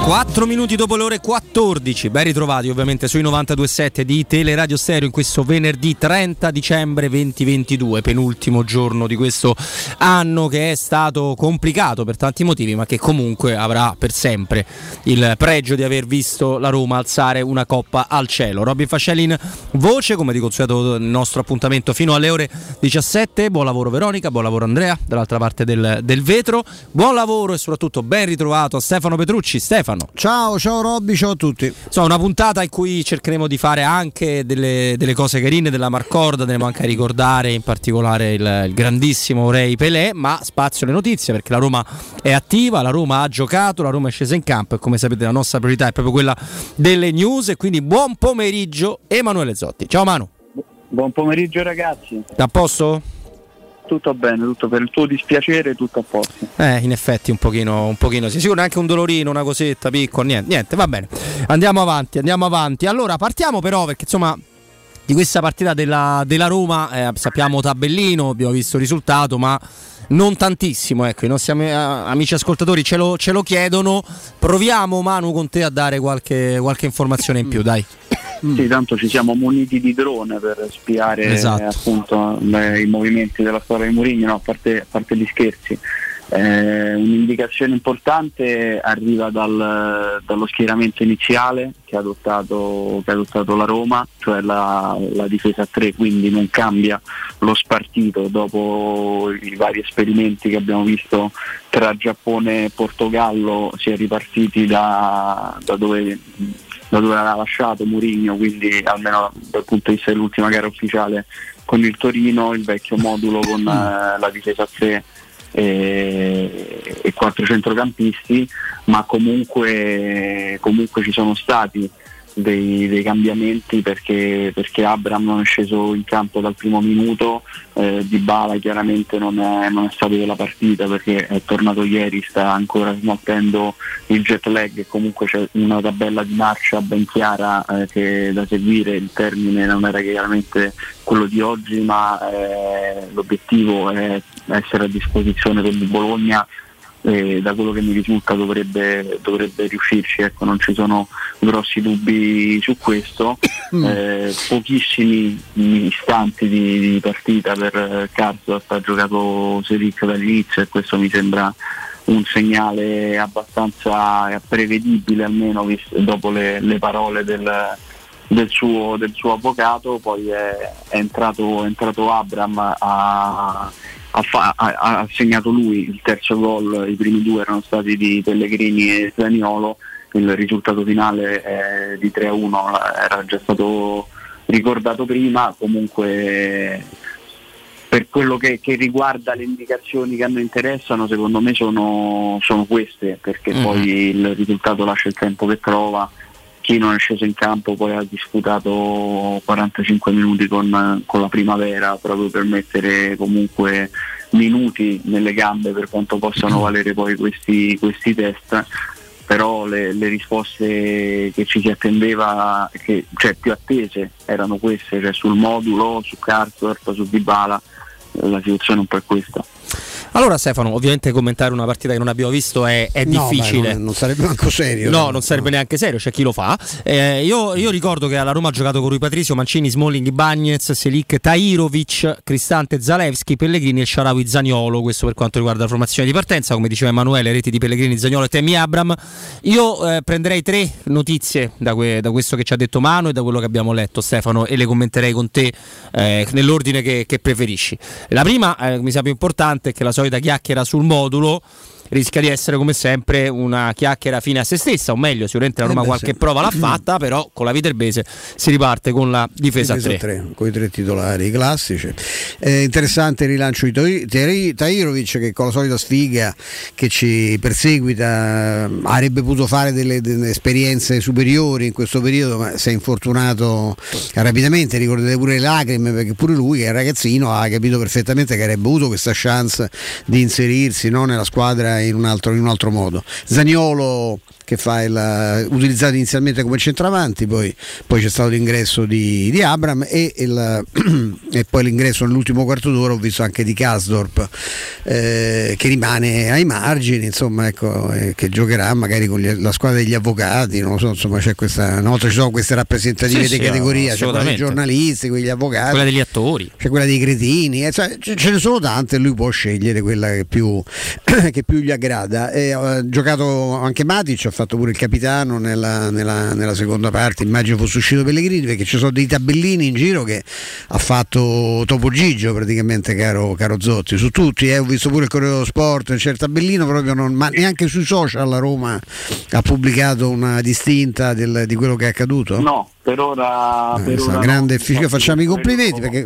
4 minuti dopo le ore 14, ben ritrovati ovviamente sui 92.7 di Teleradio Stereo in questo venerdì 30 dicembre 2022, penultimo giorno di questo anno che è stato complicato per tanti motivi, ma che comunque avrà per sempre il pregio di aver visto la Roma alzare una coppa al cielo. Robin Fascelli in voce, come di consueto il nostro appuntamento fino alle ore 17. Buon lavoro Veronica, buon lavoro Andrea, dall'altra parte del vetro, buon lavoro e soprattutto ben ritrovato a Stefano Petrucci. Stefano. Ciao Robby, ciao a tutti. Insomma, una puntata in cui cercheremo di fare anche delle cose carine della Marcord, andremo anche a ricordare in particolare il grandissimo Rei Pelé, ma spazio alle notizie perché la Roma è attiva, la Roma ha giocato, la Roma è scesa in campo e come sapete la nostra priorità è proprio quella delle news, e quindi buon pomeriggio Emanuele Zotti. Ciao Manu. Buon pomeriggio ragazzi. A posto? Tutto bene, tutto per il tuo dispiacere, tutto a posto. In effetti un pochino sì, sicuro anche un dolorino, una cosetta piccola, niente, va bene. Andiamo avanti. Allora partiamo però perché insomma di questa partita della Roma sappiamo tabellino, abbiamo visto il risultato, ma non tantissimo, ecco, i nostri amici ascoltatori ce lo chiedono. Proviamo Manu con te a dare qualche informazione in più, dai. Sì, tanto ci siamo muniti di drone per spiare appunto i movimenti della squadra di Mourinho, no, a parte gli scherzi. Un'indicazione importante arriva dallo schieramento iniziale che ha adottato la Roma, cioè la difesa a 3, quindi non cambia lo spartito dopo i vari esperimenti che abbiamo visto tra Giappone e Portogallo. Si è ripartiti da dove aveva lasciato Mourinho, quindi almeno dal punto di vista dell'ultima gara ufficiale con il Torino, il vecchio modulo con la difesa a 3 e 4 centrocampisti, ma comunque ci sono stati dei cambiamenti perché Abraham non è sceso in campo dal primo minuto, Dybala chiaramente non è stato della partita perché è tornato ieri, sta ancora smaltendo il jet lag e comunque c'è una tabella di marcia ben chiara che da seguire. Il termine non era chiaramente quello di oggi, ma l'obiettivo è essere a disposizione per il Bologna. Da quello che mi risulta dovrebbe riuscirci, ecco, non ci sono grossi dubbi su questo. Pochissimi istanti di partita per Karsdorp, ha giocato Selic dall'inizio e questo mi sembra un segnale abbastanza prevedibile, almeno dopo le parole del suo avvocato. Poi è entrato Abraham, ha segnato lui il terzo gol, i primi due erano stati di Pellegrini e Zaniolo, il risultato finale di 3-1 era già stato ricordato prima. Comunque per quello che riguarda le indicazioni che a noi interessano, secondo me sono queste, perché poi il risultato lascia il tempo che trova. Chi non è sceso in campo poi ha disputato 45 minuti con la Primavera proprio per mettere comunque minuti nelle gambe per quanto possano valere poi questi test. Però le risposte che ci si attendeva, cioè più attese, erano queste, cioè sul modulo, su Karsdorp, su Dybala. La situazione un po' è questa. Allora Stefano, ovviamente commentare una partita che non abbiamo visto è difficile. Non sarebbe neanche serio. No, non sarebbe neanche serio, c'è chi lo fa. Io ricordo che alla Roma ha giocato con Rui Patricio, Mancini, Smalling, Bagnez, Selic, Tahirovic, Cristante, Zalewski, Pellegrini e El Shaarawy, Zaniolo. Questo per quanto riguarda la formazione di partenza. Come diceva Emanuele, reti di Pellegrini, Zaniolo e Tammy Abraham. Io prenderei 3 notizie da questo che ci ha detto Manu e da quello che abbiamo letto, Stefano, e le commenterei con te nell'ordine che preferisci. La prima, mi sa più importante, è che la solita chiacchiera sul modulo rischia di essere come sempre una chiacchiera fine a se stessa, o meglio sicuramente la Roma qualche prova l'ha fatta, però con la Viterbese si riparte con la difesa a 3 con i 3 titolari classici. Interessante il rilancio di Tahirovic, che con la solita sfiga che ci perseguita avrebbe potuto fare delle esperienze superiori in questo periodo, ma si è infortunato rapidamente. Ricordate pure le lacrime, perché pure lui che è ragazzino ha capito perfettamente che avrebbe avuto questa chance di inserirsi, no, nella squadra gioca in un altro modo. Zaniolo che fa utilizzato inizialmente come centravanti, poi c'è stato l'ingresso di Abraham e poi l'ingresso nell'ultimo quarto d'ora ho visto anche di Karsdorp, che rimane ai margini, insomma, ecco, che giocherà magari con la squadra degli avvocati, non lo so, insomma c'è questa, una volta ci sono queste rappresentative di categoria, c'è quella dei giornalisti, quegli avvocati, quella degli attori, c'è quella dei cretini, cioè, ce ne sono tante e lui può scegliere quella che più gli aggrada. Ha giocato anche Matic, ha fatto pure il capitano nella seconda parte, immagino fosse uscito Pellegrini, perché ci sono dei tabellini in giro che ha fatto Topo Gigio praticamente, caro Zotti, su tutti, ho visto pure il Corriere dello Sport, c'è il tabellino proprio, ma neanche sui social la Roma ha pubblicato una distinta di quello che è accaduto? No, per ora grande efficacia, facciamo i complimenti, perché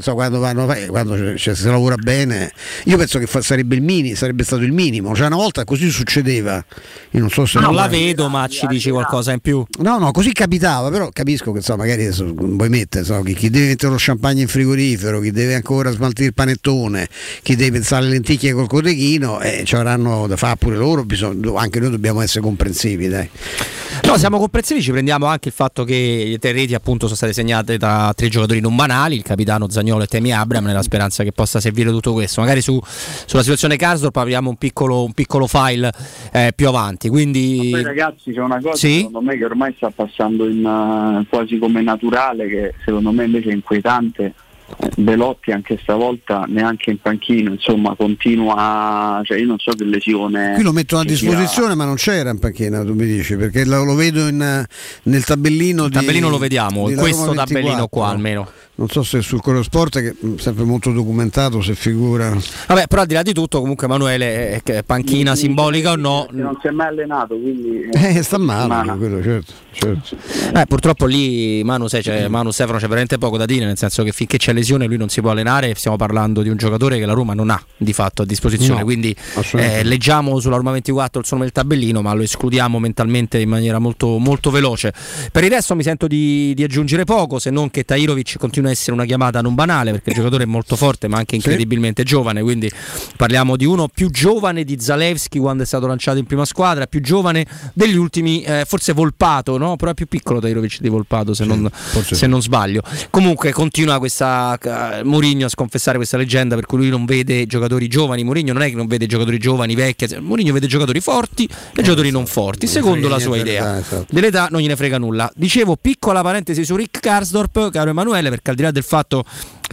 quando si lavora bene, io penso che sarebbe stato il minimo, cioè una volta così succedeva, io non so se non la vedo, ma ci dici qualcosa in più? No, così capitava, però capisco che magari adesso vuoi mettere, chi deve mettere lo champagne in frigorifero, chi deve ancora smaltire il panettone, chi deve pensare alle lenticchie col cotechino, ci avranno da fare pure loro, anche noi dobbiamo essere comprensivi, dai. No, siamo comprensivi, ci prendiamo anche il fatto che le 3 reti appunto sono state segnate da 3 giocatori non banali, il capitano Zaniolo e Tammy Abraham, nella speranza che possa servire tutto questo. Magari sulla situazione Karsdorp apriamo un piccolo file più avanti. Quindi poi ragazzi, c'è una cosa secondo me che ormai sta passando in quasi come naturale, che secondo me invece è inquietante. Belotti anche stavolta neanche in panchino, insomma continua, cioè io non so che lesione. Qui lo mettono a disposizione, ma non c'era in panchina, tu mi dici, perché lo vedo nel tabellino. Il tabellino lo vediamo, questo tabellino qua almeno. Non so se sul Corriere Sport, che è sempre molto documentato, se figura. Vabbè, però al di là di tutto, comunque Emanuele, panchina simbolica o no? Non si è mai allenato, quindi sta male quello, certo. Purtroppo lì Manu Stefano c'è veramente poco da dire, nel senso che finché c'è lesione lui non si può allenare. Stiamo parlando di un giocatore che la Roma non ha di fatto a disposizione, quindi leggiamo sulla Roma 24 il suo nome del tabellino, ma lo escludiamo mentalmente in maniera molto, molto veloce. Per il resto mi sento di aggiungere poco, se non che Tahirovic continua a essere una chiamata non banale, perché il giocatore è molto forte ma anche incredibilmente giovane, quindi parliamo di uno più giovane di Zalewski quando è stato lanciato in prima squadra, più giovane degli ultimi, forse Volpato, no? Però è più piccolo Tahirovic di Volpato, se non sbaglio. Comunque continua questa Mourinho a sconfessare questa leggenda per cui lui non vede giocatori giovani. Mourinho non è che non vede giocatori giovani, vecchi, Mourinho vede giocatori forti e giocatori non forti, secondo la sua idea. Dell'età non gliene frega nulla. Dicevo, piccola parentesi su Rick Karsdorp, caro Emanuele, perché al di là del fatto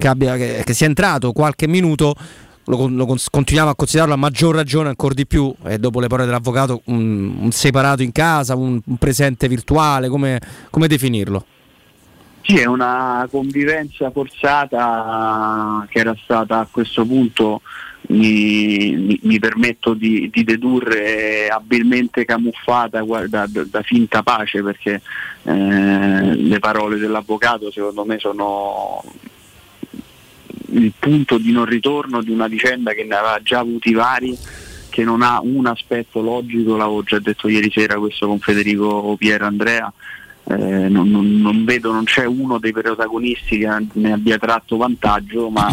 che sia entrato qualche minuto, lo continuiamo a considerarlo a maggior ragione ancora di più, e dopo le parole dell'avvocato un separato in casa, un presente virtuale, come definirlo? Sì, è una convivenza forzata che era stata a questo punto, mi permetto di dedurre, abilmente camuffata da finta pace, perché le parole dell'avvocato secondo me sono il punto di non ritorno di una vicenda che ne aveva già avuti vari, che non ha un aspetto logico. L'avevo già detto ieri sera questo con Federico Piero Andrea. Non vedo, non c'è uno dei protagonisti che ne abbia tratto vantaggio, ma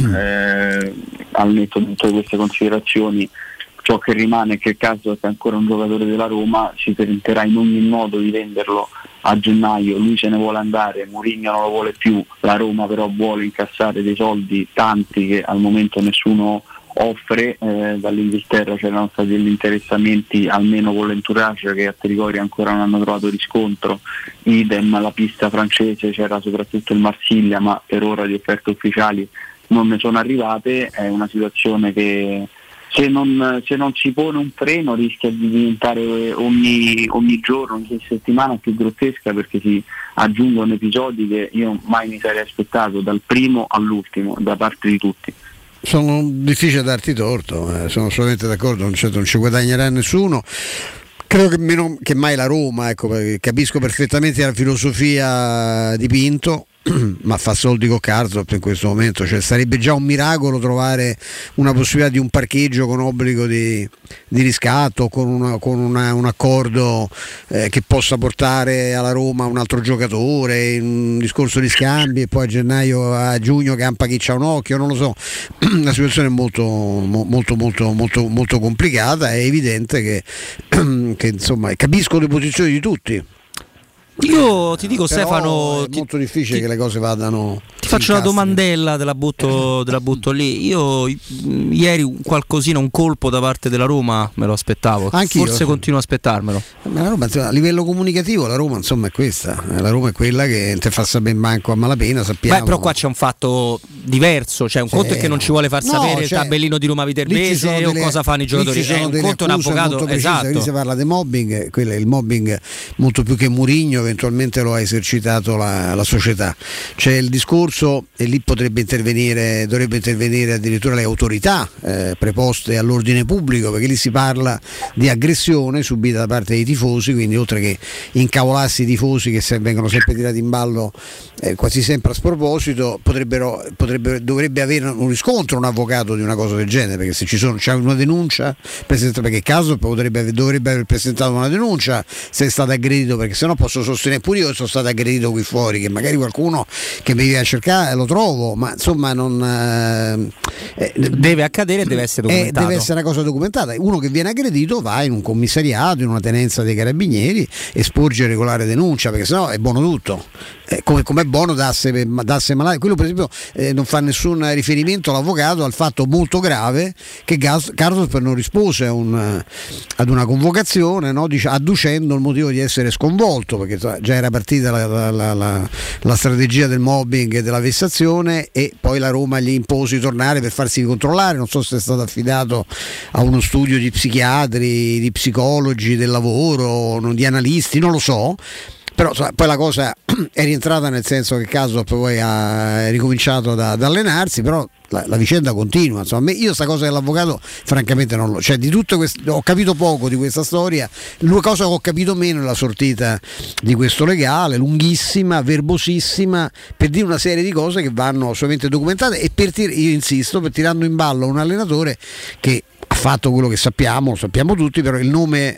al netto di tutte queste considerazioni, ciò che rimane è che il caso è ancora un giocatore della Roma, si tenterà in ogni modo di venderlo a gennaio, lui se ne vuole andare, Mourinho non lo vuole più, la Roma però vuole incassare dei soldi tanti che al momento nessuno offre. Dall'Inghilterra c'erano stati degli interessamenti almeno con l'entourage che a Trigoria ancora non hanno trovato riscontro, idem la pista francese, c'era soprattutto il Marsiglia, ma per ora di offerte ufficiali non ne sono arrivate. È una situazione che se non si pone un freno rischia di diventare ogni giorno, ogni settimana più grottesca, perché si aggiungono episodi che io mai mi sarei aspettato, dal primo all'ultimo, da parte di tutti. Sono difficile darti torto, sono assolutamente d'accordo, non ci guadagnerà nessuno. Credo che meno che mai la Roma, ecco, capisco perfettamente la filosofia di Pinto, ma fa soldi con Karsdorp in questo momento, cioè sarebbe già un miracolo trovare una possibilità di un parcheggio con obbligo di riscatto, con un accordo che possa portare alla Roma un altro giocatore, un discorso di scambi e poi a giugno campa chi c'ha un occhio, non lo so. La situazione è molto complicata, è evidente che insomma capisco le posizioni di tutti. Io ti dico, però Stefano, è molto difficile che le cose vadano. Ti faccio una domandella, te la butto lì. Io ieri qualcosina, un colpo da parte della Roma me lo aspettavo. Anch'io. Forse continuo a aspettarmelo. Ma la Roma, a livello comunicativo, la Roma insomma è questa. La Roma è quella che te fa sapere manco a malapena, sappiamo. Beh, però qua c'è un fatto diverso, cioè un conto è che non ci vuole far sapere il tabellino di Roma Viterbese o cosa fanno i giocatori. Un conto è un avvocato, esatto. Lì si parla di mobbing, quello è il mobbing molto più che Mourinho eventualmente lo ha esercitato la società. C'è il discorso, e lì dovrebbe intervenire addirittura le autorità preposte all'ordine pubblico, perché lì si parla di aggressione subita da parte dei tifosi, quindi oltre che incavolarsi i tifosi che vengono sempre tirati in ballo quasi sempre a sproposito, dovrebbe avere un riscontro un avvocato di una cosa del genere, perché se c'è una denuncia perché caso dovrebbe aver presentato una denuncia se è stato aggredito, perché sennò posso sostenere pure io che sono stato aggredito qui fuori, che magari qualcuno che mi viene a cercare lo trovo, ma insomma non deve accadere e deve essere documentato. Deve essere una cosa documentata. Uno che viene aggredito va in un commissariato, in una tenenza dei carabinieri e sporge regolare denuncia, perché sennò è buono tutto. Come è buono dasse malati. Quello per esempio non fa nessun riferimento l'avvocato al fatto molto grave che Karsdorp non rispose ad una convocazione, no? Adducendo il motivo di essere sconvolto, perché già era partita la strategia del mobbing e della vessazione, e poi la Roma gli impose di tornare per farsi controllare. Non so se è stato affidato a uno studio di psichiatri, di psicologi del lavoro, di analisti, non lo so. Però poi la cosa è rientrata, nel senso che Karsdorp poi ha ricominciato ad allenarsi, però la vicenda continua. Insomma, io sta cosa dell'avvocato francamente non lo, cioè di tutto questo ho capito poco di questa storia. La cosa che ho capito meno è la sortita di questo legale, lunghissima, verbosissima, per dire una serie di cose che vanno assolutamente documentate, e io insisto, per tirando in ballo un allenatore che ha fatto quello che sappiamo, lo sappiamo tutti, però il nome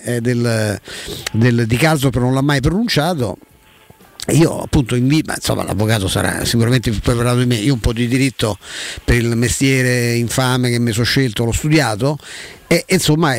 di Karsdorp non l'ha mai pronunciato. Io appunto invito, insomma l'avvocato sarà sicuramente più preparato di me, io un po' di diritto per il mestiere infame che mi sono scelto l'ho studiato, e insomma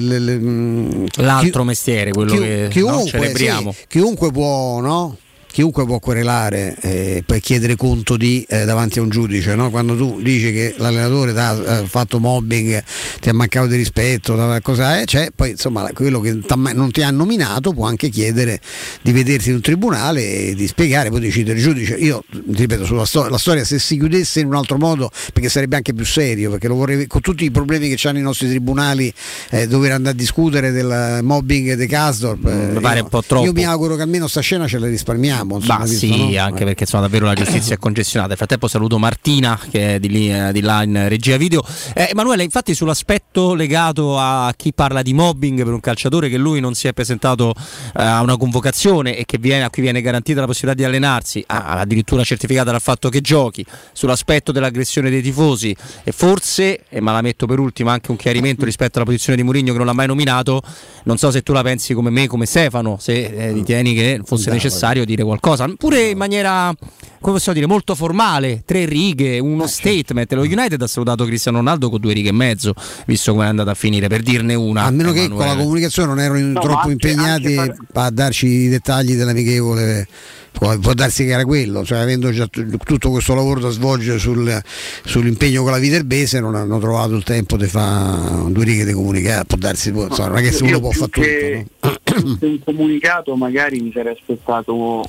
l'altro mestiere, quello che celebriamo. Sì, chiunque può, no? Chiunque può querelare per chiedere conto davanti a un giudice, no? Quando tu dici che l'allenatore ti ha fatto mobbing, ti ha mancato di rispetto, poi insomma quello che non ti ha nominato può anche chiedere di vedersi in un tribunale e di spiegare, poi decidere il giudice. Io ti ripeto, la storia se si chiudesse in un altro modo, perché sarebbe anche più serio, perché lo vorrei, con tutti i problemi che hanno i nostri tribunali, dover andare a discutere del mobbing di Karsdorp, mi pare un po' troppo. Io mi auguro che almeno sta scena ce la risparmiamo. Insomma, sì, no? Anche perché insomma davvero la giustizia è congestionata. Nel frattempo saluto Martina che è di là in regia video. Emanuele, infatti sull'aspetto legato a chi parla di mobbing per un calciatore, che lui non si è presentato a una convocazione e che a cui viene garantita la possibilità di allenarsi, addirittura certificata dal fatto che giochi, sull'aspetto dell'aggressione dei tifosi, e forse, ma la metto per ultima, anche un chiarimento rispetto alla posizione di Mourinho che non l'ha mai nominato. Non so se tu la pensi come me, come Stefano, se ritieni che fosse necessario dire qualcosa, pure in maniera, come possiamo dire, molto formale, 3 righe, uno statement. Lo United ha salutato Cristiano Ronaldo con 2 righe e mezzo, visto come è andata a finire, per dirne una. A meno che con la comunicazione non erano troppo impegnati a darci i dettagli dell'amichevole. Può darsi che era quello, cioè avendo già tutto questo lavoro da svolgere sull'impegno con la Viterbese, non hanno trovato il tempo di fare 2 righe di comunicato. Può darsi, insomma, non è che uno può fare tutto, no? Un comunicato magari mi sarei aspettato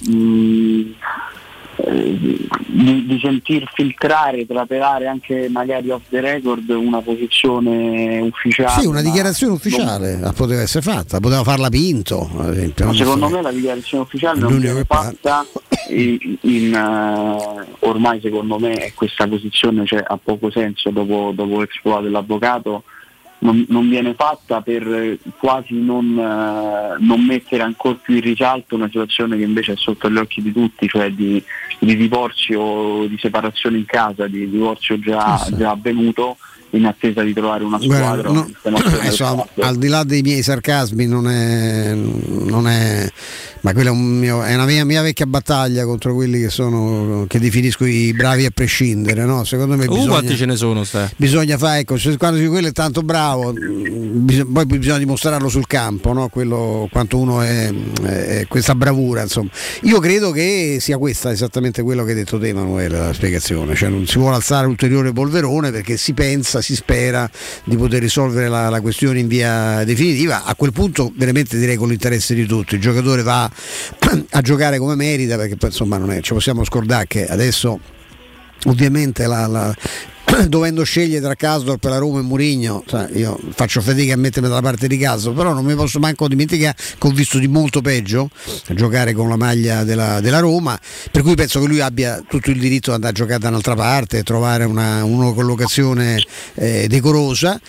di sentir filtrare, trapelare anche magari off the record una posizione ufficiale. Sì, una dichiarazione ufficiale poteva essere fatta, poteva farla Pinto, ad esempio. Secondo me la dichiarazione ufficiale non viene fatta ormai secondo me è questa posizione, cioè ha poco senso dopo l'exploit dell'avvocato. non viene fatta per quasi non mettere ancora più in risalto una situazione che invece è sotto gli occhi di tutti, cioè di divorzio, di separazione in casa, di divorzio già avvenuto, in attesa di trovare una squadra. Insomma, al di là dei miei sarcasmi non è ma quella è una mia vecchia battaglia contro quelli che definisco i bravi a prescindere, no? Secondo me quanti ce ne sono? Bisogna fare, ecco, quando quello è tanto bravo, poi bisogna dimostrarlo sul campo, no? Quello, quanto uno è questa bravura, insomma. Io credo che sia questa esattamente quello che hai detto te, Emanuele, la spiegazione, cioè non si vuole alzare ulteriore polverone perché si spera di poter risolvere la questione in via definitiva. A quel punto veramente direi con l'interesse di tutti, il giocatore va a giocare come merita, perché poi insomma non è, ci possiamo scordare che adesso ovviamente dovendo scegliere tra Karsdorp per la Roma e Mourinho, io faccio fatica a mettermi dalla parte di Karsdorp, però non mi posso manco dimenticare che ho visto di molto peggio a giocare con la maglia della Roma, per cui penso che lui abbia tutto il diritto di andare a giocare da un'altra parte, trovare una collocazione decorosa.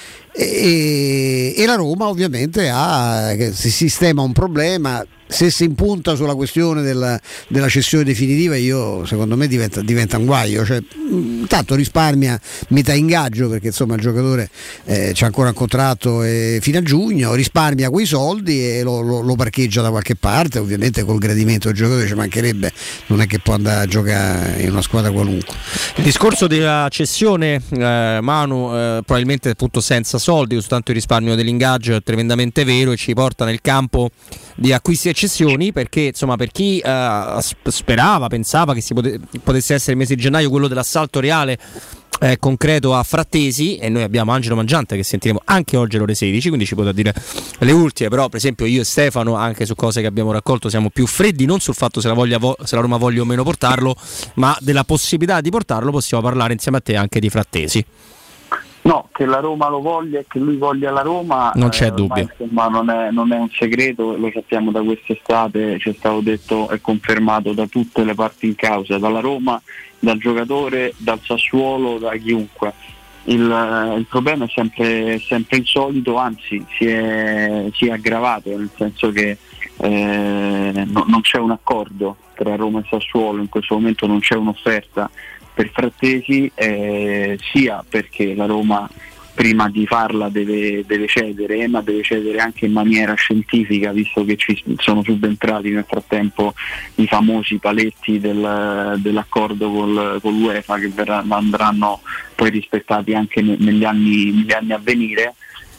E la Roma ovviamente si sistema un problema. Se si impunta sulla questione della cessione definitiva, secondo me diventa un guaio, cioè, intanto risparmia metà ingaggio, perché insomma il giocatore c'ha ancora un contratto fino a giugno, risparmia quei soldi e lo parcheggia da qualche parte, ovviamente col gradimento del giocatore, ci mancherebbe, non è che può andare a giocare in una squadra qualunque. Il discorso della cessione, Manu, probabilmente appunto senza soldi, soltanto il risparmio dell'ingaggio, è tremendamente vero e ci porta nel campo di acquisti e cessioni, perché insomma per chi pensava che potesse essere il mese di gennaio quello dell'assalto reale concreto a Frattesi, e noi abbiamo Angelo Mangiante che sentiremo anche oggi alle ore 16, quindi ci potrà dire le ultime, però per esempio io e Stefano anche su cose che abbiamo raccolto siamo più freddi, non sul fatto se la Roma voglia o meno portarlo, ma della possibilità di portarlo. Possiamo parlare insieme a te anche di Frattesi. No, che la Roma lo voglia e che lui voglia la Roma non c'è dubbio, insomma, non è un segreto, lo sappiamo da quest'estate, ci è stato detto e confermato da tutte le parti in causa, dalla Roma, dal giocatore, dal Sassuolo, da chiunque. Il problema è sempre il solito, anzi si è aggravato, nel senso che non c'è un accordo tra Roma e Sassuolo, in questo momento non c'è un'offerta per Frattesi, sia perché la Roma prima di farla deve cedere, ma deve cedere anche in maniera scientifica, visto che ci sono subentrati nel frattempo i famosi paletti dell'accordo con l'UEFA, che andranno poi rispettati anche negli anni a venire.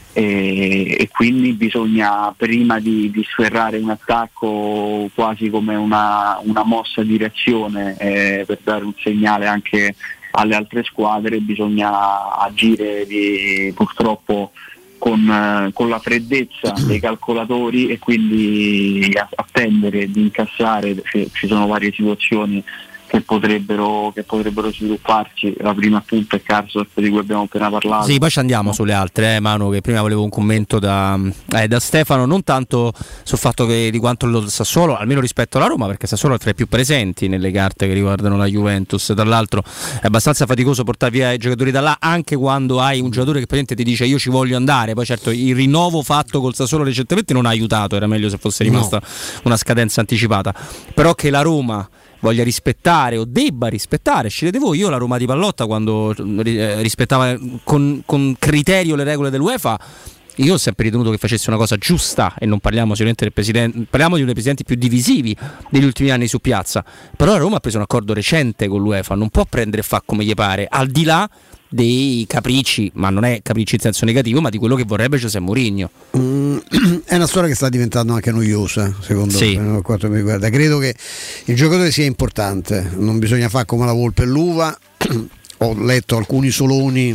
E quindi bisogna, prima di sferrare un attacco quasi come una mossa di reazione, per dare un segnale anche alle altre squadre, bisogna agire purtroppo con la freddezza dei calcolatori e quindi attendere di incassare. Ci sono varie situazioni che potrebbero svilupparsi. La prima appunto è Karsdorp, di cui abbiamo appena parlato. Sì, poi ci andiamo sulle altre, Manu, che prima volevo un commento da Stefano, non tanto sul fatto di quanto lo Sassuolo, almeno rispetto alla Roma, perché Sassuolo è tra i più presenti nelle carte che riguardano la Juventus. Tra l'altro è abbastanza faticoso portare via i giocatori da là, anche quando hai un giocatore che praticamente ti dice io ci voglio andare. Poi certo il rinnovo fatto col Sassuolo recentemente non ha aiutato, era meglio se fosse rimasta una scadenza anticipata, però che la Roma voglia rispettare o debba rispettare, scegliete voi. Io la Roma di Pallotta, quando rispettava con criterio le regole dell'UEFA, io ho sempre ritenuto che facesse una cosa giusta, e non parliamo sicuramente del presidente, parliamo di uno dei presidenti più divisivi degli ultimi anni su piazza, però la Roma ha preso un accordo recente con l'UEFA, non può prendere e fa come gli pare, al di là dei capricci, ma non è capricci in senso negativo, ma di quello che vorrebbe José Mourinho. È una storia che sta diventando anche noiosa, secondo me, per quanto mi riguarda. Credo che il giocatore sia importante, non bisogna fare come la volpe e l'uva. Ho letto alcuni soloni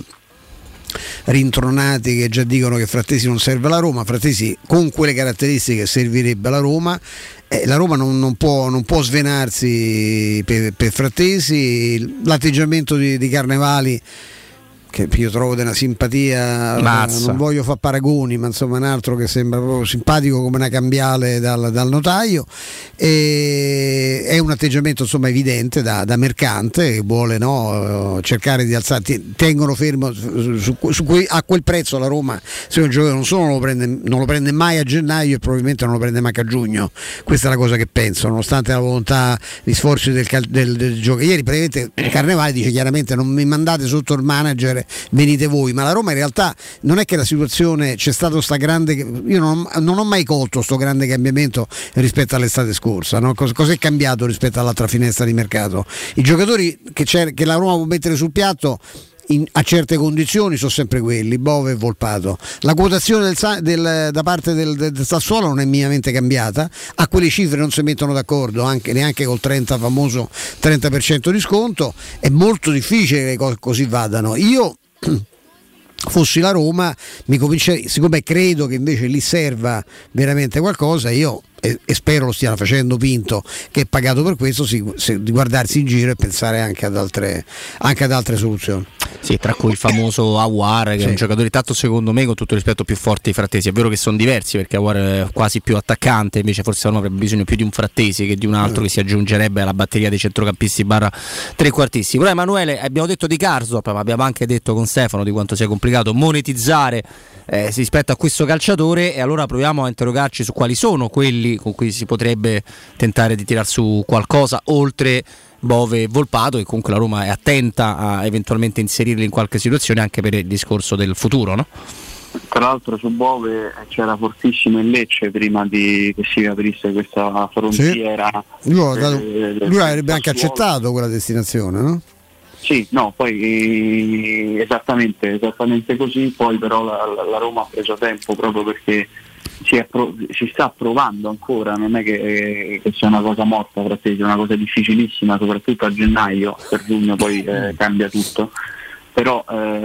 rintronati che già dicono che Frattesi non serve alla Roma. Frattesi con quelle caratteristiche servirebbe alla Roma. La Roma non può svenarsi per Frattesi. L'atteggiamento di Carnevali, che io trovo di una simpatia, non voglio fare paragoni, ma insomma un altro che sembra proprio simpatico come una cambiale dal notaio, e è un atteggiamento insomma evidente da mercante che vuole cercare di alzare, tengono fermo a quel prezzo la Roma, se un giocatore non solo non lo prende mai a gennaio e probabilmente non lo prende manco a giugno. Questa è la cosa che penso, nonostante la volontà, gli sforzi del gioco. Ieri praticamente Carnevale dice chiaramente: non mi mandate sotto il manager, venite voi. Ma la Roma in realtà non è che la situazione, c'è stato sta grande, io non ho mai colto sto grande cambiamento rispetto all'estate scorsa, no? Cos'è cambiato rispetto all'altra finestra di mercato? I giocatori che la Roma può mettere sul piatto a certe condizioni sono sempre quelli, Bove e Volpato. La quotazione da parte del Sassuolo non è minimamente cambiata, a quelle cifre non si mettono d'accordo neanche col famoso 30% di sconto. È molto difficile che le cose così vadano. Io fossi la Roma mi convincerei, siccome credo che invece lì serva veramente qualcosa, io e spero lo stiano facendo Pinto, che è pagato per questo, di guardarsi in giro e pensare anche ad altre soluzioni. Sì, tra cui il famoso Aouar, che è un giocatore tanto, secondo me, con tutto il rispetto, più forte di Frattesi. È vero che sono diversi, perché Aouar è quasi più attaccante, invece forse non avrebbe bisogno più di un Frattesi che di un altro che si aggiungerebbe alla batteria dei centrocampisti / trequartisti. Però Emanuele, abbiamo detto di Karsdorp, ma abbiamo anche detto con Stefano di quanto sia complicato monetizzare rispetto a questo calciatore, e allora proviamo a interrogarci su quali sono quelli con cui si potrebbe tentare di tirar su qualcosa oltre Bove e Volpato, e comunque la Roma è attenta a eventualmente inserirli in qualche situazione anche per il discorso del futuro, no? Tra l'altro su Bove c'era fortissimo il Lecce prima che si aprisse questa frontiera. Sì. Lui avrebbe anche accettato quella destinazione, no? Sì, no, poi esattamente così, poi però la Roma ha preso tempo proprio perché si sta provando ancora, non è che sia una cosa morta, è una cosa difficilissima, soprattutto a gennaio, per giugno poi cambia tutto, però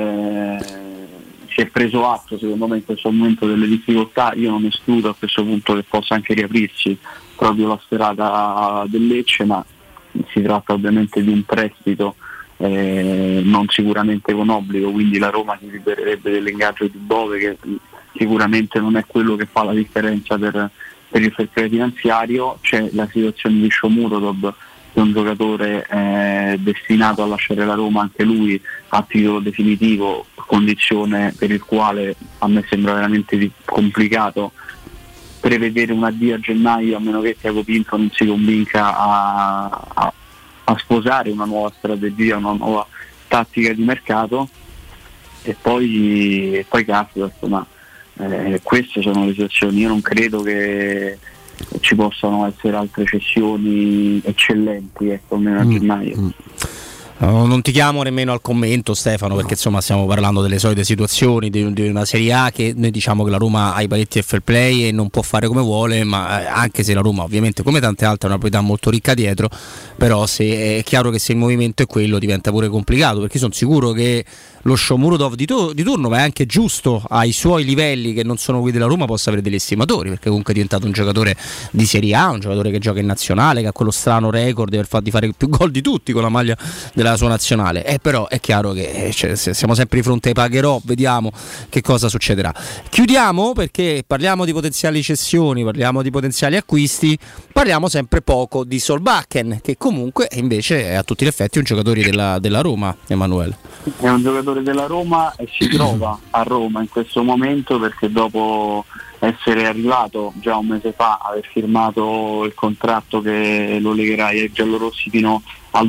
si è preso atto secondo me in questo momento delle difficoltà. Io non escludo a questo punto che possa anche riaprirsi proprio la serata del Lecce, ma si tratta ovviamente di un prestito, non sicuramente con obbligo, quindi la Roma si libererebbe dell'ingaggio di Bove, che sicuramente non è quello che fa la differenza per il fattore finanziario. C'è la situazione di Shomurodov, che è un giocatore destinato a lasciare la Roma anche lui a titolo definitivo, condizione per il quale a me sembra veramente complicato prevedere un addio a gennaio, a meno che Thiago Pinto non si convinca a sposare una nuova strategia, una nuova tattica di mercato. E poi Karsdorp, ma queste sono le situazioni. Io non credo che ci possano essere altre cessioni eccellenti, almeno a gennaio. Non ti chiamo nemmeno al commento, Stefano, perché insomma stiamo parlando delle solite situazioni di una Serie A, che noi diciamo che la Roma ha i paletti del fair play e non può fare come vuole, ma anche se la Roma ovviamente come tante altre ha una proprietà molto ricca dietro, però è chiaro che se il movimento è quello diventa pure complicato, perché sono sicuro che lo Shomurodov di turno, ma è anche giusto ai suoi livelli, che non sono quelli della Roma, possa avere degli estimatori, perché comunque è diventato un giocatore di Serie A, un giocatore che gioca in nazionale, che ha quello strano record di fare più gol di tutti con la maglia della sua nazionale. Però è chiaro che siamo sempre di fronte ai pagherò, vediamo che cosa succederà. Chiudiamo, perché parliamo di potenziali cessioni, parliamo di potenziali acquisti, parliamo sempre poco di Solbakken, che comunque invece è a tutti gli effetti un giocatore della Roma, Emanuele. È un giocatore della Roma e si trova a Roma in questo momento, perché dopo essere arrivato già un mese fa, aver firmato il contratto che lo legherà ai giallorossi fino al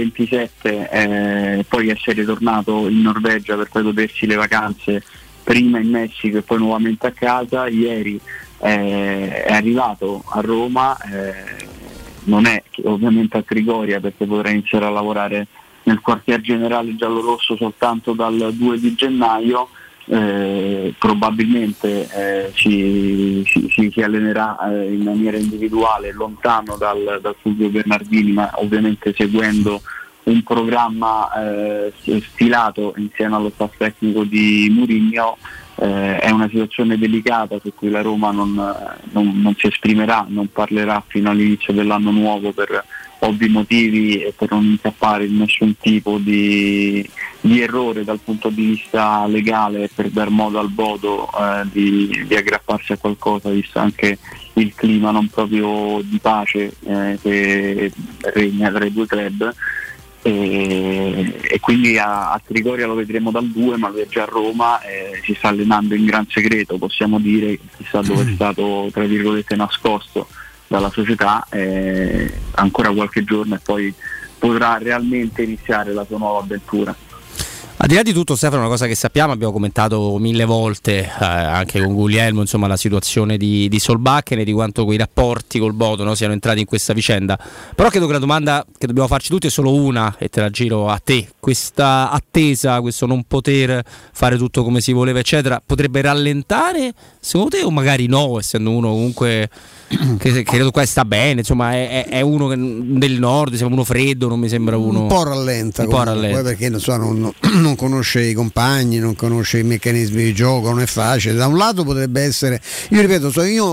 2027, poi essere tornato in Norvegia per poi godersi le vacanze, prima in Messico e poi nuovamente a casa. Ieri è arrivato a Roma, non è ovviamente a Trigoria, perché potrà iniziare a lavorare nel quartier generale giallorosso soltanto dal 2 di gennaio. Probabilmente si allenerà in maniera individuale lontano dal Fulvio Bernardini, ma ovviamente seguendo un programma stilato insieme allo staff tecnico di Mourinho. È una situazione delicata su cui la Roma non si esprimerà, non parlerà fino all'inizio dell'anno nuovo per ovvi motivi e per non incappare in nessun tipo di errore dal punto di vista legale, per dar modo al Bodo di aggrapparsi a qualcosa, visto anche il clima non proprio di pace che regna tra i due club. E quindi a Trigoria lo vedremo dal 2, ma lui è già a Roma e si sta allenando in gran segreto, possiamo dire, chissà dove è stato tra virgolette nascosto dalla società, ancora qualche giorno e poi potrà realmente iniziare la sua nuova avventura. Al di là di tutto, Stefano, una cosa che sappiamo, abbiamo commentato 1000 volte anche con Guglielmo, insomma, la situazione di Solbakken e di quanto quei rapporti col Bodo, no, siano entrati in questa vicenda. Però credo che la domanda che dobbiamo farci tutti è solo una, e te la giro a te: questa attesa, questo non poter fare tutto come si voleva eccetera, potrebbe rallentare secondo te, o magari no, essendo uno comunque che credo qua sta bene, insomma è uno del nord, sembra uno freddo, non mi sembra uno un po' rallenta, perché non conosce i compagni, non conosce i meccanismi di gioco, non è facile. Da un lato potrebbe essere, io ripeto,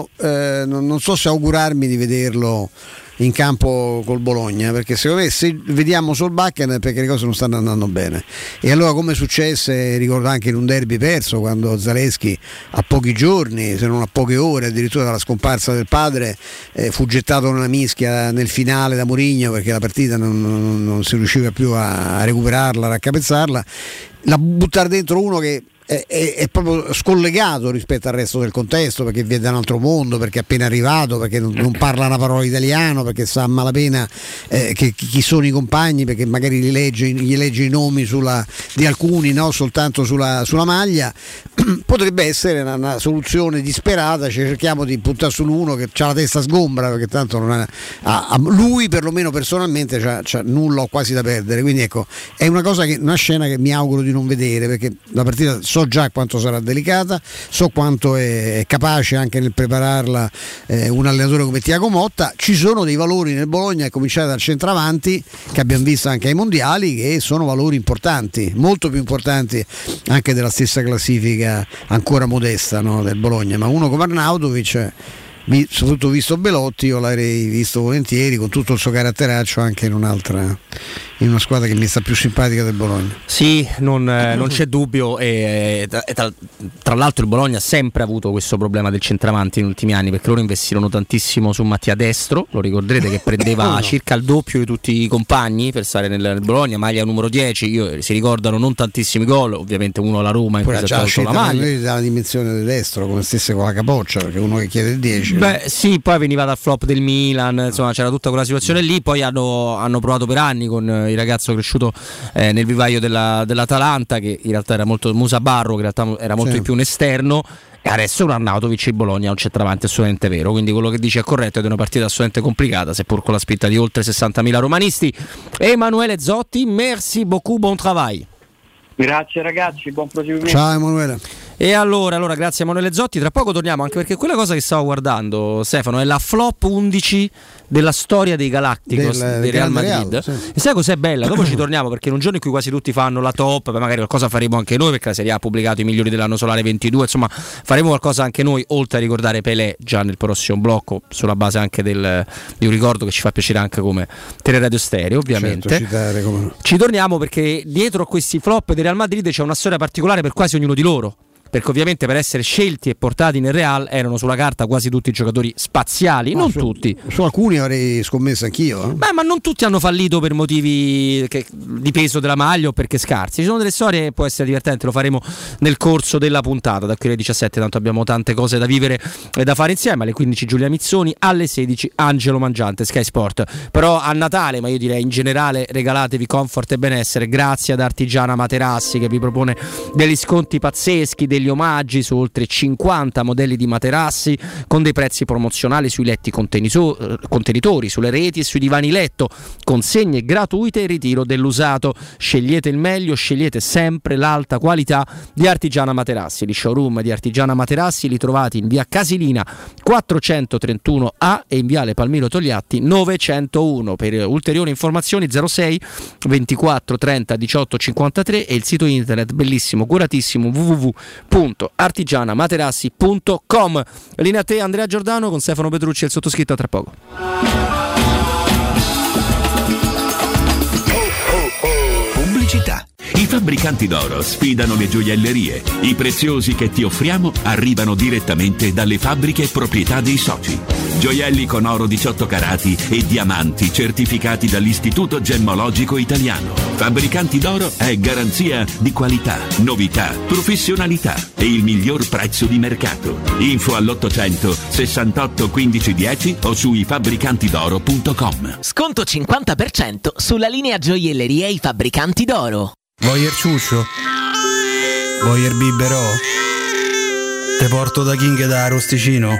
non so se augurarmi di vederlo in campo col Bologna, perché secondo me se vediamo Solbakken è perché le cose non stanno andando bene. E allora, come successe, ricordo anche in un derby perso, quando Zalewski a pochi giorni, se non a poche ore addirittura dalla scomparsa del padre, fu gettato nella mischia nel finale da Mourinho, perché la partita non si riusciva più a recuperarla, a raccapezzarla, la buttare dentro uno che è proprio scollegato rispetto al resto del contesto, perché viene da un altro mondo, perché è appena arrivato, perché non parla una parola italiano, perché sa a malapena chi sono i compagni, perché magari gli legge i nomi di alcuni, no? Soltanto sulla maglia. Potrebbe essere una soluzione disperata, cerchiamo di puntare sull'uno che ha la testa sgombra, perché tanto non ha lui perlomeno personalmente c'ha nulla o quasi da perdere, quindi ecco, è una scena che mi auguro di non vedere, perché la partita so già quanto sarà delicata, so quanto è capace anche nel prepararla un allenatore come Tiago Motta. Ci sono dei valori nel Bologna, a cominciare dal centravanti, che abbiamo visto anche ai mondiali, che sono valori importanti, molto più importanti anche della stessa classifica ancora modesta, no, del Bologna. Ma uno come Arnautovic, soprattutto visto Belotti, io l'avrei visto volentieri con tutto il suo caratteraccio anche in una squadra che mi sta più simpatica del Bologna. Sì, non c'è dubbio, e tra l'altro il Bologna ha sempre avuto questo problema del centravanti negli ultimi anni, perché loro investirono tantissimo su Mattia Destro, lo ricorderete, che prendeva circa il doppio di tutti i compagni per stare nel Bologna, maglia numero 10, si ricordano non tantissimi gol, ovviamente uno alla Roma in cui si è tolto la maglia. Dalla dimensione del destro, come stesse con la Capoccia, perché uno che chiede il 10. Beh sì, poi veniva dal flop del Milan, insomma c'era tutta quella situazione lì, poi hanno provato per anni con il ragazzo cresciuto nel vivaio dell'Atalanta, che in realtà era molto Musa Barro, che in realtà era molto di più un esterno, e adesso un Arnautovic in Bologna è un centravanti assolutamente vero, quindi quello che dice è corretto, ed è una partita assolutamente complicata, seppur con la spinta di oltre 60.000 romanisti. Emanuele Zotti, merci beaucoup, bon travail. Grazie ragazzi, buon proseguimento. Ciao Emanuele. E allora grazie a Emanuele Zotti, tra poco torniamo, anche perché quella cosa che stavo guardando, Stefano, è la flop 11 della storia dei Galacticos del Real Madrid. Sì. E sai cos'è bella? Dopo ci torniamo, perché in un giorno in cui quasi tutti fanno la top, magari qualcosa faremo anche noi, perché la Serie A ha pubblicato i migliori dell'anno solare 22, insomma faremo qualcosa anche noi, oltre a ricordare Pelé già nel prossimo blocco, sulla base anche di un ricordo che ci fa piacere anche come Teleradio Stereo, ovviamente. Certo, citare, come no. Ci torniamo perché dietro a questi flop del Real Madrid c'è una storia particolare per quasi ognuno di loro, perché ovviamente per essere scelti e portati nel Real erano sulla carta quasi tutti i giocatori spaziali, non tutti. Su alcuni avrei scommesso anch'io. Beh, ma non tutti hanno fallito per motivi di peso della maglia o perché scarsi. Ci sono delle storie, può essere divertente, lo faremo nel corso della puntata, da qui alle 17, tanto abbiamo tante cose da vivere e da fare insieme. Alle 15 Giulia Mizzoni, alle 16 Angelo Mangiante, Sky Sport. Però a Natale, ma io direi in generale, regalatevi comfort e benessere grazie ad Artigiana Materassi, che vi propone degli sconti pazzeschi, degli omaggi su oltre 50 modelli di materassi, con dei prezzi promozionali sui letti contenitori, sulle reti e sui divani letto, consegne gratuite e ritiro dell'usato. Scegliete il meglio, scegliete sempre l'alta qualità di Artigiana Materassi. Gli showroom di Artigiana Materassi li trovate in via Casilina 431A e in viale Palmiro Togliatti 901. Per ulteriori informazioni 06 24 30 18 53 e il sito internet bellissimo, curatissimo www.artigianamaterassi.com. Linea a te Andrea Giordano con Stefano Petrucci e il sottoscritto, a tra poco. città. I fabbricanti d'oro sfidano le gioiellerie. I preziosi che ti offriamo arrivano direttamente dalle fabbriche proprietà dei soci. Gioielli con oro 18 carati e diamanti certificati dall'Istituto Gemmologico Italiano. Fabbricanti d'oro è garanzia di qualità, novità, professionalità e il miglior prezzo di mercato. Info all'800 68 15 10 o su ifabbricantidoro.com. Sconto 50% sulla linea gioielleria I Fabbricanti d'Oro. Vuoi il ciuscio? Vuoi il biberò? Te porto da King da Arrosticino?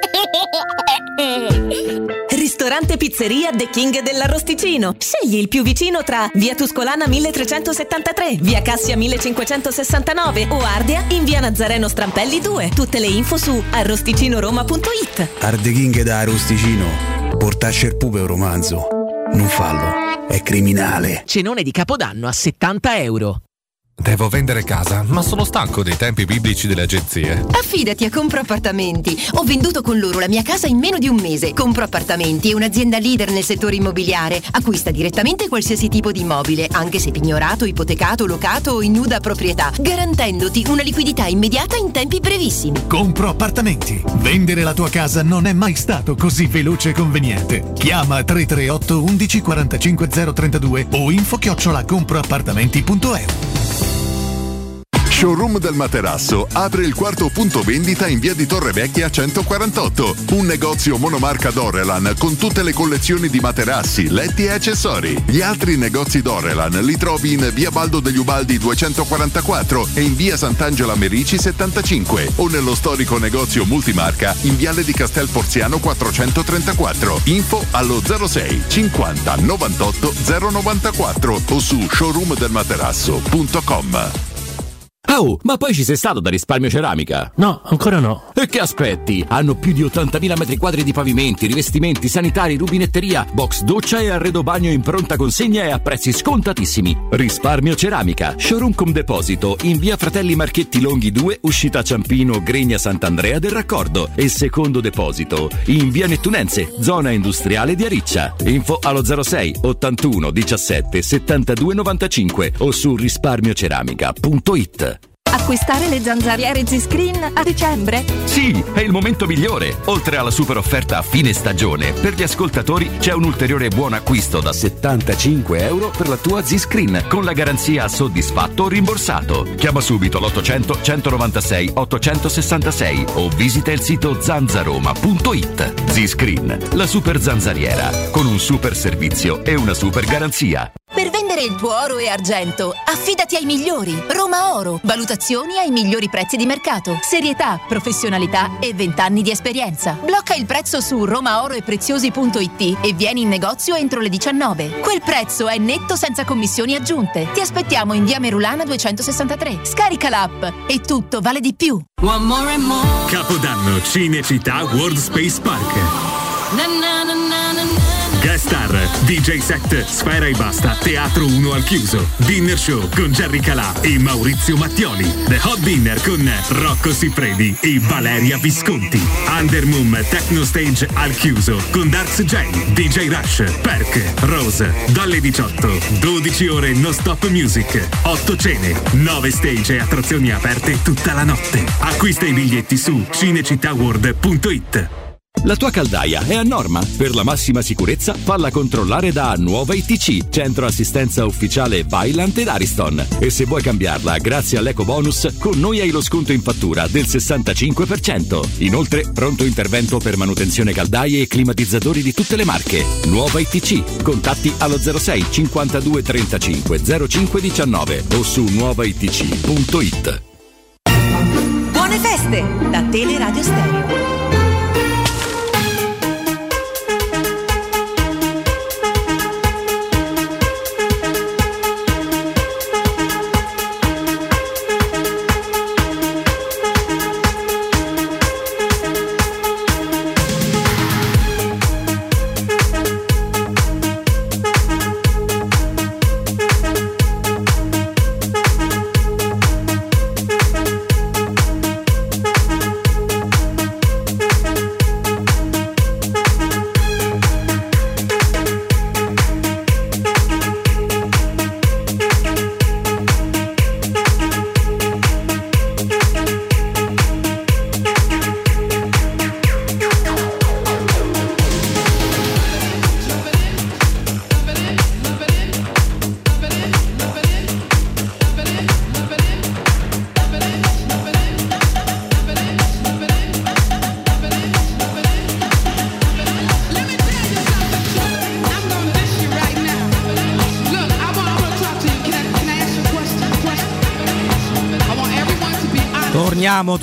Ristorante Pizzeria The King dell'Arrosticino. Scegli il più vicino tra via Tuscolana 1373, via Cassia 1569 o Ardea in via Nazareno Strampelli 2. Tutte le info su arrosticinoroma.it. Arde King da Arrosticino. Portasce il pupe un romanzo. Non fallo, è criminale. Cenone di Capodanno a €70. Devo vendere casa, ma sono stanco dei tempi biblici delle agenzie. Affidati a Compro Appartamenti. Ho venduto con loro la mia casa in meno di un mese. Compro Appartamenti è un'azienda leader nel settore immobiliare. Acquista direttamente qualsiasi tipo di immobile, anche se pignorato, ipotecato, locato o in nuda proprietà, garantendoti una liquidità immediata in tempi brevissimi. Compro Appartamenti. Vendere la tua casa non è mai stato così veloce e conveniente. Chiama 338 11 45 032 o info@comproappartamenti.eu. Showroom del Materasso apre il quarto punto vendita in via di Torrevecchia 148. Un negozio monomarca Dorelan con tutte le collezioni di materassi, letti e accessori. Gli altri negozi Dorelan li trovi in via Baldo degli Ubaldi 244 e in via Sant'Angela Merici 75 o nello storico negozio multimarca in viale di Castel Porziano 434. Info allo 06 50 98 094 o su showroomdelmaterasso.com. Oh, ma poi ci sei stato da Risparmio Ceramica? No, ancora no. E che aspetti? Hanno più di 80.000 metri quadri di pavimenti, rivestimenti, sanitari, rubinetteria, box doccia e arredo bagno in pronta consegna e a prezzi scontatissimi. Risparmio Ceramica, showroom con deposito in via Fratelli Marchetti Longhi 2, uscita Ciampino, Gregna Sant'Andrea del Raccordo e secondo deposito in via Nettunense, zona industriale di Ariccia. Info allo 06 81 17 72 95 o su risparmioceramica.it. Acquistare le zanzariere Z-Screen a dicembre? Sì, è il momento migliore. Oltre alla super offerta a fine stagione, per gli ascoltatori c'è un ulteriore buon acquisto da €75 per la tua Z-Screen con la garanzia soddisfatto o rimborsato. Chiama subito l'800 196 866 o visita il sito zanzaroma.it. Z-Screen, la super zanzariera con un super servizio e una super garanzia. Per vendere il tuo oro e argento, affidati ai migliori. Roma Oro. Valutazioni ai migliori prezzi di mercato. Serietà, professionalità e 20 anni di esperienza. Blocca il prezzo su romaoroepreziosi.it e vieni in negozio entro le 19. Quel prezzo è netto senza commissioni aggiunte. Ti aspettiamo in via Merulana 263. Scarica l'app e tutto vale di più. One more and more. Capodanno Cinecittà World Space Park. Guest star, DJ set, Sfera e Basta, Teatro 1 al chiuso, dinner show con Jerry Calà e Maurizio Mattioli, The Hot Dinner con Rocco Siffredi e Valeria Visconti, Undermoon Techno Stage al chiuso con Darks J, DJ Rush, Perk, Rose, dalle 18, 12 ore non stop music, 8 cene, 9 stage e attrazioni aperte tutta la notte. Acquista i biglietti su cinecittàworld.it. La tua caldaia è a norma? Per la massima sicurezza falla controllare da Nuova ITC, centro assistenza ufficiale Vaillant ed Ariston. E se vuoi cambiarla grazie all'eco bonus, con noi hai lo sconto in fattura del 65%. Inoltre, pronto intervento per manutenzione caldaie e climatizzatori di tutte le marche. Nuova ITC. Contatti allo 06 52 35 05 19 o su nuovaitc.it. Buone feste da Teleradio Stereo. Torniamo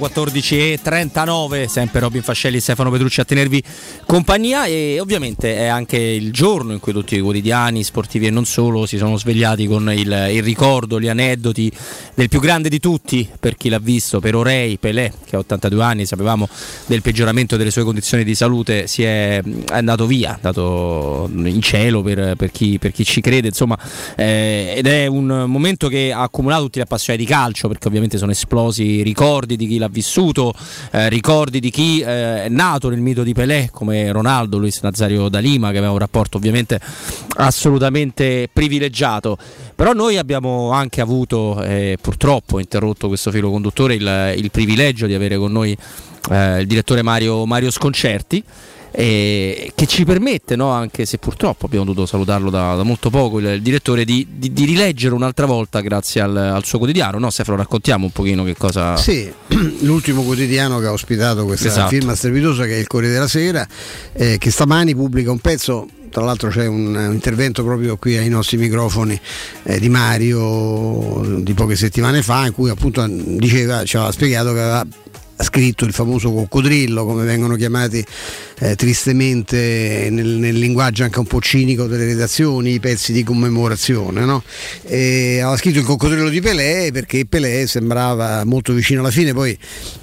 14:39, sempre Robin Fascelli e Stefano Petrucci a tenervi compagnia, e ovviamente è anche il giorno in cui tutti i quotidiani sportivi e non solo si sono svegliati con il ricordo, gli aneddoti del più grande di tutti, per chi l'ha visto, per Orei, Pelé, che ha 82 anni, sapevamo del peggioramento delle sue condizioni di salute, è andato via, è andato in cielo per chi ci crede, insomma, ed è un momento che ha accumulato tutti gli appassionati di calcio, perché ovviamente sono esplosi ricordi di chi l'ha vissuto, ricordi di chi è nato nel mito di Pelé, come Ronaldo, Luis Nazario da Lima, che aveva un rapporto ovviamente assolutamente privilegiato. Però noi abbiamo anche avuto, purtroppo interrotto questo filo conduttore, il privilegio di avere con noi il direttore Mario Sconcerti, che ci permette, no, anche se purtroppo abbiamo dovuto salutarlo da molto poco, il direttore, di rileggere un'altra volta, grazie al suo quotidiano, no Stefano? Raccontiamo un pochino che cosa... Sì, l'ultimo quotidiano che ha ospitato questa firma strepitosa, che è il Corriere della Sera, che stamani pubblica un pezzo. Tra l'altro c'è un intervento proprio qui ai nostri microfoni di Mario di poche settimane fa, in cui appunto ci aveva spiegato che aveva scritto il famoso coccodrillo, come vengono chiamati tristemente nel linguaggio anche un po' cinico delle redazioni, i pezzi di commemorazione, no? Aveva scritto il coccodrillo di Pelé perché Pelé sembrava molto vicino alla fine, poi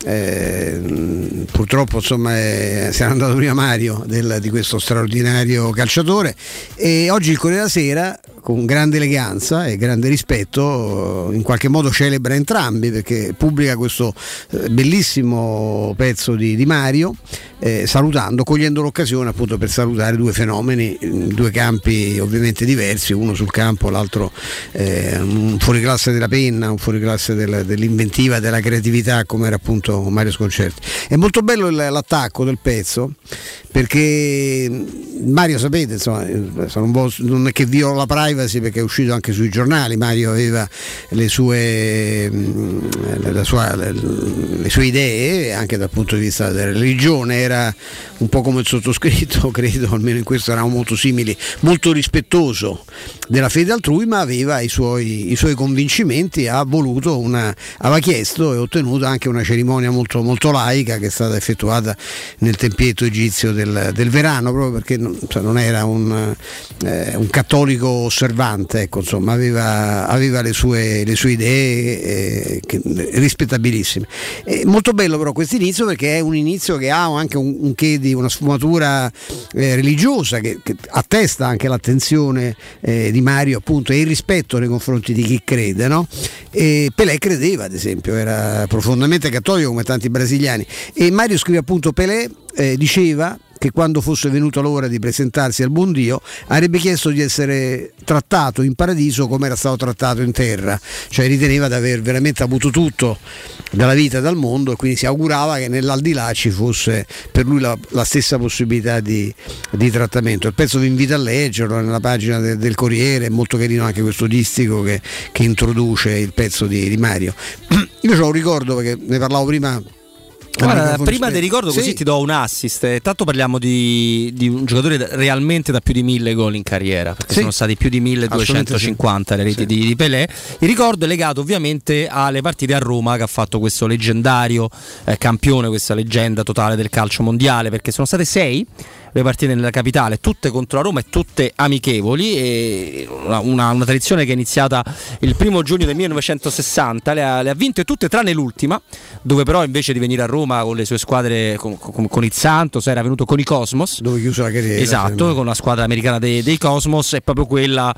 purtroppo insomma se n'è andato prima Mario di questo straordinario calciatore, e oggi il Corriere della Sera, con grande eleganza e grande rispetto, in qualche modo celebra entrambi, perché pubblica questo bellissimo pezzo di Mario, cogliendo l'occasione appunto per salutare due fenomeni in due campi ovviamente diversi, uno sul campo, l'altro un fuoriclasse della penna, un fuoriclasse dell'inventiva, della creatività, come era appunto Mario Sconcerti. È molto bello l'attacco del pezzo, perché Mario, sapete, insomma, non è che viola la privacy, perché è uscito anche sui giornali. Mario aveva le sue idee anche dal punto di vista della religione, era un po' come il sottoscritto, credo, almeno in questo eravamo molto simili, molto rispettoso della fede altrui, ma aveva i suoi convincimenti, aveva chiesto e ottenuto anche una cerimonia molto, molto laica, che è stata effettuata nel tempietto egizio del Verano, proprio perché non era un cattolico osservante, ecco, insomma, aveva le sue idee rispettabilissime. È molto bello però questo inizio, perché è un inizio che ha anche un che di una sfumatura religiosa, che attesta anche l'attenzione di Mario, appunto, e il rispetto nei confronti di chi crede, no? E Pelé credeva, ad esempio, era profondamente cattolico come tanti brasiliani, e Mario scrive appunto: Pelé diceva che quando fosse venuta l'ora di presentarsi al buon Dio avrebbe chiesto di essere trattato in paradiso come era stato trattato in terra, cioè riteneva di aver veramente avuto tutto dalla vita e dal mondo, e quindi si augurava che nell'aldilà ci fosse per lui la stessa possibilità di trattamento. Il pezzo vi invito a leggerlo nella pagina del Corriere, è molto carino anche questo distico che introduce il pezzo di Mario. Io ce lo ricordo perché ne parlavo prima. Guarda, prima ti ricordo, così ti do un assist. Tanto parliamo di un giocatore realmente da più di 1000 gol in carriera, perché sono stati più di 1250 le reti di Pelé. Il ricordo è legato ovviamente alle partite a Roma, che ha fatto questo leggendario campione, questa leggenda totale del calcio mondiale, perché sono state 6 le partite nella capitale, tutte contro la Roma e tutte amichevoli, e una tradizione che è iniziata il 1 giugno del 1960, le ha vinte tutte tranne l'ultima, dove però invece di venire a Roma con le sue squadre, con il Santos, era venuto con i Cosmos, dove chiuso la carriera, esatto, con la squadra americana dei Cosmos, e proprio quella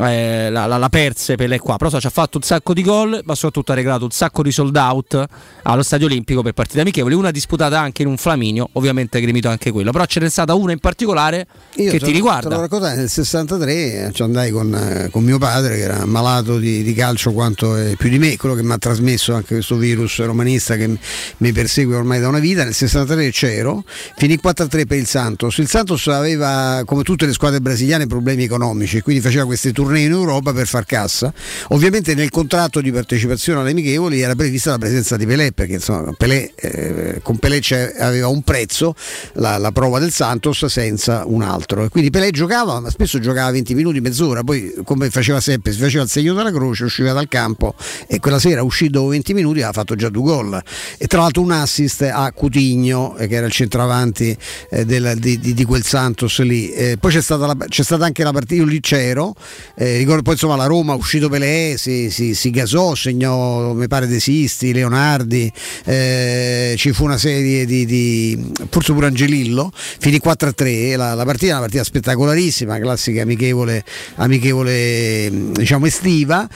la perse Pelé qua, però ci ha fatto un sacco di gol, ma soprattutto ha regalato un sacco di sold out allo Stadio Olimpico per partite amichevoli, una disputata anche in un Flaminio, ovviamente gremito anche quello, però ce n'è stata una in particolare che ti riguarda. Te lo raccontai, nel 63 ci andai con mio padre, che era malato di calcio quanto più di me, quello che mi ha trasmesso anche questo virus romanista che mi persegue ormai da una vita. Nel 63 c'ero, finì 4-3 per il Santos. Il Santos aveva, come tutte le squadre brasiliane, problemi economici, quindi faceva queste tournée in Europa per far cassa. Ovviamente nel contratto di partecipazione alle amichevoli era prevista la presenza di Pelé, perché insomma con Pelé aveva un prezzo, la prova del Santos, Santos senza un altro, e quindi Pelé giocava, ma spesso giocava 20 minuti, mezz'ora, poi come faceva sempre si faceva il segno della croce, usciva dal campo e quella sera uscì dopo 20 minuti, aveva fatto già 2 gol e tra l'altro un assist a Coutinho, che era il centravanti di quel Santos lì. Poi c'è stata anche la partita, io lì c'ero, ricordo poi insomma la Roma, uscito Pelé, si gasò, segnò mi pare De Sisti, Leonardi, ci fu una serie di forse pure Angelillo, finì 4-3 la partita, una partita spettacolarissima, classica amichevole diciamo estiva,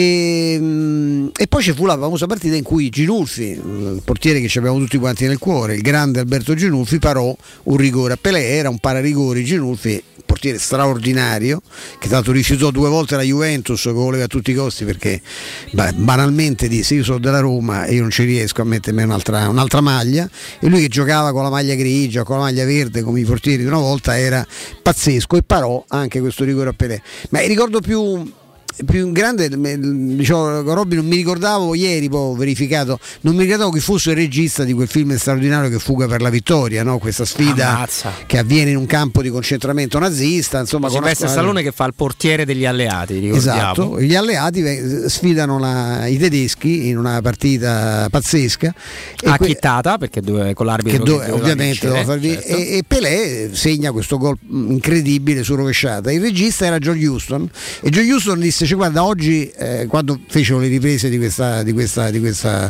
e poi ci fu la famosa partita in cui Ginulfi, il portiere che ci abbiamo tutti quanti nel cuore, il grande Alberto Ginulfi, parò un rigore a Pelé, era un pararigori Ginulfi, portiere straordinario, che tra l'altro rifiutò 2 volte la Juventus, che voleva a tutti i costi, perché banalmente disse: io sono della Roma e io non ci riesco a mettermi un'altra maglia, e lui che giocava con la maglia grigia, con la maglia verde come i portieri di una volta, era pazzesco, e parò anche questo rigore a Pelé. Ma il ricordo più grande, diciamo, Robby, non mi ricordavo ieri, poi ho verificato, non mi ricordavo che fosse il regista di quel film straordinario che Fuga per la vittoria, no? Questa sfida che avviene in un campo di concentramento nazista, insomma, con Silvestre Stallone che fa il portiere degli alleati, ricordiamo. Esatto, gli alleati sfidano i tedeschi in una partita pazzesca, acchittata perché con l'arbitro che ovviamente doveva far certo. e Pelé segna questo gol incredibile su rovesciata. Il regista era John Huston, e John Huston disse: guarda, oggi quando fecero le riprese di questa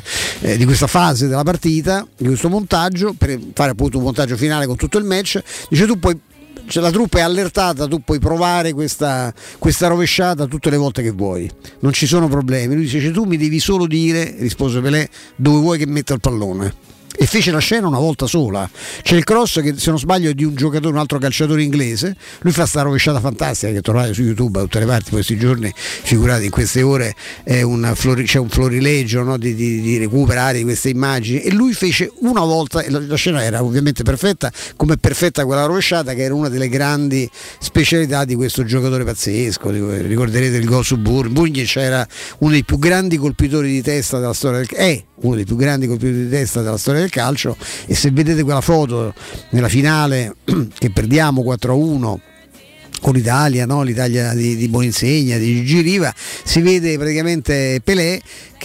fase della partita, di questo montaggio, per fare appunto un montaggio finale con tutto il match, dice: tu puoi, la truppa è allertata, tu puoi provare questa rovesciata tutte le volte che vuoi, non ci sono problemi. Lui dice: tu mi devi solo dire, rispose Pelé, dove vuoi che metta il pallone. E fece la scena una volta sola. C'è il cross che, se non sbaglio, è di un altro calciatore inglese. Lui fa sta rovesciata fantastica che trovate su YouTube da tutte le parti questi giorni, figurate, in queste ore c'è un florilegio, no, di recuperare di queste immagini, e lui fece una volta, e la scena era ovviamente perfetta, come è perfetta quella rovesciata, che era una delle grandi specialità di questo giocatore pazzesco. Ricorderete il gol su Burgnic, era uno dei più grandi colpitori di testa della storia uno dei più grandi colpitori di testa della storia del calcio, e se vedete quella foto nella finale che perdiamo 4-1 con l'Italia, no? L'Italia di Boninsegna, di Gigi Riva, si vede praticamente Pelé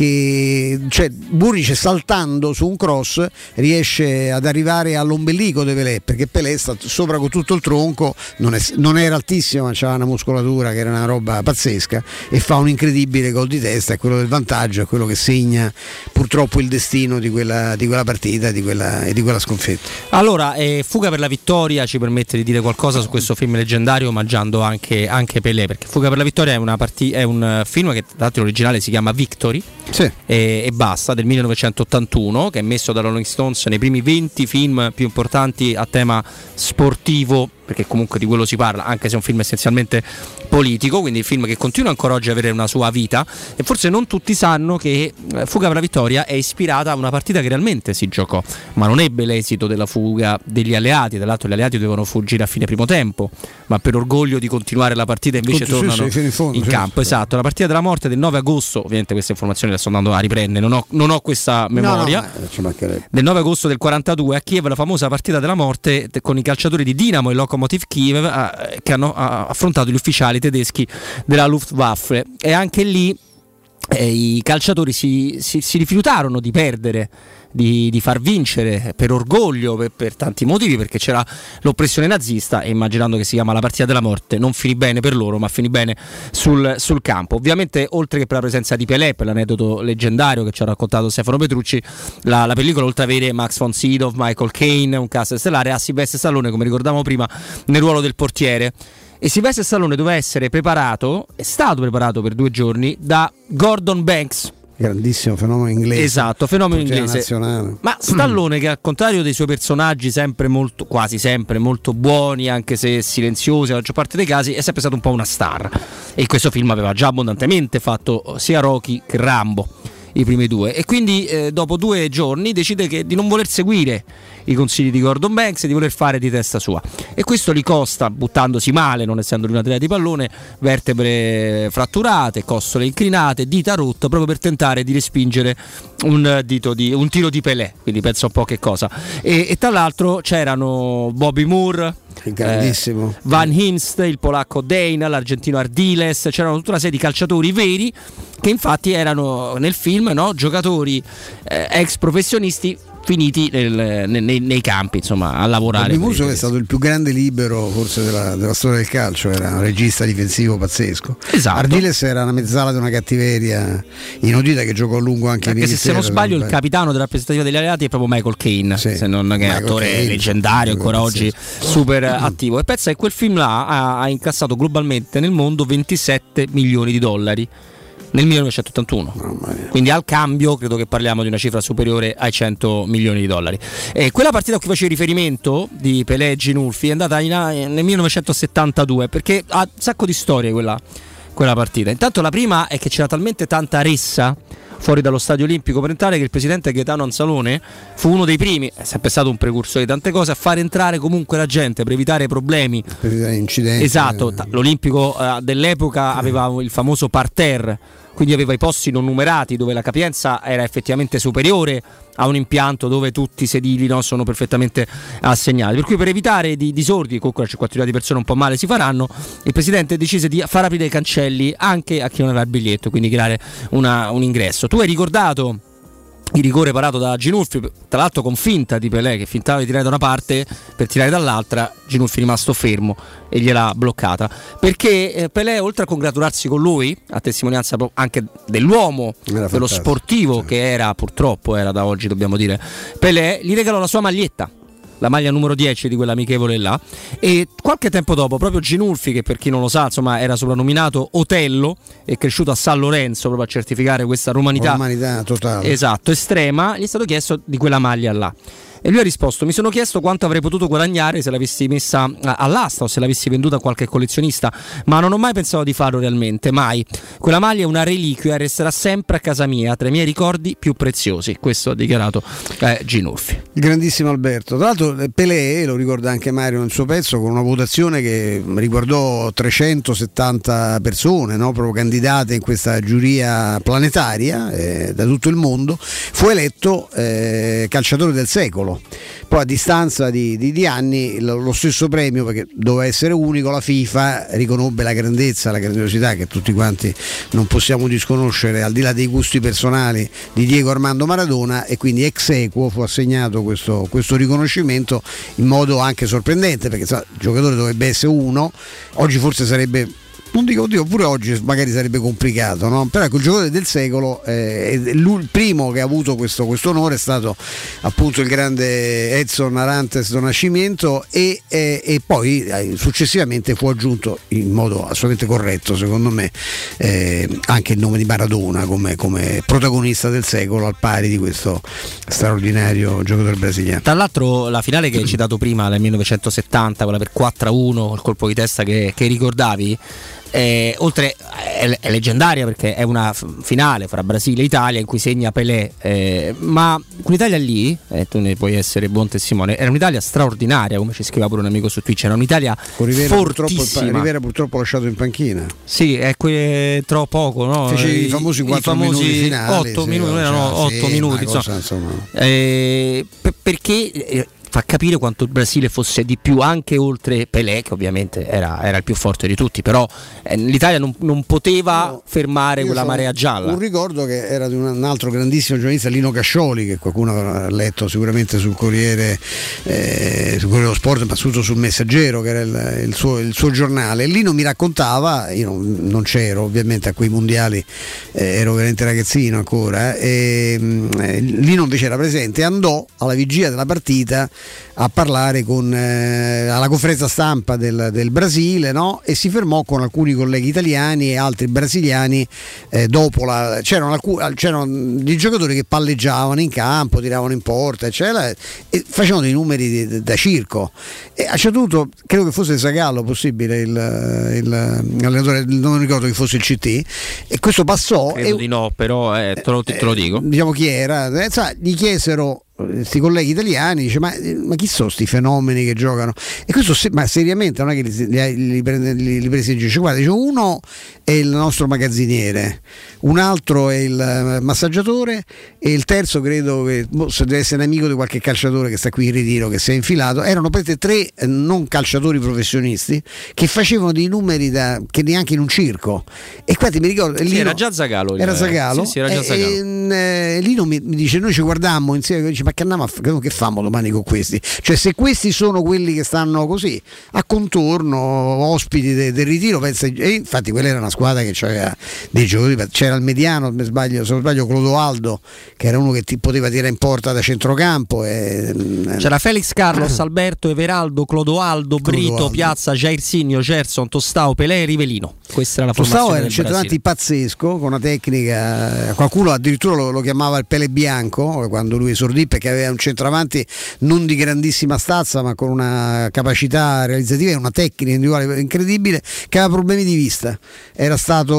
che, cioè, Burgnic saltando su un cross riesce ad arrivare all'ombelico di Pelé, perché Pelé sta sopra con tutto il tronco, non era altissimo, ma c'era una muscolatura che era una roba pazzesca, e fa un incredibile gol di testa, è quello del vantaggio, è quello che segna purtroppo il destino di quella partita e di quella sconfitta. Allora, Fuga per la vittoria ci permette di dire qualcosa su questo film leggendario, omaggiando anche Pelé, perché Fuga per la vittoria è un film che tra l'altro l'originale si chiama Victory. Sì. E basta, del 1981, che è messo da Rolling Stones nei primi 20 film più importanti a tema sportivo, perché comunque di quello si parla, anche se è un film essenzialmente politico, quindi il film che continua ancora oggi a avere una sua vita. E forse non tutti sanno che Fuga per la vittoria è ispirata a una partita che realmente si giocò, ma non ebbe l'esito della fuga degli alleati. Tra l'altro gli alleati dovevano fuggire a fine primo tempo, ma per orgoglio di continuare la partita invece tornano in campo. Esatto, la partita della morte del 9 agosto, ovviamente queste informazioni le sto andando a riprendere, non ho questa memoria, del 9 agosto del 42 a Kiev, la famosa partita della morte con i calciatori di Dinamo e Lokomotiv Kiev che hanno affrontato gli ufficiali tedeschi della Luftwaffe, e anche lì i calciatori si rifiutarono di perdere, di far vincere per orgoglio, per tanti motivi, perché c'era l'oppressione nazista, e immaginando che si chiama la partita della morte non finì bene per loro, ma finì bene sul campo. Ovviamente, oltre che per la presenza di Pelé, per l'aneddoto leggendario che ci ha raccontato Stefano Petrucci, la pellicola, oltre ad avere Max von Sydow, Michael Caine, un cast stellare, ha Silvestre Stallone, come ricordavamo prima, nel ruolo del portiere. E Silvestre Stallone è stato preparato per 2 giorni da Gordon Banks, grandissimo fenomeno inglese. Esatto, fenomeno inglese. Nazionale. Ma Stallone, che al contrario dei suoi personaggi quasi sempre molto buoni, anche se silenziosi nella maggior parte dei casi, è sempre stato un po' una star. E in questo film aveva già abbondantemente fatto sia Rocky che Rambo, i primi 2, e quindi dopo 2 giorni decide di non voler seguire i consigli di Gordon Banks e di voler fare di testa sua, e questo gli costa, buttandosi male, non essendo lui un atleta di pallone, vertebre fratturate, costole inclinate, dita rotte, proprio per tentare di respingere un tiro di Pelé, quindi pensa un po' che cosa. E tra l'altro c'erano Bobby Moore, grandissimo, Van Hinst, il polacco Dane, l'argentino Ardiles, c'erano tutta una serie di calciatori veri che infatti erano nel film, no? Giocatori ex professionisti finiti nei campi, insomma, a lavorare. Musso è stato il più grande libero forse della storia del calcio, era un regista difensivo pazzesco. Esatto. Ardiles era una mezzala di una cattiveria inaudita, che giocò a lungo anche in Inghilterra. Se non sbaglio il capitano della rappresentativa degli alleati è proprio Michael Caine, se non che è attore Caine, leggendario, ancora oggi super attivo. E pensa che quel film là ha incassato globalmente nel mondo 27 milioni di dollari nel 1981, quindi al cambio credo che parliamo di una cifra superiore ai 100 milioni di dollari. Quella partita a cui facevi riferimento di Pelé e Ginulfi è andata nel 1972, perché ha un sacco di storie quella partita. Intanto la prima è che c'era talmente tanta ressa fuori dallo stadio olimpico parentale che il presidente Gaetano Anzalone fu uno dei primi, è sempre stato un precursore di tante cose, a far entrare comunque la gente per evitare problemi, per evitare incidenti. Esatto, l'Olimpico dell'epoca aveva il famoso parterre, quindi aveva i posti non numerati dove la capienza era effettivamente superiore a un impianto dove tutti i sedili, no, sono perfettamente assegnati, per cui per evitare disordini, comunque la cinquantina di persone un po' male si faranno, il presidente decise di far aprire i cancelli anche a chi non aveva il biglietto, quindi creare un ingresso. Tu hai ricordato il rigore parato da Ginulfi, tra l'altro con finta di Pelé che fintava di tirare da una parte per tirare dall'altra. Ginulfi è rimasto fermo e gliel'ha bloccata, perché Pelé, oltre a congratularsi con lui, a testimonianza anche dell'uomo, dello sportivo che era, purtroppo era da oggi dobbiamo dire, Pelé gli regalò la sua maglietta, la maglia numero 10 di quell'amichevole là, e qualche tempo dopo proprio Ginulfi, che per chi non lo sa insomma era soprannominato Otello, è cresciuto a San Lorenzo proprio a certificare questa romanità totale, esatto, estrema, gli è stato chiesto di quella maglia là. E lui ha risposto: mi sono chiesto quanto avrei potuto guadagnare se l'avessi messa all'asta o se l'avessi venduta a qualche collezionista, ma non ho mai pensato di farlo realmente, mai. Quella maglia è una reliquia e resterà sempre a casa mia, tra i miei ricordi più preziosi. Questo ha dichiarato Ginulfi. Il grandissimo Alberto. Tra l'altro Pelé, lo ricorda anche Mario nel suo pezzo, con una votazione che riguardò 370 persone, no? Proprio candidate in questa giuria planetaria da tutto il mondo, fu eletto calciatore del secolo. Poi a distanza di anni lo stesso premio, perché doveva essere unico, la FIFA riconobbe la grandezza, la grandiosità che tutti quanti non possiamo disconoscere al di là dei gusti personali di Diego Armando Maradona, e quindi ex aequo fu assegnato questo riconoscimento in modo anche sorprendente, perché il giocatore dovrebbe essere uno, oggi forse sarebbe, non dico oddio, pure oggi magari sarebbe complicato, no? Però ecco, il giocatore del secolo, il primo che ha avuto questo onore è stato appunto il grande Edson Arantes do Nascimento, e poi successivamente fu aggiunto in modo assolutamente corretto secondo me anche il nome di Maradona come protagonista del secolo, al pari di questo straordinario giocatore brasiliano. Tra l'altro la finale che hai citato prima nel 1970, quella per 4-1, il colpo di testa che ricordavi, oltre è leggendaria perché è una finale fra Brasile e Italia in cui segna Pelé, ma quell'Italia lì, tu ne puoi essere buon testimone, era un'Italia straordinaria, come ci scriveva pure un amico su Twitch, era un'Italia fortissima. Rivera purtroppo lasciato in panchina. Sì, è troppo poco, no? Fece i famosi 4 minuti finali, 8 minuti, non erano 8 minuti, insomma. Perché fa capire quanto il Brasile fosse di più, anche oltre Pelé, che ovviamente era il più forte di tutti, però l'Italia non poteva fermare quella marea gialla. Un ricordo che era di un altro grandissimo giornalista, Lino Cascioli, che qualcuno ha letto sicuramente sul Corriere dello Sport, ma soprattutto sul Messaggero, che era il suo giornale. Lino mi raccontava, io non c'ero ovviamente a quei mondiali, ero veramente ragazzino ancora, Lino invece era presente e andò alla vigilia della partita a parlare alla conferenza stampa del Brasile, no? E si fermò con alcuni colleghi italiani e altri brasiliani. Dopo c'erano dei giocatori che palleggiavano in campo, tiravano in porta, eccetera, e facevano dei numeri da circo. E a un certo punto, credo che fosse Zagallo, possibile l'allenatore, non ricordo chi fosse il CT, e questo passò. Credo di no, però te lo dico. Diciamo chi era, gli chiesero questi colleghi italiani, dice ma chi sono sti fenomeni che giocano? E questo ma seriamente non è che li presi in giro. Guarda, dice, uno è il nostro magazziniere, un altro è il massaggiatore e il terzo credo che se deve essere un amico di qualche calciatore che sta qui in ritiro, che si è infilato. Erano per tre non calciatori professionisti che facevano dei numeri che neanche in un circo. E qua mi ricordo era già Zagallo, era Zagallo, sì, era già Zagallo. Lino mi dice, noi ci guardammo insieme, dice, ma che andiamo che famo domani con questi? Cioè, se questi sono quelli che stanno così a contorno, ospiti del ritiro, pensa, e infatti quella era una squadra che aveva dei giocatori, c'era il mediano, se non sbaglio Clodoaldo, che era uno che ti poteva tirare in porta da centrocampo, c'era Felix Carlos, Alberto, Everaldo, Clodoaldo, Brito, Piazza, Jairzinho, Gerson, Tostao, Pelé e Rivelino. Questa era la formazione era del un centravanti pazzesco, con una tecnica, qualcuno addirittura lo chiamava il Pele Bianco quando lui esordì, perché aveva un centravanti non di grandissima stazza ma con una capacità realizzativa e una tecnica individuale incredibile, che aveva problemi di vista, era stato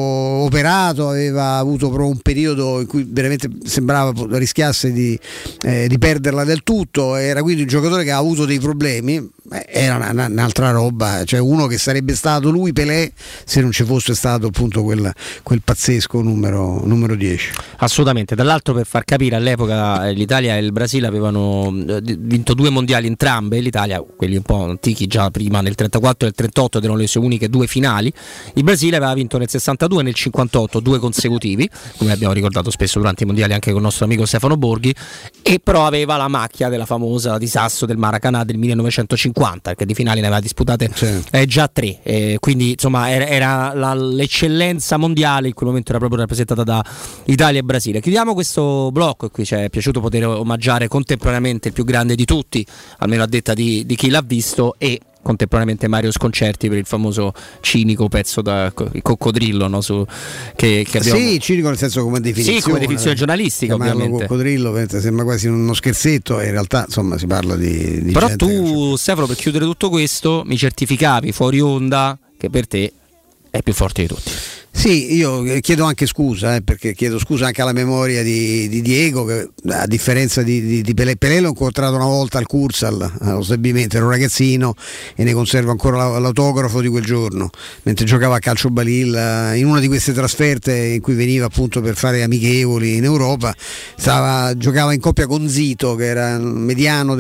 operato, aveva avuto però un periodo in cui veramente sembrava rischiasse di perderla del tutto, era quindi un giocatore che ha avuto dei problemi. Era un'altra roba, cioè uno che sarebbe stato lui, Pelé, se non ci fosse stato appunto quel pazzesco numero 10. Assolutamente. Dall'altro, per far capire, all'epoca l'Italia e il Brasile avevano vinto 2 mondiali entrambe. L'Italia, quelli un po' antichi, già prima nel 34 e nel 38 erano le sue uniche 2 finali. Il Brasile aveva vinto nel 62 e nel 58 2 consecutivi, come abbiamo ricordato spesso durante i mondiali anche con il nostro amico Stefano Borghi, e però aveva la macchia della famosa disastro del Maracanã del 1950, che di finali ne aveva disputate già 3, quindi insomma era l'eccellenza mondiale in quel momento era proprio rappresentata da Italia e Brasile. Chiudiamo questo blocco, e qui ci è piaciuto poter omaggiare contemporaneamente il più grande di tutti, almeno a detta di chi l'ha visto, e contemporaneamente Mario Sconcerti per il famoso cinico pezzo da il coccodrillo, no? Che abbiamo... Sì, cinico nel senso come definizione. Sì, come definizione giornalistica, ovviamente. Coccodrillo sembra quasi uno scherzetto, e in realtà insomma si parla di però gente tu, Stefano, per chiudere tutto questo mi certificavi fuori onda che per te è più forte di tutti. Sì, io chiedo anche scusa, perché chiedo scusa anche alla memoria di Diego, che a differenza di Pelé l'ho incontrato una volta al Cursal, allo stabilimento, ero un ragazzino e ne conservo ancora l'autografo di quel giorno, mentre giocava a calcio balilla in una di queste trasferte in cui veniva appunto per fare amichevoli in Europa, giocava in coppia con Zito, che era il mediano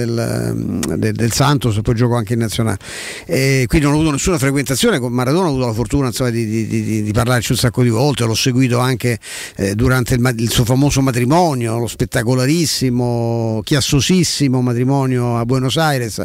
del Santos, e poi giocò anche in nazionale, quindi non ho avuto nessuna frequentazione con Maradona, ho avuto la fortuna insomma di parlarci un sacco di volte, l'ho seguito anche durante il suo famoso matrimonio, lo spettacolarissimo, chiassosissimo matrimonio a Buenos Aires,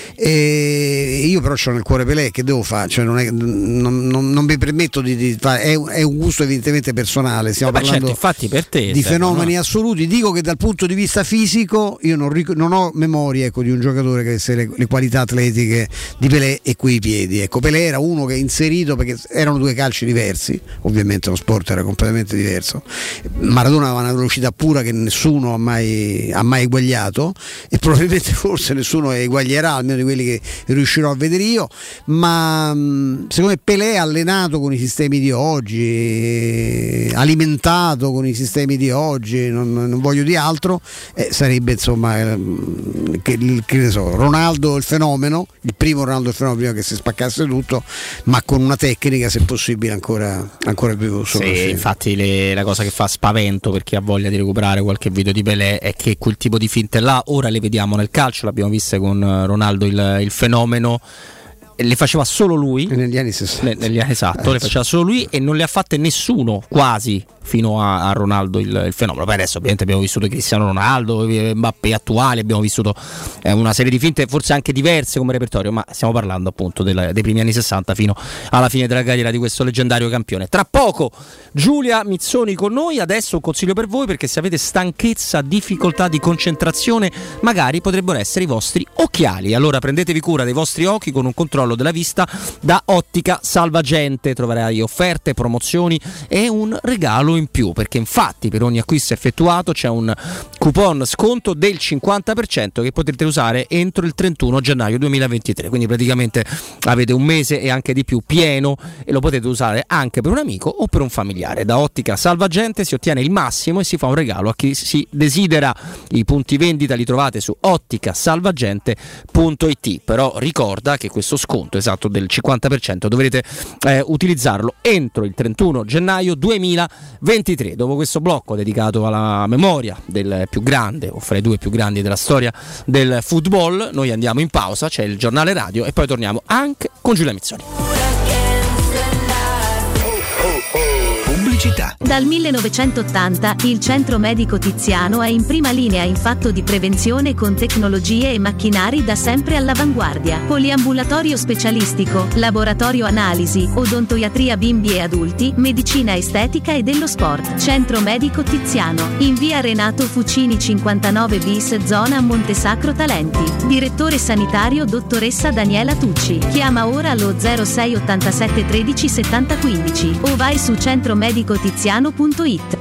e io però c'ho nel cuore Pelé, che devo fare? Cioè non mi permetto di fare, è un gusto evidentemente personale, stiamo parlando infatti per te, di fenomeni assoluti. Dico che dal punto di vista fisico io non ho memoria di un giocatore che avesse le qualità atletiche di Pelé e quei piedi. Pelé era uno che inserito, perché erano 2 calci diversi, ovviamente lo sport era completamente diverso. Maradona aveva una velocità pura che nessuno ha mai eguagliato, e probabilmente forse nessuno eguaglierà, almeno di quelli che riuscirò a vedere io, ma secondo me Pelé, allenato con i sistemi di oggi, alimentato con i sistemi di oggi, non voglio di altro, sarebbe insomma che ne so, Ronaldo il fenomeno, il primo Ronaldo il fenomeno, prima che si spaccasse tutto, ma con una tecnica se possibile ancora più solo. Sì, infatti la cosa che fa spavento per chi ha voglia di recuperare qualche video di Pelé è che quel tipo di finte là ora le vediamo nel calcio, l'abbiamo viste con Ronaldo il fenomeno, le faceva solo lui negli anni 60. Esatto, le faceva solo lui e non le ha fatte nessuno quasi fino a Ronaldo il fenomeno. Poi adesso ovviamente abbiamo vissuto Cristiano Ronaldo, Mbappé attuali, abbiamo vissuto una serie di finte forse anche diverse come repertorio, ma stiamo parlando appunto dei primi anni 60 fino alla fine della carriera di questo leggendario campione. Tra poco Giulia Mizzoni con noi. Adesso un consiglio per voi, perché se avete stanchezza, difficoltà di concentrazione, magari potrebbero essere i vostri occhiali. Allora prendetevi cura dei vostri occhi con un controllo della vista da Ottica Salvagente. Troverai offerte, promozioni e un regalo in più, perché infatti per ogni acquisto effettuato c'è un coupon sconto del 50% che potrete usare entro il 31 gennaio 2023, quindi praticamente avete un mese e anche di più pieno e lo potete usare anche per un amico o per un familiare. Da Ottica Salvagente si ottiene il massimo e si fa un regalo a chi si desidera. I punti vendita li trovate su otticasalvagente.it, però ricorda che questo sconto esatto del 50% dovrete utilizzarlo entro il 31 gennaio 2023. Dopo questo blocco dedicato alla memoria del più grande o fra i due più grandi della storia del football, noi andiamo in pausa, c'è il giornale radio e poi torniamo anche con Giulia Mizzoni. Pubblicità. Dal 1980 il Centro Medico Tiziano è in prima linea in fatto di prevenzione con tecnologie e macchinari da sempre all'avanguardia. Poliambulatorio specialistico, laboratorio analisi, odontoiatria bimbi e adulti, medicina estetica e dello sport. Centro Medico Tiziano, in via Renato Fucini 59 bis, zona Montesacro Talenti. Direttore sanitario dottoressa Daniela Tucci. Chiama ora allo 06 87 13 70 15 o vai su centromedicotiziano.it.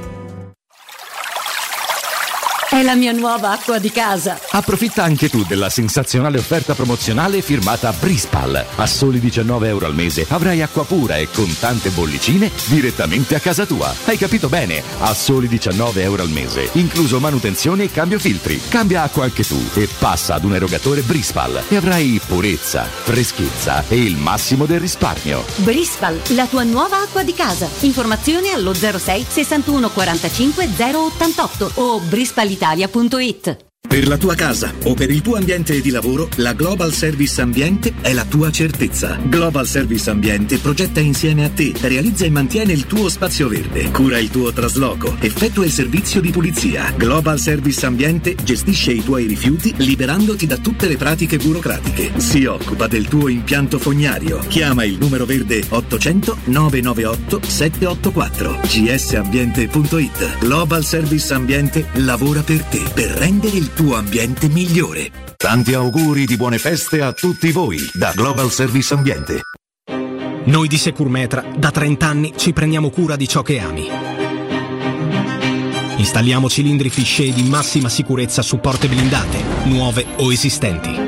È la mia nuova acqua di casa. Approfitta anche tu della sensazionale offerta promozionale firmata Brispal. A soli €19 al mese avrai acqua pura e con tante bollicine direttamente a casa tua. Hai capito bene? A soli €19 al mese, incluso manutenzione e cambio filtri. Cambia acqua anche tu e passa ad un erogatore Brispal e avrai purezza, freschezza e il massimo del risparmio. Brispal, la tua nuova acqua di casa. Informazioni allo 06 61 45 088 o brispalitalia.it. Per la tua casa o per il tuo ambiente di lavoro, la Global Service Ambiente è la tua certezza. Global Service Ambiente progetta insieme a te, realizza e mantiene il tuo spazio verde, cura il tuo trasloco, effettua il servizio di pulizia. Global Service Ambiente gestisce i tuoi rifiuti liberandoti da tutte le pratiche burocratiche. Si occupa del tuo impianto fognario. Chiama il numero verde 800 998 784. gsambiente.it. Global Service Ambiente lavora per te, per rendere il tuo ambiente migliore. Tanti auguri di buone feste a tutti voi da Global Service Ambiente. Noi di Securmetra da 30 anni ci prendiamo cura di ciò che ami. Installiamo cilindri Fichet di massima sicurezza su porte blindate, nuove o esistenti.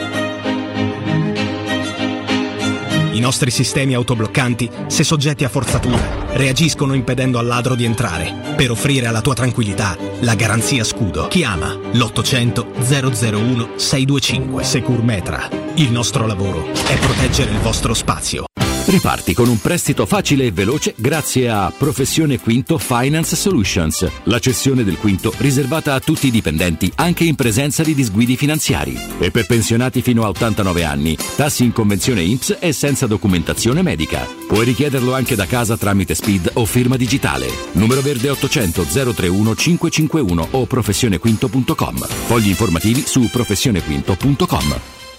I nostri sistemi autobloccanti, se soggetti a forzatura, reagiscono impedendo al ladro di entrare, per offrire alla tua tranquillità la garanzia scudo. Chiama l'800 001 625. Securmetra. Il nostro lavoro è proteggere il vostro spazio. Riparti con un prestito facile e veloce grazie a Professione Quinto Finance Solutions, la cessione del quinto riservata a tutti i dipendenti anche in presenza di disguidi finanziari e per pensionati fino a 89 anni, tassi in convenzione INPS e senza documentazione medica. Puoi richiederlo anche da casa tramite SPID o firma digitale. Numero verde 800 031 551 o professionequinto.com. Fogli informativi su professionequinto.com.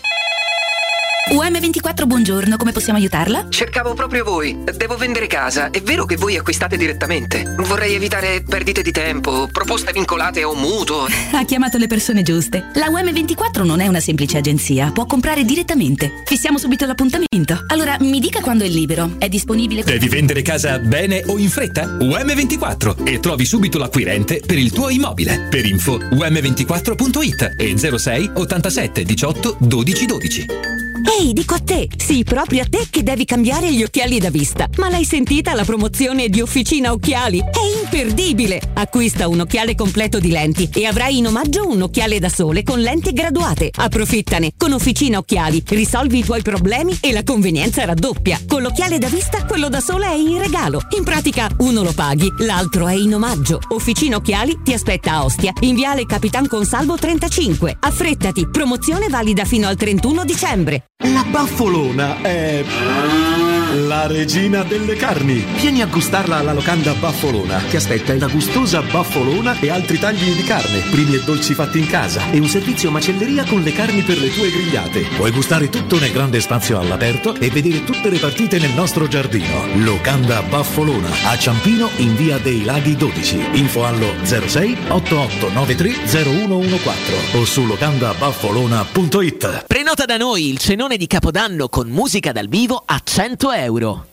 UM24, buongiorno, come possiamo aiutarla? Cercavo proprio voi. Devo vendere casa. È vero che voi acquistate direttamente? Vorrei evitare perdite di tempo, proposte vincolate o mutuo. Ha chiamato le persone giuste. La UM24 non è una semplice agenzia, può comprare direttamente. Fissiamo subito l'appuntamento. Allora, mi dica quando è libero. È disponibile? Devi vendere casa bene o in fretta? UM24 e trovi subito l'acquirente per il tuo immobile. Per info um24.it e 06 87 18 12 12. Ehi, dico a te, sì, proprio a te che devi cambiare gli occhiali da vista. Ma l'hai sentita la promozione di Officina Occhiali? È imperdibile! Acquista un occhiale completo di lenti e avrai in omaggio un occhiale da sole con lenti graduate. Approfittane! Con Officina Occhiali risolvi i tuoi problemi e la convenienza raddoppia. Con l'occhiale da vista, quello da sole è in regalo. In pratica, uno lo paghi, l'altro è in omaggio. Officina Occhiali ti aspetta a Ostia, in viale Capitan Consalvo 35. Affrettati, promozione valida fino al 31 dicembre. La Baffolona è la regina delle carni. Vieni a gustarla alla locanda Baffolona. Ti aspetta una gustosa baffolona e altri tagli di carne, primi e dolci fatti in casa e un servizio macelleria con le carni per le tue grigliate. Puoi gustare tutto nel grande spazio all'aperto e vedere tutte le partite nel nostro giardino. Locanda Baffolona a Ciampino in via dei Laghi 12. Info allo 06 8893 0114 o su locandabaffolona.it. Prenota da noi il cenone di Capodanno con musica dal vivo a €100.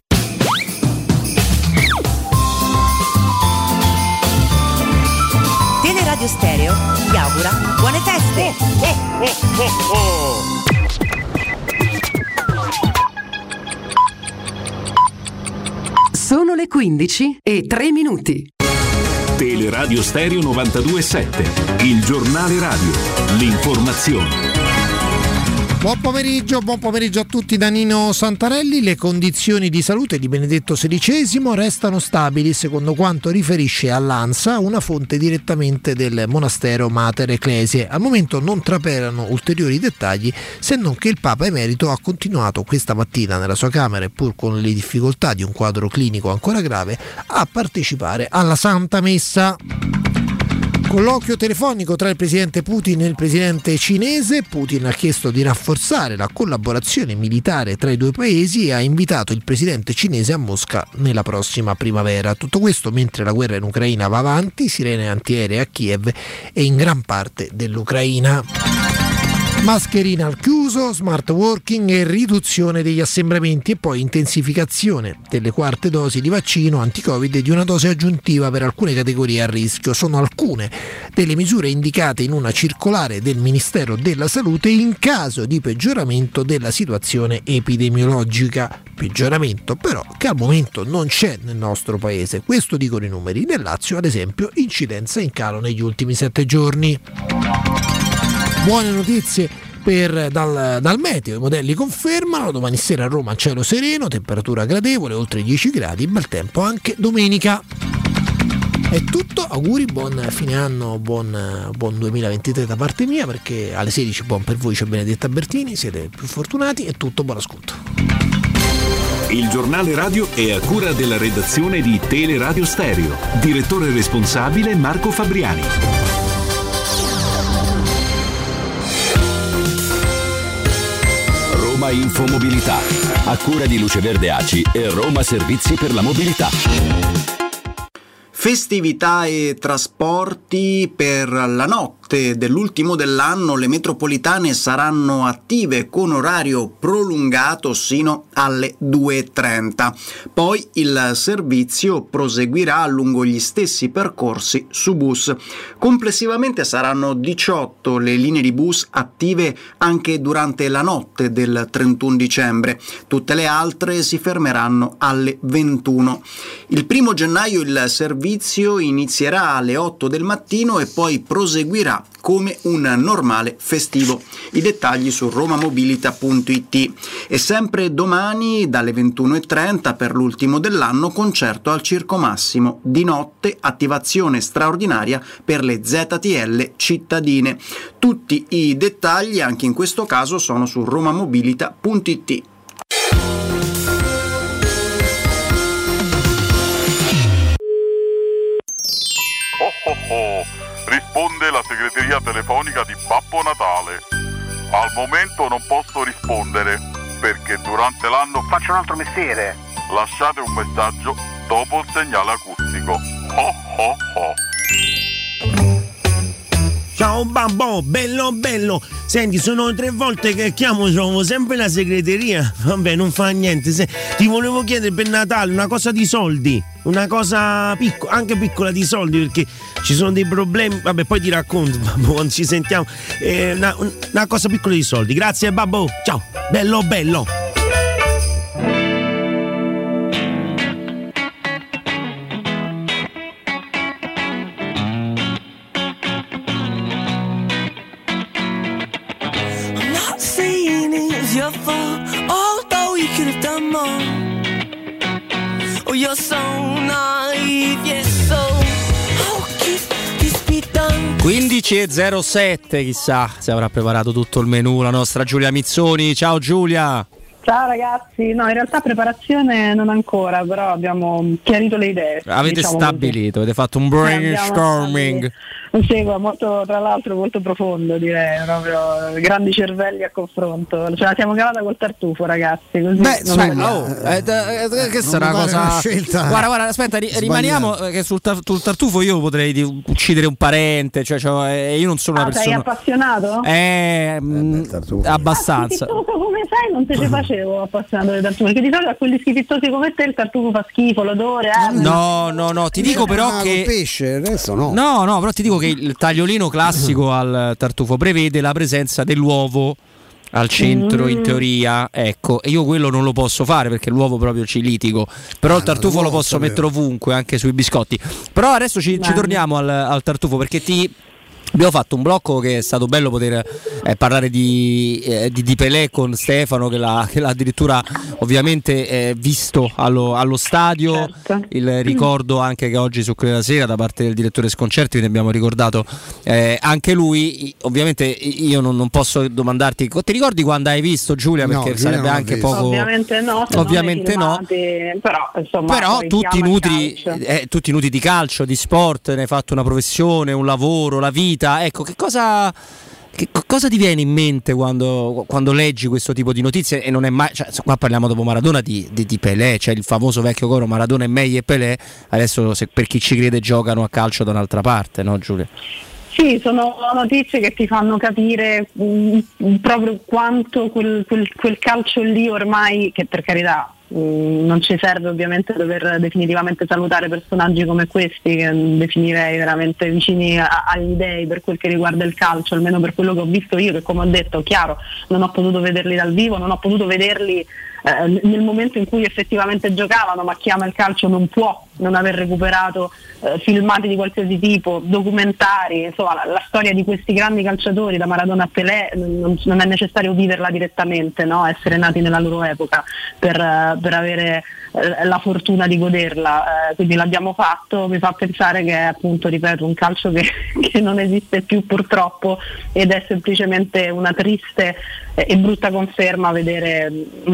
Teleradio Stereo vi augura buone feste. Sono le 15:03. Teleradio Stereo 92.7, il giornale radio, l'informazione. Buon pomeriggio a tutti da Nino Santarelli. Le condizioni di salute di Benedetto XVI restano stabili, secondo quanto riferisce all'ANSA una fonte direttamente del monastero Mater Ecclesiae. Al momento non trapelano ulteriori dettagli, se non che il Papa Emerito ha continuato questa mattina nella sua camera, e pur con le difficoltà di un quadro clinico ancora grave, a partecipare alla Santa Messa. Colloquio telefonico tra il presidente Putin e il presidente cinese. Putin ha chiesto di rafforzare la collaborazione militare tra i due paesi e ha invitato il presidente cinese a Mosca nella prossima primavera. Tutto questo mentre la guerra in Ucraina va avanti, sirene antiaeree a Kiev e in gran parte dell'Ucraina. Mascherina al chiuso, smart working e riduzione degli assembramenti, e poi intensificazione delle quarte dosi di vaccino anti-Covid e di una dose aggiuntiva per alcune categorie a rischio. Sono alcune delle misure indicate in una circolare del Ministero della Salute in caso di peggioramento della situazione epidemiologica. Peggioramento però che al momento non c'è nel nostro paese. Questo dicono i numeri. Nel Lazio, ad esempio, incidenza in calo negli ultimi 7 giorni. Buone notizie dal meteo, i modelli confermano: domani sera a Roma cielo sereno, temperatura gradevole, oltre 10 gradi, bel tempo anche domenica. È tutto, auguri, buon fine anno, buon 2023 da parte mia, perché alle 16 buon per voi c'è Benedetta Bertini, siete più fortunati, è tutto, buon ascolto. Il giornale radio è a cura della redazione di Teleradio Stereo, direttore responsabile Marco Fabriani. Roma Infomobilità, a cura di Luce Verde ACI e Roma Servizi per la Mobilità. Festività e trasporti per la notte dell'ultimo dell'anno. Le metropolitane saranno attive con orario prolungato sino alle 2:30. Poi il servizio proseguirà lungo gli stessi percorsi su bus. Complessivamente saranno 18 le linee di bus attive anche durante la notte del 31 dicembre. Tutte le altre si fermeranno alle 21. Il 1 gennaio il servizio inizierà alle 8 del mattino e poi proseguirà come un normale festivo. I dettagli su romamobilita.it. E sempre domani dalle 21:30 per l'ultimo dell'anno concerto al Circo Massimo. Di notte attivazione straordinaria per le ZTL cittadine. Tutti i dettagli anche in questo caso sono su romamobilita.it. Risponde la segreteria telefonica di Babbo Natale. Al momento non posso rispondere perché durante l'anno faccio un altro mestiere. Lasciate un messaggio dopo il segnale acustico. Ho ho ho. Ciao babbo, bello. Senti, sono 3 volte che chiamo, trovo sempre la segreteria. Vabbè, non fa niente. Ti volevo chiedere per Natale una cosa di soldi. Una cosa anche piccola di soldi, perché ci sono dei problemi. Vabbè, poi ti racconto, babbo, quando ci sentiamo. Una cosa piccola di soldi. Grazie, babbo. Ciao. Bello. Although you could have done more. Oh, you're so naive, yes, so how could this be done? 15:07, chissà se avrà preparato tutto il menù la nostra Giulia Mizzoni. Ciao Giulia. Ciao ragazzi, no, in realtà preparazione non ancora, però abbiamo chiarito le idee. Avete stabilito, avete fatto un brainstorming. Sì, molto, tra l'altro molto profondo, direi, proprio grandi cervelli a confronto. Ce la siamo cavata col tartufo, ragazzi. Così che sarà una cosa scelta. Guarda, aspetta, rimaniamo che sul tartufo io potrei uccidere un parente, cioè io non sono una persona. Sei appassionato? Abbastanza. Come sai, non te ce facevo appassionato del tartufo, perché di solito a quelli schifizzosi come te il tartufo fa schifo, l'odore. No, ti dico però che pesce, adesso no. No, però ti dico che che il tagliolino classico al tartufo prevede la presenza dell'uovo al centro, in teoria, ecco, e io quello non lo posso fare perché l'uovo proprio ci litigo, però il tartufo lo posso mettere ovunque, anche sui biscotti. Però adesso ci torniamo al tartufo, perché abbiamo fatto un blocco che è stato bello poter parlare di Pelé con Stefano, che l'ha addirittura ovviamente visto allo stadio. Certo. Il ricordo anche che oggi su Quella Sera da parte del direttore Sconcerti ne abbiamo ricordato anche lui. Ovviamente io non posso domandarti, ti ricordi quando hai visto, Giulia? Perché no, sarebbe anche poco. Ovviamente no. Però insomma. Però tutti nutri di calcio, di sport, ne hai fatto una professione, un lavoro, la vita. Ecco, che cosa ti viene in mente quando leggi questo tipo di notizie? E non è mai, cioè, qua parliamo dopo Maradona di Pelé, cioè il famoso vecchio coro Maradona è meglio e Pelé. Adesso, per chi ci crede, giocano a calcio da un'altra parte, no, Giulia? Sì, sono notizie che ti fanno capire proprio quanto quel calcio lì ormai, che per carità non ci serve ovviamente dover definitivamente salutare personaggi come questi, che definirei veramente vicini agli dei per quel che riguarda il calcio, almeno per quello che ho visto io, che come ho detto, chiaro, non ho potuto vederli dal vivo, non ho potuto vederli nel momento in cui effettivamente giocavano, ma chi ama il calcio non può non aver recuperato filmati di qualsiasi tipo, documentari, insomma la storia di questi grandi calciatori da Maradona a Pelé non è necessario viverla direttamente, no? Essere nati nella loro epoca per avere la fortuna di goderla, quindi l'abbiamo fatto. Mi fa pensare che è, appunto, ripeto, un calcio che non esiste più purtroppo, ed è semplicemente una triste e brutta conferma vedere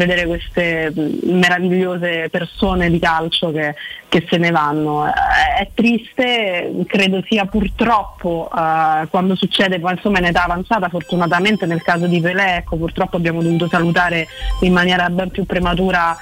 queste meravigliose persone di calcio che se ne vanno. È triste, credo sia purtroppo quando succede poi, insomma, in età avanzata. Fortunatamente nel caso di Pelé, ecco, purtroppo abbiamo dovuto salutare in maniera ben più prematura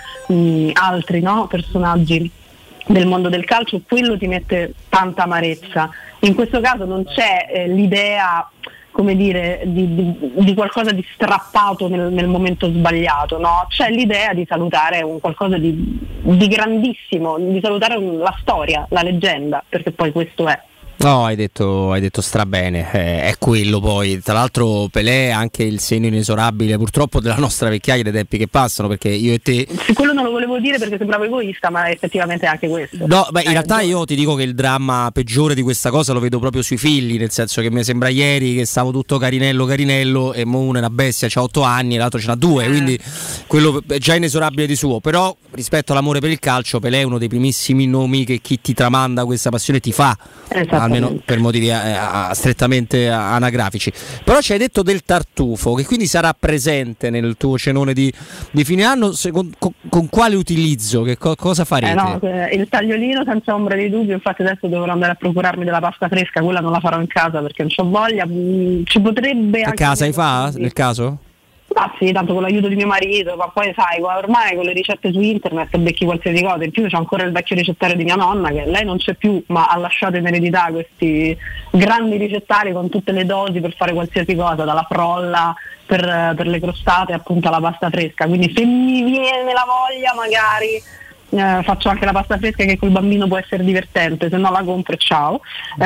altri, no? Personaggi del mondo del calcio. Quello ti mette tanta amarezza. In questo caso non c'è l'idea, come dire, di qualcosa di strappato nel momento sbagliato, no? C'è l'idea di salutare un qualcosa di grandissimo, di salutare la storia, la leggenda, perché poi questo è. No, hai detto strabene, è quello poi. Tra l'altro Pelé è anche il segno inesorabile purtroppo della nostra vecchiaia, dei tempi che passano, perché io e te... Sì, quello non lo volevo dire perché sembrava egoista, ma effettivamente è anche questo. No, in realtà io ti dico che il dramma peggiore di questa cosa lo vedo proprio sui figli, nel senso che mi sembra ieri che stavo tutto carinello e mo uno è una bestia, c'ha 8 anni e l'altro ce n'ha 2, quindi quello è già inesorabile di suo. Però rispetto all'amore per il calcio, Pelé è uno dei primissimi nomi che chi ti tramanda questa passione ti fa, almeno per motivi strettamente anagrafici. Però ci hai detto del tartufo, che quindi sarà presente nel tuo cenone di fine anno. Con quale utilizzo? Che cosa farete? Il tagliolino senza ombra di dubbio. Infatti adesso dovrò andare a procurarmi della pasta fresca, quella non la farò in casa perché non c'ho voglia. Ci potrebbe a casa hai fa nel caso? Ah sì, tanto con l'aiuto di mio marito, ma poi sai, ormai con le ricette su internet becchi qualsiasi cosa. In più c'è ancora il vecchio ricettario di mia nonna, che lei non c'è più, ma ha lasciato in eredità questi grandi ricettari con tutte le dosi per fare qualsiasi cosa, dalla frolla per le crostate appunto alla pasta fresca. Quindi se mi viene la voglia magari faccio anche la pasta fresca, che col bambino può essere divertente, se no la compro e ciao.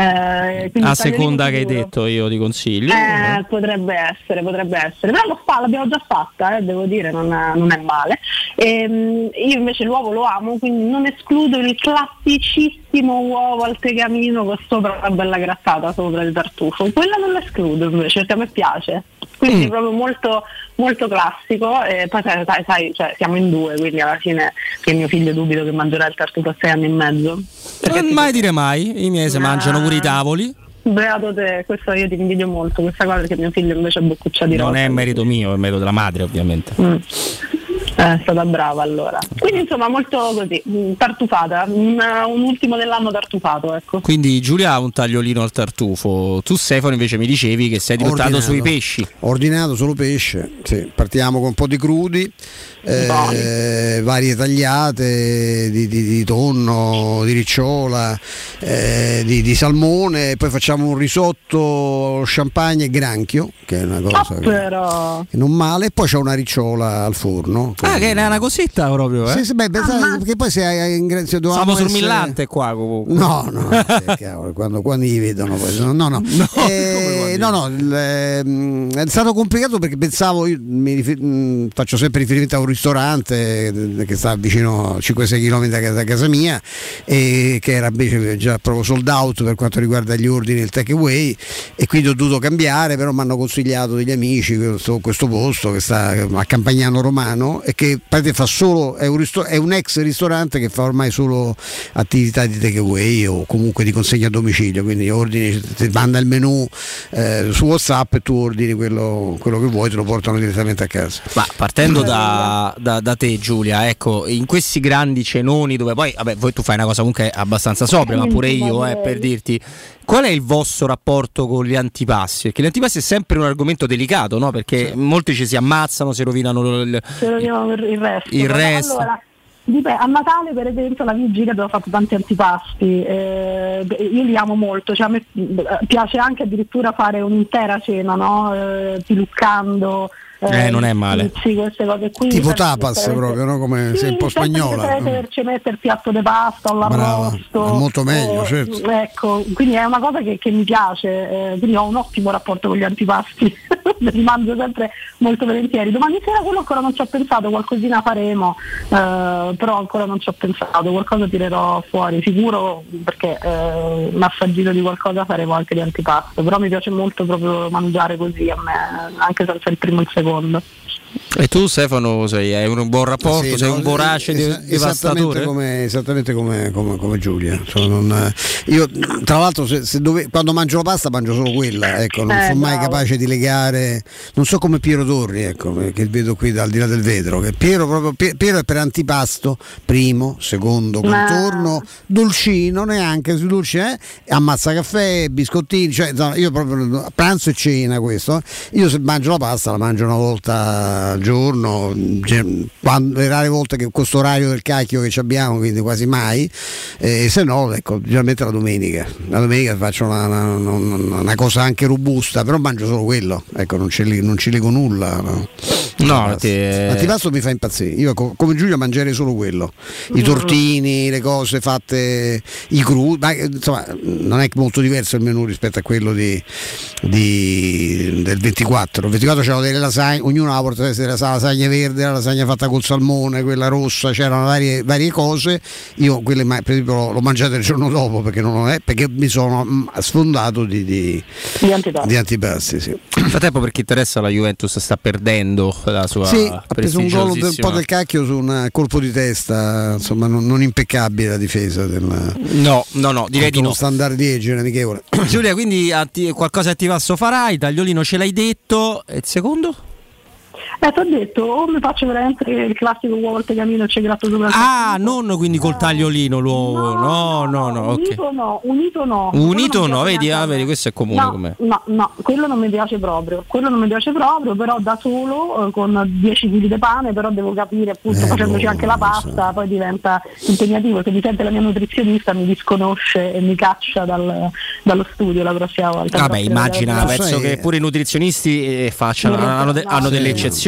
A seconda che hai detto, io ti consiglio. Potrebbe essere, però l'abbiamo già fatta, devo dire, non è male. Io invece l'uovo lo amo, quindi non escludo il classicissimo uovo al tegamino con sopra una bella grattata sopra il tartufo. Quella non l'escludo invece, perché a me piace. Quindi proprio molto, molto classico. E poi sai, cioè, siamo in 2, quindi alla fine, che mio figlio dubito che mangerà il tartufo a 6 anni e mezzo. Non mai dire mai, i miei si mangiano pure i tavoli. Beato te, questo io ti invidio molto, questa cosa, perché mio figlio invece è boccuccia di rosa. Non è merito mio, è merito della madre, ovviamente. È stata brava allora. Quindi insomma molto così, tartufata, un ultimo dell'anno tartufato, ecco. Quindi Giulia ha un tagliolino al tartufo, tu Stefano invece mi dicevi che sei dirottato sui pesci. Ordinato solo pesce, sì. Partiamo con un po' di crudi, varie tagliate di tonno, di ricciola, di salmone, poi facciamo un risotto champagne e granchio, che è una cosa che non male, e poi c'è una ricciola al forno. Ah, che è una cosetta proprio, Sì, sì, beh, perché poi se hai siamo sul Millante qua comunque. No, cavolo, quando li vedono poi. No. È stato complicato perché pensavo, io faccio sempre riferimento a un ristorante che sta vicino a 5-6 km da casa mia e che era invece già proprio sold out per quanto riguarda gli ordini del take away, e quindi ho dovuto cambiare, però mi hanno consigliato degli amici questo posto che sta a Campagnano Romano e che fa solo è un ex ristorante che fa ormai solo attività di take away o comunque di consegna a domicilio, quindi ordini, ti manda il menù su WhatsApp e tu ordini quello che vuoi, te lo portano direttamente a casa. Ma partendo da te, Giulia, ecco, in questi grandi cenoni dove poi voi tu fai una cosa comunque abbastanza sobria, ma pure io per dirti, qual è il vostro rapporto con gli antipasti? Perché gli antipasti è sempre un argomento delicato, no? Perché molti ci si ammazzano, si rovinano il resto. Allora, a Natale per esempio, la vigilia abbiamo fatto tanti antipasti, io li amo molto, cioè a me piace anche addirittura fare un'intera cena, no? Piluccando. Non è male. Queste cose qui, tipo tapas proprio, no? Come sei un po' spagnola. Ci mette il piatto di pasta o l'arrosto. È molto meglio, certo. Ecco, quindi è una cosa che mi piace, quindi ho un ottimo rapporto con gli antipasti, li mangio sempre molto volentieri. Domani sera quello ancora non ci ho pensato, qualcosina faremo, però ancora non ci ho pensato, qualcosa tirerò fuori, sicuro, perché un assaggino di qualcosa faremo anche di antipasto, però mi piace molto proprio mangiare così a me, anche senza il primo e il secondo. E tu, Stefano, hai un buon rapporto? Sei un vorace devastatore? Esattamente come Giulia. Io tra l'altro quando mangio la pasta mangio solo quella, ecco, non sono mai capace di legare, non so come Piero Torri, ecco, che vedo qui al di là del vetro, che Piero è per antipasto, primo, secondo, contorno, dolcino, neanche sui dolci, ammazza caffè, biscottini, cioè io proprio pranzo e cena questo. Io se mangio la pasta la mangio una volta al giorno, le rare volte che questo orario del cacchio che abbiamo, quindi quasi mai, se no, ecco, generalmente la domenica faccio una cosa anche robusta, però mangio solo quello, ecco, non ci leggo nulla, no? L'antipasto mi fa impazzire, io come Giulia mangerei solo quello, i tortini, le cose fatte, i crudi, ma insomma non è molto diverso il menù rispetto a quello del 24. Il 24 c'erano delle lasagne, ognuno ha portato la lasagna verde, la lasagna fatta col salmone, quella rossa, c'erano varie cose. Io quelle per esempio l'ho mangiate il giorno dopo perché mi sono sfondato di antipasti. Sì. Nel frattempo, per chi interessa, la Juventus sta perdendo la sua ha preso un gol un po' del cacchio su un colpo di testa, insomma non impeccabile la difesa no, direi di no. Standard 10 amichevole. Giulia, quindi qualcosa antipasto farai, tagliolino ce l'hai detto, e il secondo? Ti ho detto, o mi faccio veramente il classico uovo al tegamino e ci gratto sopra. Non quindi col tagliolino l'uovo. No, unito no. Unito no, vedi, questo è comune con me. No, quello non mi piace proprio, però da solo con 10 kg di pane, però devo capire, appunto, facendoci anche la pasta, poi diventa impegnativo, se mi sente la mia nutrizionista mi disconosce e mi caccia dallo studio la prossima volta. Vabbè, immagina, penso che pure i nutrizionisti hanno delle eccezioni,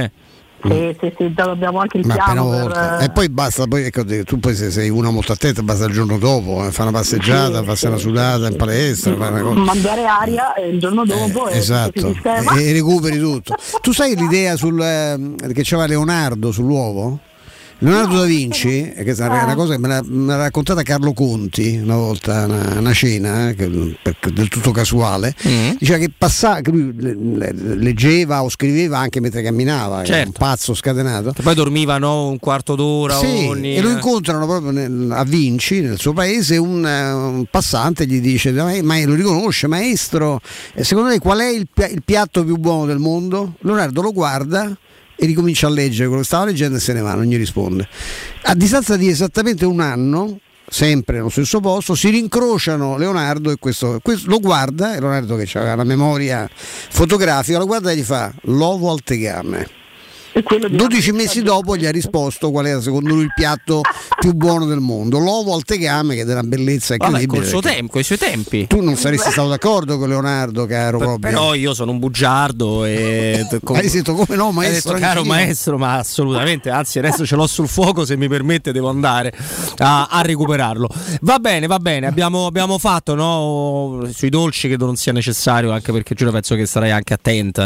Sì, abbiamo anche il piano e poi basta, ecco, tu poi se sei una molto attenta basta il giorno dopo, fa una passeggiata, farsi una sudata in palestra, mangiare aria il giorno dopo esatto, e recuperi tutto. Tu sai l'idea che c'aveva Leonardo sull'uovo? Leonardo da Vinci, che è una cosa che me l'ha raccontata Carlo Conti una volta, una cena del tutto casuale, diceva che che lui leggeva o scriveva anche mentre camminava, certo. Un pazzo scatenato, che poi dormivano un quarto d'ora e lo incontrano proprio a Vinci, nel suo paese, un passante gli dice, ma lo riconosce, maestro, secondo lei qual è il piatto più buono del mondo? Leonardo lo guarda e ricomincia a leggere quello che stava leggendo e se ne va, non gli risponde. A distanza di esattamente un anno, sempre nello stesso posto, si rincrociano Leonardo e questo lo guarda, e Leonardo, che aveva una memoria fotografica, lo guarda e gli fa l'uovo al tegame. 12 mesi dopo gli ha risposto qual era secondo lui il piatto più buono del mondo, l'uovo al tegame, che è della bellezza incredibile. Con i suoi tempi. Tu non saresti stato d'accordo con Leonardo, caro proprio. Però io sono un bugiardo e hai detto come no, maestro? Hai detto, caro maestro, ma assolutamente, anzi adesso ce l'ho sul fuoco, se mi permette devo andare a recuperarlo. Va bene, abbiamo fatto, no, sui dolci, credo non sia necessario, anche perché Giulia penso che sarai anche attenta,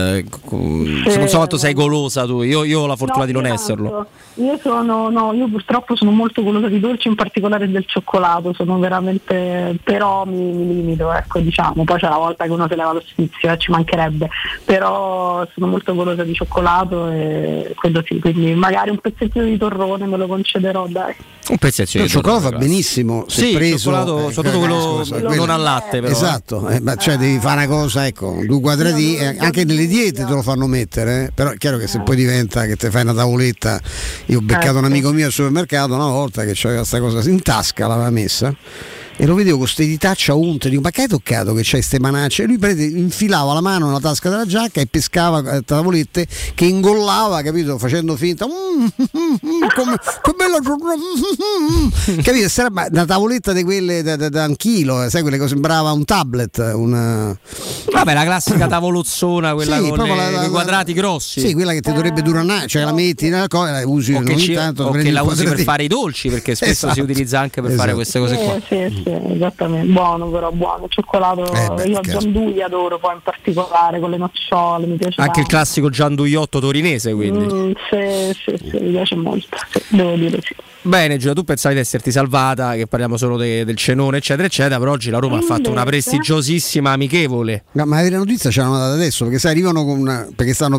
non so quanto sei golosa tu, io ho la fortuna di non esserlo. Io purtroppo sono molto golosa di dolci, in particolare del cioccolato, sono veramente, però mi limito, ecco, diciamo, poi c'è la volta che uno se leva lo sfizio, ci mancherebbe, però sono molto golosa di cioccolato e quello sì, quindi magari un pezzettino di torrone me lo concederò, dai. Un pezzettino di torrone. Il cioccolato va benissimo, se preso, soprattutto quello non al latte, però. Esatto, ma cioè devi fare una cosa, ecco, 2 quadratini, anche nelle diete te lo fanno mettere, però è chiaro che se poi diventa che te fai una tavoletta. Io ho beccato un amico mio al supermercato una volta che aveva questa cosa in tasca, l'aveva messa e lo vedevo con ste ditaccia unte, dico ma che hai toccato che c'hai ste manacce? E lui infilava la mano nella tasca della giacca e pescava tavolette che ingollava, capito, facendo finta che bella giornata, capito, sarebbe una tavoletta di quelle da un chilo, sai, quelle che sembrava un tablet, vabbè, la classica tavolozzona, quella con i quadrati grossi, sì, quella che ti dovrebbe durare, cioè la metti nella cosa, la usi ogni tanto, o che la usi per fare i dolci, perché spesso si utilizza anche per fare queste cose qua. Sì, esattamente, buono, però buono, il cioccolato, io Giandui adoro, poi in particolare con le nocciole, mi piace anche il classico gianduiotto torinese, quindi sì, mi piace molto, devo dire sì. Bene Giulia, tu pensavi di esserti salvata, che parliamo solo del cenone eccetera eccetera, però oggi la Roma ha fatto una prestigiosissima amichevole. No, ma la notizia ce l'hanno data adesso, perché sai, arrivano perché stanno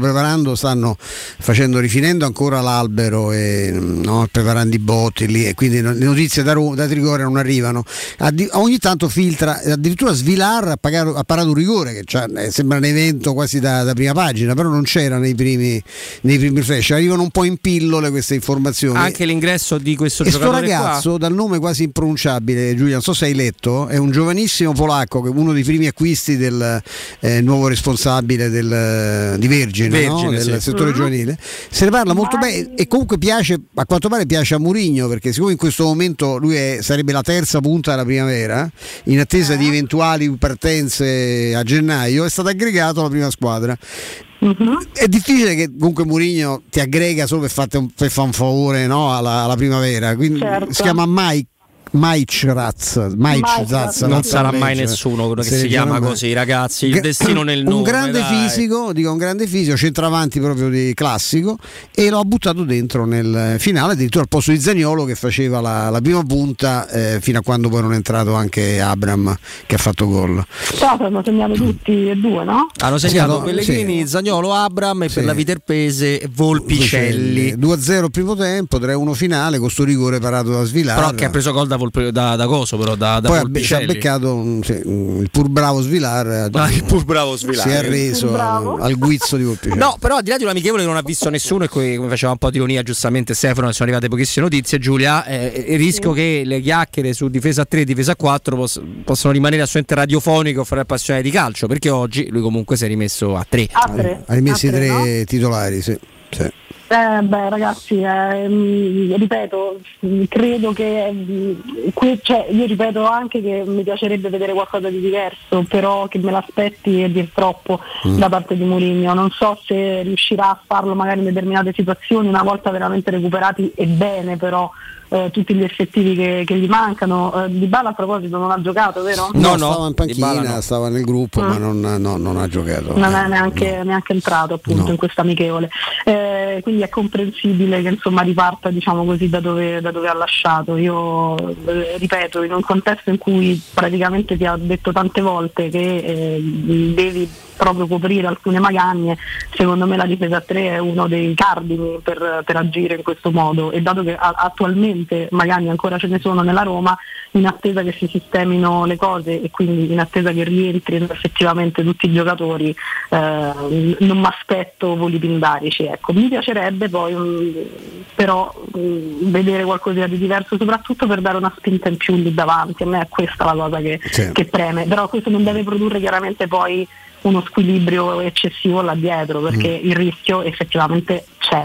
rifinendo ancora l'albero e preparando i botti lì, e quindi le notizie da Trigoria non arrivano. Ogni tanto filtra, addirittura Svilar ha parato un rigore che sembra un evento quasi da prima pagina, però non c'era nei primi flash, arrivano un po' in pillole queste informazioni. Anche l'ingresso di questo giocatore ragazzo qua, dal nome quasi impronunciabile, Giulia, non so se hai letto, è un giovanissimo polacco, che è uno dei primi acquisti del nuovo responsabile di Vergine, no? Del settore giovanile. Se ne parla molto bene e comunque piace, a quanto pare piace a Mourinho, perché siccome in questo momento lui sarebbe la terza punta della primavera, in attesa di eventuali partenze a gennaio, è stato aggregato alla prima squadra. È difficile che comunque Mourinho ti aggrega solo per fare un favore, no, alla primavera, quindi si chiama Maicraz, non sarà mai nessuno che si chiama così, ragazzi, il destino nel nome. Un grande fisico, centravanti proprio di classico, e lo ha buttato dentro nel finale, addirittura al posto di Zaniolo che faceva la prima punta, fino a quando poi non è entrato anche Abram che ha fatto gol. Hanno segnato tutti e due, no? Hanno segnato Pellegrini, Zaniolo, Abram e per la Viterpese Volpicelli. 2-0 il primo tempo, 3-1 finale con sto rigore parato da Svilar, però che ha preso gol da Coso, però da poi ci ha beccato il pur bravo Svilar, si è arreso al guizzo di Volpicelli. No, però al di là di un amichevole che non ha visto nessuno, e come faceva un po' di ironia giustamente Stefano, sono arrivate pochissime notizie, Giulia, il rischio che le chiacchiere su difesa 3 e difesa 4 possono rimanere assolutamente radiofoniche o fare appassionati di calcio, perché oggi lui comunque si è rimesso a 3. Ha rimesso i 3 titolari, sì. Ragazzi, ripeto, credo che io ripeto anche che mi piacerebbe vedere qualcosa di diverso, però che me l'aspetti è dir troppo da parte di Mourinho. Non so se riuscirà a farlo magari in determinate situazioni, una volta veramente recuperati e bene, però tutti gli effettivi che gli mancano. Dybala, a proposito, non ha giocato, vero? No, stava in panchina, stava nel gruppo, ma non ha giocato. Non è neanche entrato appunto in questa amichevole, quindi è comprensibile che insomma riparta, diciamo così, da dove ha lasciato. Io ripeto, in un contesto in cui praticamente ti ha detto tante volte che devi proprio coprire alcune magagne, secondo me la difesa 3 è uno dei cardini per agire in questo modo, e dato che attualmente magagne ancora ce ne sono nella Roma, in attesa che si sistemino le cose e quindi in attesa che rientrino effettivamente tutti i giocatori, non mi aspetto voli pindarici, ecco. Mi piacerebbe poi però vedere qualcosa di diverso, soprattutto per dare una spinta in più lì davanti. A me è questa la cosa che preme, però questo non deve produrre chiaramente poi uno squilibrio eccessivo là dietro, perché il rischio effettivamente c'è.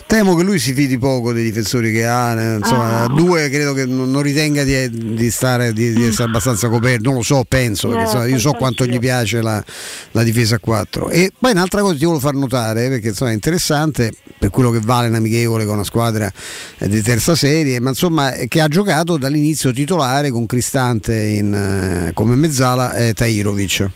Temo che lui si fidi poco dei difensori che ha, insomma, due credo che non ritenga di essere abbastanza coperto, non lo so, penso, perché insomma, io so quanto gli piace la difesa a 4. E poi un'altra cosa ti volevo far notare, perché insomma è interessante per quello che vale un amichevole con una squadra di terza serie, ma insomma che ha giocato dall'inizio titolare con Cristante come mezzala Tahirovic.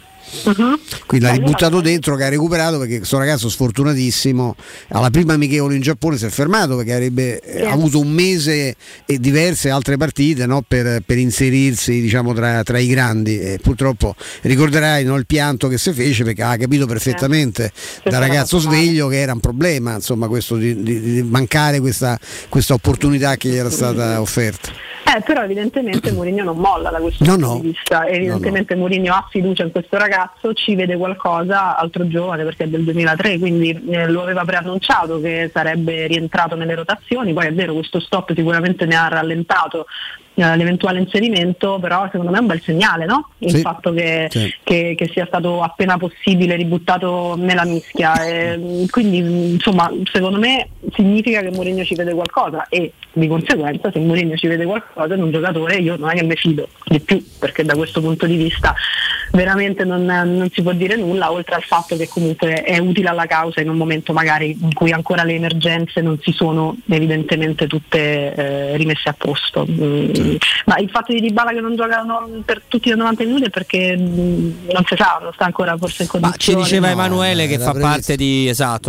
Quindi l'ha ributtato dentro, che ha recuperato, perché questo ragazzo sfortunatissimo alla prima amichevole in Giappone si è fermato perché avrebbe avuto un mese e diverse altre partite, no, per inserirsi, diciamo, tra i grandi, e purtroppo ricorderai, no, il pianto che si fece, perché ha capito perfettamente da ragazzo sveglio che era un problema, insomma, questo di mancare questa opportunità che gli era stata offerta. Però evidentemente Mourinho non molla da questo punto di vista, evidentemente Mourinho ha fiducia in questo ragazzo, ci vede qualcosa, altro giovane perché è del 2003, quindi lo aveva preannunciato che sarebbe rientrato nelle rotazioni. Poi è vero, questo stop sicuramente ne ha rallentato l'eventuale inserimento, però secondo me è un bel segnale, no? Il fatto che sia stato appena possibile ributtato nella mischia, quindi insomma secondo me significa che Mourinho ci vede qualcosa, e di conseguenza se Mourinho ci vede qualcosa in un giocatore io non è che mi fido di più, perché da questo punto di vista veramente non si può dire nulla, oltre al fatto che comunque è utile alla causa in un momento magari in cui ancora le emergenze non si sono evidentemente tutte rimesse a posto. Ma il fatto di Dybala che non gioca per tutti i 90 minuti è perché non si sa, non sta ancora forse in condizione. Ma ci diceva Emanuele che fa parte di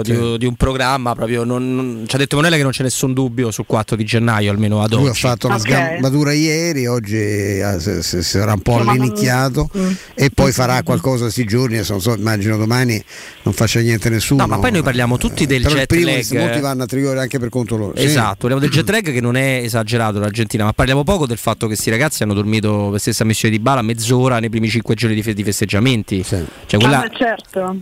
un programma proprio, ci ha detto Emanuele che non c'è nessun dubbio sul 4 di gennaio, almeno ad oggi. Lui ha fatto una sgambatura ieri, oggi si sarà un po' allinicchiato e poi farà qualcosa questi giorni, non so, immagino domani non faccia niente nessuno. No, ma poi noi parliamo tutti del jet lag. Molti vanno a Trigoria anche per conto loro. Esatto, parliamo del jet lag che non è esagerato l'Argentina, ma parliamo poco del fatto che questi ragazzi hanno dormito per stessa missione di Dybala mezz'ora nei primi 5 giorni di festeggiamenti. Cioè, certo.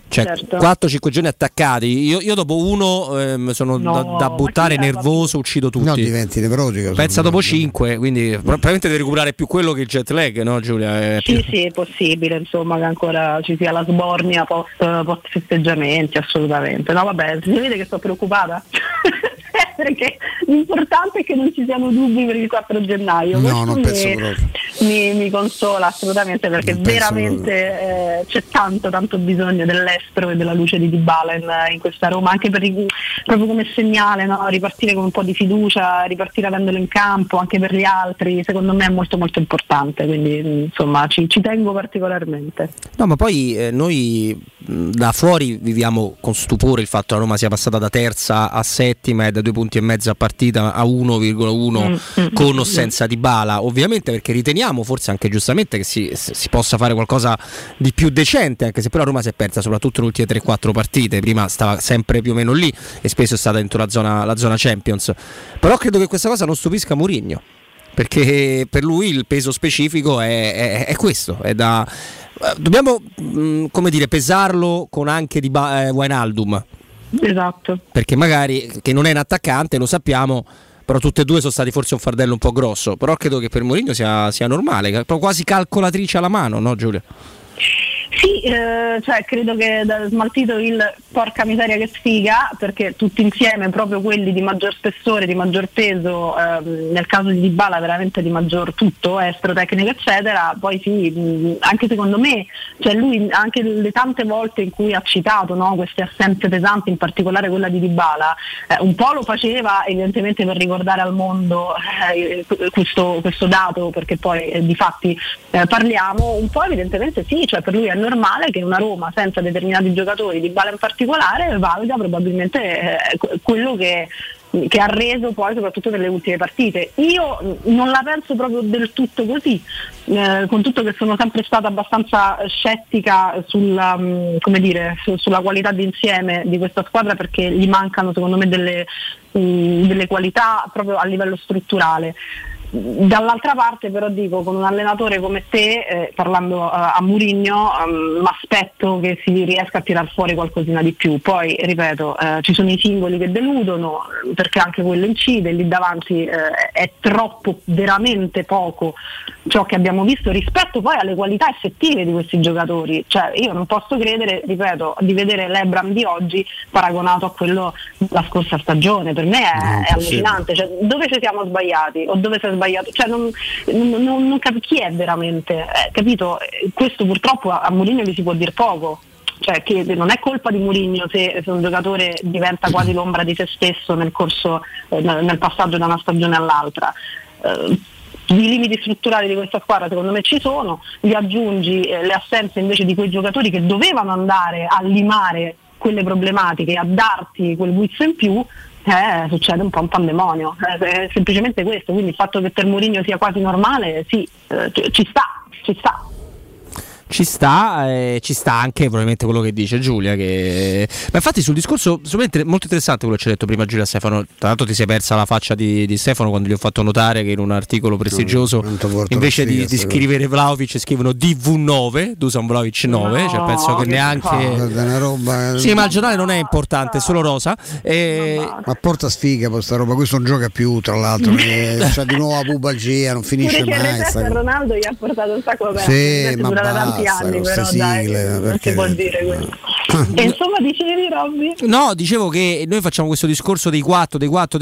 4-5 giorni attaccati. Io dopo uno sono da buttare nervoso, uccido tutti. No, diventi nevrotico. Pensa dopo 5, quindi probabilmente devi recuperare più quello che il jet lag, no Giulia? Sì, è possibile, insomma, che ancora ci sia la sbornia post festeggiamenti, assolutamente. No, vabbè, si vede che sto preoccupata. Perché l'importante è che non ci siano dubbi per il 4 gennaio. No, non penso proprio. Mi consola assolutamente, perché veramente c'è tanto bisogno dell'estero e della luce di Dybala in questa Roma, anche proprio come segnale, no? Ripartire con un po' di fiducia, ripartire avendolo in campo anche per gli altri, secondo me è molto molto importante, quindi insomma ci tengo particolarmente. No, ma poi noi da fuori viviamo con stupore il fatto che la Roma sia passata da terza a settima e da 2 punti e mezzo a partita a 1,1 con o senza Dybala, ovviamente, perché riteniamo forse anche giustamente che si possa fare qualcosa di più decente, anche se poi la Roma si è persa soprattutto nelle ultime 3-4 partite, prima stava sempre più o meno lì e spesso è stata dentro la zona Champions, però credo che questa cosa non stupisca Mourinho, perché per lui il peso specifico è questo, dobbiamo come dire pesarlo con anche di Wijnaldum. Esatto. Perché magari, che non è un attaccante, lo sappiamo, però tutte e due sono stati forse un fardello un po' grosso, però credo che per Mourinho sia normale, quasi calcolatrice alla mano, no Giulia? Sì, cioè credo che da smaltito il porca miseria che sfiga, perché tutti insieme proprio quelli di maggior spessore, di maggior peso, nel caso di Dybala veramente di maggior tutto, estero, tecnica eccetera. Poi sì, anche secondo me, cioè lui anche le tante volte in cui ha citato, no, queste assenze pesanti, in particolare quella di Dybala, un po' lo faceva evidentemente per ricordare al mondo questo dato, perché poi di fatti parliamo, un po' evidentemente sì, cioè per lui è normale che una Roma senza determinati giocatori, Dybala in particolare, valga probabilmente quello che ha reso poi soprattutto nelle ultime partite. Io non la penso proprio del tutto così, con tutto che sono sempre stata abbastanza scettica sulla qualità d'insieme di questa squadra, perché gli mancano secondo me delle qualità proprio a livello strutturale. Dall'altra parte però dico, con un allenatore come te, parlando a Mourinho, mi aspetto che si riesca a tirar fuori qualcosina di più. Poi ripeto, ci sono i singoli che deludono, perché anche quello incide, lì davanti è troppo, veramente poco ciò che abbiamo visto rispetto poi alle qualità effettive di questi giocatori. Cioè io non posso credere, ripeto, di vedere l'Ebram di oggi paragonato a quello della scorsa stagione. Per me è allucinante, cioè, dove ci siamo sbagliati o dove si è sbagliato, cioè non capisco chi è veramente, capito? Questo purtroppo a Mourinho gli si può dir poco, cioè che non è colpa di Mourinho se un giocatore diventa quasi l'ombra di se stesso nel corso nel passaggio da una stagione all'altra. I limiti strutturali di questa squadra secondo me ci sono, gli aggiungi le assenze invece di quei giocatori che dovevano andare a limare quelle problematiche, a darti quel guizzo in più, succede un po' un pandemonio, è semplicemente questo. Quindi il fatto che per Mourinho sia quasi normale, sì, ci sta. Ci sta anche probabilmente quello che dice Giulia, ma infatti sul discorso molto interessante quello che ci ha detto prima Giulia Stefano. Tra l'altro ti sei persa la faccia di Stefano quando gli ho fatto notare che in un articolo prestigioso invece di scrivere Vlahovic scrivono DV9, Dusan Vlahovic 9, cioè penso che neanche una roba... Sì, ma il giornale non è importante, è solo rosa. Ma porta sfiga questa roba, questo non gioca più tra l'altro, c'ha di nuovo la pubalgia, non finisce mai. Ronaldo gli ha portato un sacco aperto, sì, ma anni, però sigle, non si può dire questo. E insomma dicevi, Robby? No, dicevo che noi facciamo questo discorso dei 4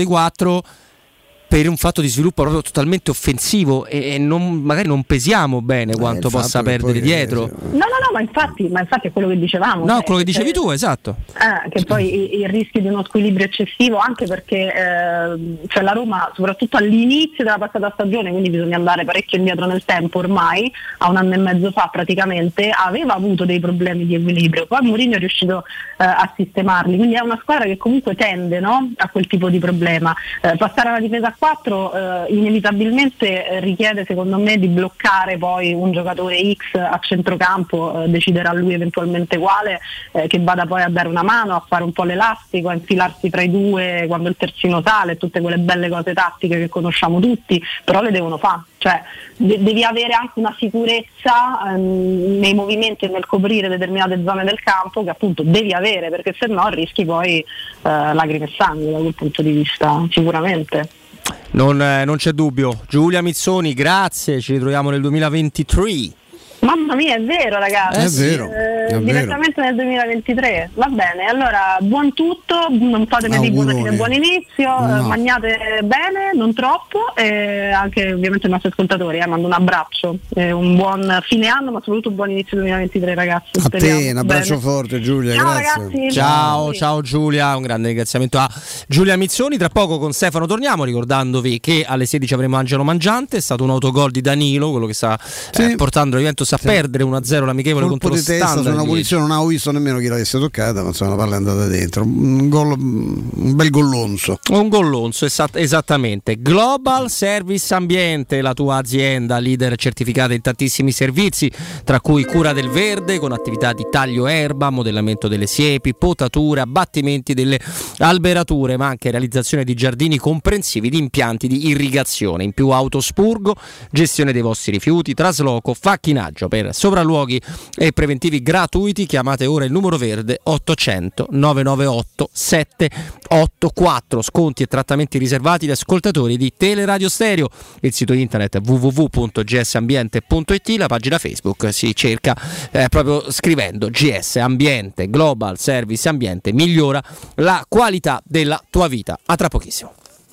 per un fatto di sviluppo proprio totalmente offensivo e magari non pesiamo bene quanto possa perdere dietro. No, ma infatti è quello che dicevamo. No, quello che dicevi tu, esatto. Che poi il rischio di uno squilibrio eccessivo, anche perché cioè la Roma, soprattutto all'inizio della passata stagione, quindi bisogna andare parecchio indietro nel tempo ormai, a un anno e mezzo fa praticamente, aveva avuto dei problemi di equilibrio, poi Mourinho è riuscito a sistemarli, quindi è una squadra che comunque tende, no, a quel tipo di problema. Passare alla difesa 4 inevitabilmente richiede secondo me di bloccare poi un giocatore X a centrocampo, deciderà lui eventualmente quale, che vada poi a dare una mano, a fare un po' l'elastico, a infilarsi tra i due quando il terzino sale, tutte quelle belle cose tattiche che conosciamo tutti, però le devono fare, cioè devi avere anche una sicurezza nei movimenti e nel coprire determinate zone del campo che appunto devi avere, perché se no rischi poi lacrime e sangue da quel punto di vista, sicuramente. Non c'è dubbio. Giulia Mizzoni, grazie, ci ritroviamo nel 2023. Mamma mia, è vero ragazzi, è vero. Direttamente nel 2023. Va bene, allora buon tutto, non fatemi dire buon inizio, mangiate bene, non troppo, e anche ovviamente ai nostri ascoltatori, mando un abbraccio, un buon fine anno, ma soprattutto un buon inizio 2023 ragazzi. A te un abbraccio forte Giulia, ciao, grazie. Ragazzi. Ciao Giulia, un grande ringraziamento a Giulia Mizzoni. Tra poco con Stefano torniamo, ricordandovi che alle 16 avremo Angelo Mangiante, è stato un autogol di Danilo, quello che sta portando la Juventus a perdere 1-0 l'amichevole contro lo Standard. Su una punizione non avevo visto nemmeno chi l'avesse toccata, ma insomma la palla è andata dentro, un bel gollonzo. Un gollonzo, esattamente. Global Service Ambiente, la tua azienda leader certificata in tantissimi servizi, tra cui cura del verde con attività di taglio erba, modellamento delle siepi, potatura, abbattimenti delle alberature, ma anche realizzazione di giardini comprensivi di impianti di irrigazione, in più autospurgo, gestione dei vostri rifiuti, trasloco, facchinaggio. Per sopralluoghi e preventivi gratuiti chiamate ora il numero verde 800 998 784. Sconti e trattamenti riservati agli ascoltatori di Teleradio Stereo. Il sito internet www.gsambiente.it, la pagina Facebook si cerca proprio scrivendo GS Ambiente, Global Service Ambiente, migliora la qualità della tua vita. A tra pochissimo.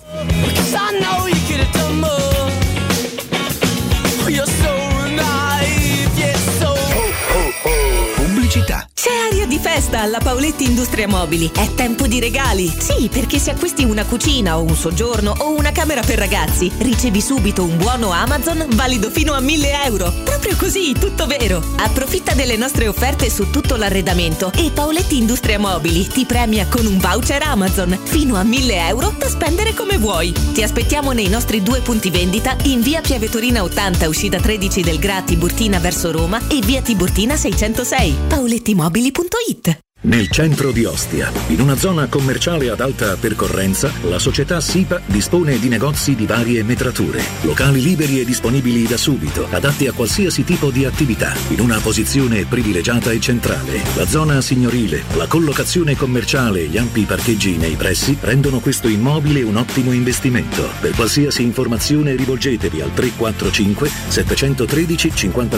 Pubblicità. C'è aria di festa alla Paoletti Industria Mobili. È tempo di regali. Sì, perché se acquisti una cucina o un soggiorno o una camera per ragazzi, ricevi subito un buono Amazon valido fino a 1.000 euro. Proprio così, tutto vero. Approfitta delle nostre offerte su tutto l'arredamento e Paoletti Industria Mobili ti premia con un voucher Amazon fino a 1.000 euro da spendere come vuoi. Ti aspettiamo nei nostri 2 punti vendita in via Piavetorina 80, uscita 13 del Gra Tiburtina verso Roma e via Tiburtina 606. paolettimobili.it. Nel centro di Ostia, in una zona commerciale ad alta percorrenza, la società SIPA dispone di negozi di varie metrature, locali liberi e disponibili da subito, adatti a qualsiasi tipo di attività, in una posizione privilegiata e centrale. La zona signorile, la collocazione commerciale e gli ampi parcheggi nei pressi rendono questo immobile un ottimo investimento. Per qualsiasi informazione rivolgetevi al 345 713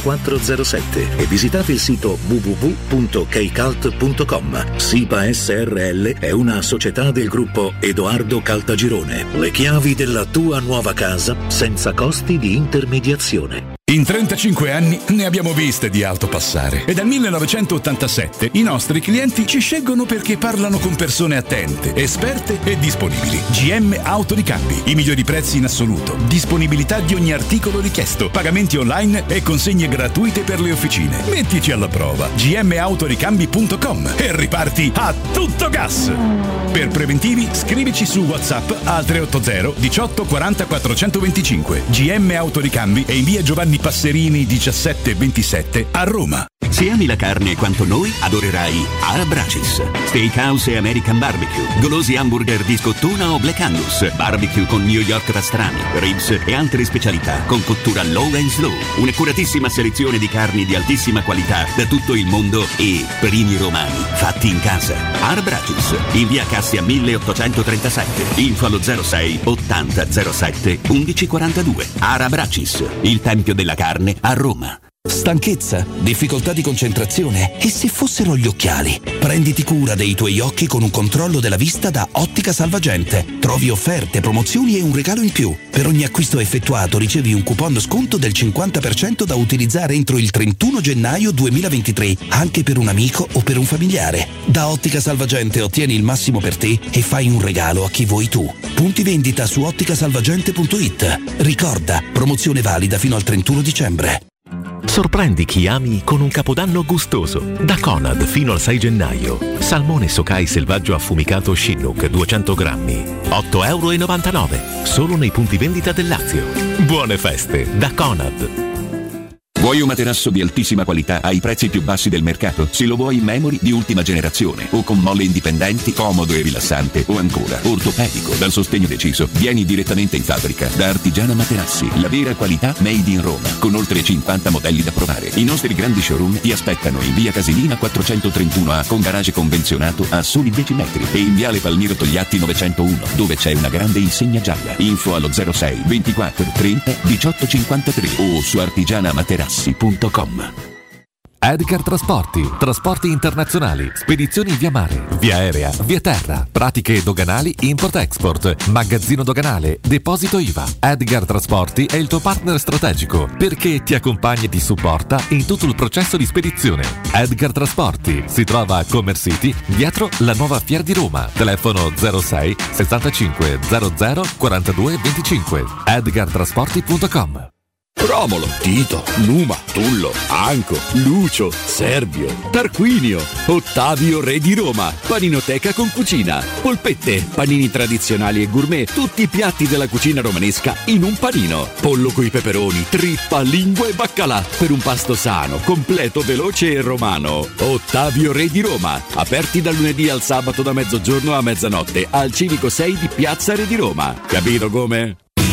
5407 e visitate il sito www.keicalt.com. SIPA SRL è una società del gruppo Edoardo Caltagirone. Le chiavi della tua nuova casa senza costi di intermediazione. In 35 anni ne abbiamo viste di auto passare e dal 1987 i nostri clienti ci scelgono perché parlano con persone attente, esperte e disponibili. GM Autoricambi, i migliori prezzi in assoluto, disponibilità di ogni articolo richiesto, pagamenti online e consegne gratuite per le officine. Mettici alla prova. gmautoricambi.com e riparti a tutto gas. Per preventivi scrivici su WhatsApp al 380 18 40 425. GM Autoricambi e in via Giovanni Passerini 1727 a Roma. Se ami la carne quanto noi, adorerai Arabracis. Steakhouse e American Barbecue, golosi hamburger di scottuna o Black Angus, barbecue con New York pastrami, ribs e altre specialità con cottura low and slow. Un'accuratissima selezione di carni di altissima qualità da tutto il mondo e primi romani fatti in casa. Arabracis, in via Cassia 1837, info allo 06 80 07 1142. Arabracis, il tempio della carne a Roma. Stanchezza, difficoltà di concentrazione e se fossero gli occhiali? Prenditi cura dei tuoi occhi con un controllo della vista da Ottica Salvagente. Trovi offerte, promozioni e un regalo in più. Per ogni acquisto effettuato ricevi un coupon sconto del 50% da utilizzare entro il 31 gennaio 2023, anche per un amico o per un familiare. Da Ottica Salvagente ottieni il massimo per te e fai un regalo a chi vuoi tu. Punti vendita su otticasalvagente.it. Ricorda, promozione valida fino al 31 dicembre. Sorprendi chi ami con un capodanno gustoso. Da Conad fino al 6 gennaio. Salmone Sokai selvaggio affumicato Chinook 200 grammi. €8,99. Solo nei punti vendita del Lazio. Buone feste da Conad. Vuoi un materasso di altissima qualità ai prezzi più bassi del mercato? Se lo vuoi in memory di ultima generazione o con molle indipendenti, comodo e rilassante o ancora ortopedico dal sostegno deciso, vieni direttamente in fabbrica da Artigiana Materassi, la vera qualità made in Roma, con oltre 50 modelli da provare. I nostri grandi showroom ti aspettano in via Casilina 431A con garage convenzionato a soli 10 metri e in viale Palmiro Togliatti 901 dove c'è una grande insegna gialla. Info allo 06 24 30 18 53 o su artigianamaterassi.com. Edgar trasporti internazionali, spedizioni via mare, via aerea, via terra, pratiche doganali import-export, magazzino doganale, deposito IVA. Edgar Trasporti è il tuo partner strategico perché ti accompagna e ti supporta in tutto il processo di spedizione. Edgar Trasporti si trova a Commerce City dietro la nuova Fiera di Roma. Telefono 06 65 00 42 25. edgartrasporti.com. Romolo, Tito, Numa, Tullo, Anco, Lucio, Servio, Tarquinio, Ottavio Re di Roma, paninoteca con cucina, polpette, panini tradizionali e gourmet, tutti i piatti della cucina romanesca in un panino, pollo coi peperoni, trippa, lingua e baccalà, per un pasto sano, completo, veloce e romano. Ottavio Re di Roma, aperti dal lunedì al sabato da mezzogiorno a mezzanotte, al Civico 6 di Piazza Re di Roma. Capito come?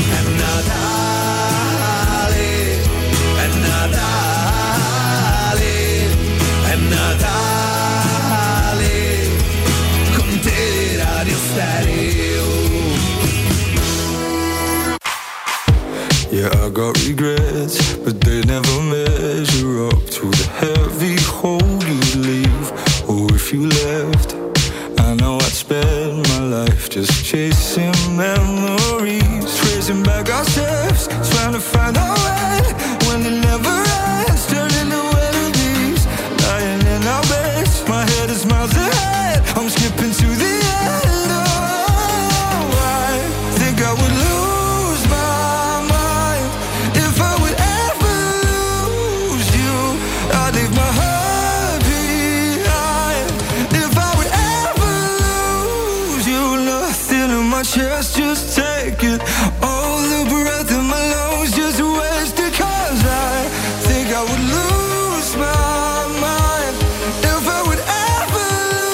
Yeah, I got regrets, but they never measure up to the heavy hole you'd leave. Or if you left, I know I'd spend my life just chasing memories, tracing back our steps, trying to find our way when it never ends, turning to enemies, lying in our beds. My head is miles ahead, I'm skipping to the end. Oh, I think I would lose my mind if I would ever lose you. I'd leave my heart behind if I would ever lose you. Nothing in my chest, just take it. All the breath in my lungs, just waste it. 'Cause I think I would lose my mind if I would ever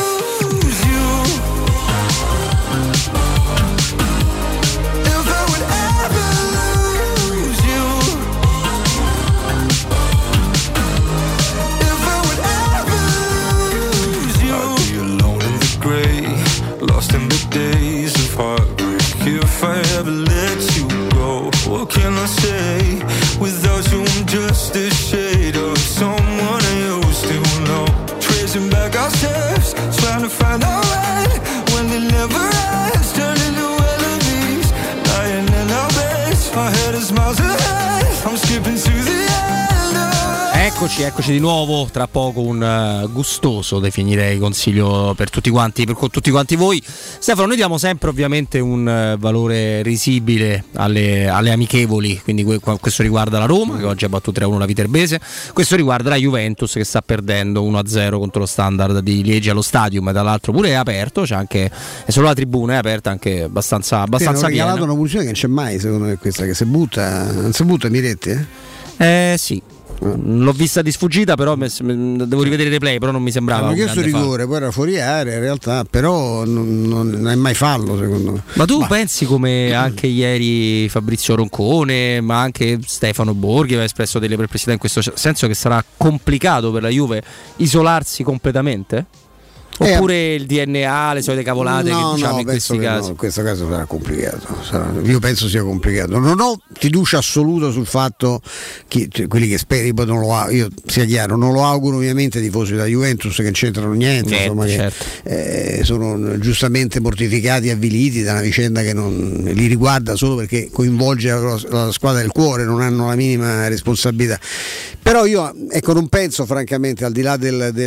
never let you go. What can I say? Without you I'm just a shade of someone I used to know. Tracing back our steps, trying to find our way when it never ends, turning to melodies, lying in our beds. Our head is miles ahead, I'm skipping to the end. Eccoci di nuovo, tra poco un gustoso, definirei, consiglio per tutti quanti voi. Stefano, noi diamo sempre ovviamente un valore risibile alle amichevoli, quindi questo riguarda la Roma che oggi ha battuto 3-1 la Viterbese, questo riguarda la Juventus che sta perdendo 1-0 contro lo Standard di Liegi allo Stadium, e dall'altro pure è aperto, c'è anche, è solo la tribuna, è aperta anche abbastanza piena. Hanno regalato una punizione che non c'è mai, secondo me, questa che non si butta Miretti? Sì. L'ho vista di sfuggita, però devo rivedere i replay, però non mi sembrava. Hanno chiesto rigore, poi era fuori area in realtà, però non è mai fallo secondo me. Ma tu pensi, come anche ieri Fabrizio Roncone, ma anche Stefano Borghi aveva espresso delle perplessità in questo senso, che sarà complicato per la Juve isolarsi completamente? Oppure il DNA, le solite cavolate che diciamo in questi casi? No, in questo caso sarà complicato. Io penso sia complicato. Non ho fiducia assoluta sul fatto che quelli che speri, poi non lo auguro, io sia chiaro, non lo auguro ovviamente ai tifosi della Juventus che non c'entrano niente, insomma, certo. Che sono giustamente mortificati e avviliti da una vicenda che non li riguarda solo perché coinvolge la squadra del cuore, non hanno la minima responsabilità. Però io non penso francamente, al di là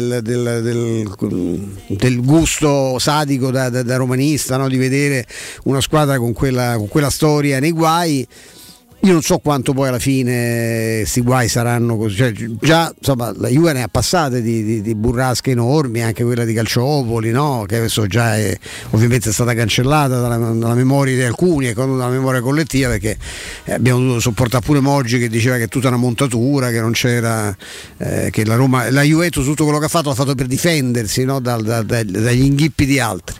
del gusto sadico da romanista, no? Di vedere una squadra con quella storia nei guai. Io non so quanto poi alla fine sti guai saranno così, cioè, già insomma la Juve ne ha passate di burrasche enormi, anche quella di Calciopoli, no? Che adesso già è ovviamente stata cancellata dalla memoria di alcuni e dalla memoria collettiva, perché abbiamo dovuto sopportare pure Moggi che diceva che è tutta una montatura, che non c'era, che la Juventus tutto quello che l'ha fatto per difendersi, no? Dagli inghippi di altri.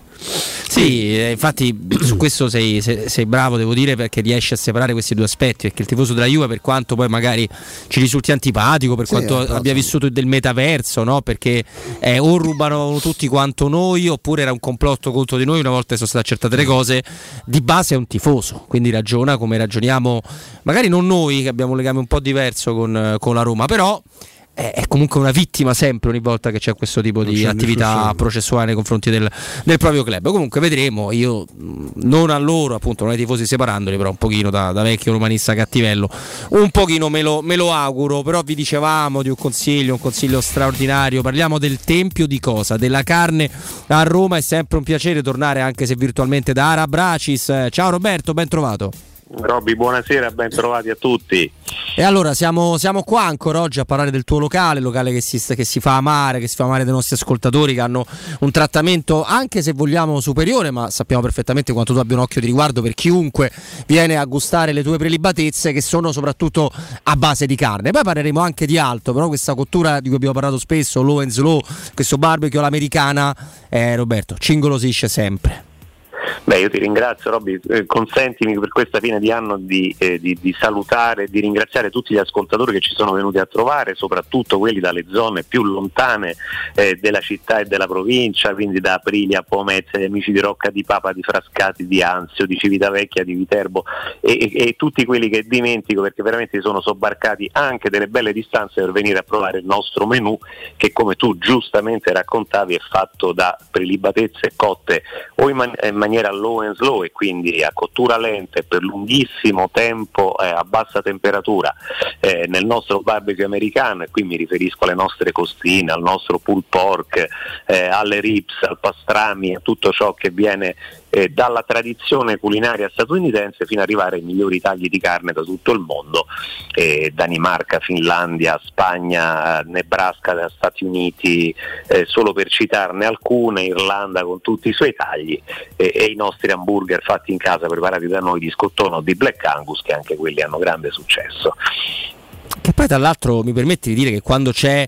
Sì, infatti su questo sei bravo, devo dire, perché riesci a separare questi due aspetti, perché il tifoso della Juve, per quanto poi magari ci risulti antipatico, per quanto abbia vissuto del metaverso, no? Perché o rubano tutti quanto noi, oppure era un complotto contro di noi una volta che sono state accertate le cose, di base è un tifoso, quindi ragiona come ragioniamo magari non noi, che abbiamo un legame un po' diverso con la Roma, però è comunque una vittima sempre ogni volta che c'è questo tipo di attività processuale nei confronti del proprio club. Comunque vedremo, io non a loro, appunto, non ai tifosi separandoli, però un pochino da vecchio romanista cattivello un pochino me lo auguro. Però vi dicevamo di un consiglio straordinario, parliamo del Tempio di cosa? Della carne a Roma. È sempre un piacere tornare, anche se virtualmente, da Arabracis. Ciao Roberto, ben trovato. Robby, buonasera, ben trovati a tutti. E allora siamo qua ancora oggi a parlare del tuo locale che si fa amare, dai nostri ascoltatori, che hanno un trattamento, anche se vogliamo, superiore, ma sappiamo perfettamente quanto tu abbia un occhio di riguardo per chiunque viene a gustare le tue prelibatezze, che sono soprattutto a base di carne. Poi parleremo anche di altro, però questa cottura di cui abbiamo parlato spesso, low and slow, questo barbecue all'americana, Roberto, ci ingolosisce sempre. Beh, io ti ringrazio, Robby, consentimi per questa fine di anno di salutare, di ringraziare tutti gli ascoltatori che ci sono venuti a trovare, soprattutto quelli dalle zone più lontane della città e della provincia, quindi da Aprilia, Pomezia, gli amici di Rocca di Papa, di Frascati, di Anzio, di Civitavecchia, di Viterbo e tutti quelli che dimentico, perché veramente si sono sobbarcati anche delle belle distanze per venire a provare il nostro menù, che come tu giustamente raccontavi è fatto da prelibatezze cotte o in maniera low and slow, e quindi a cottura lenta e per lunghissimo tempo a bassa temperatura nel nostro barbecue americano, e qui mi riferisco alle nostre costine, al nostro pulled pork, alle ribs, al pastrami, a tutto ciò che viene dalla tradizione culinaria statunitense fino ad arrivare ai migliori tagli di carne da tutto il mondo, Danimarca, Finlandia, Spagna, Nebraska, Stati Uniti, solo per citarne alcune, Irlanda con tutti i suoi tagli, e i nostri hamburger fatti in casa, preparati da noi, di scottone o di Black Angus, che anche quelli hanno grande successo. Che poi tra l'altro mi permette di dire che quando c'è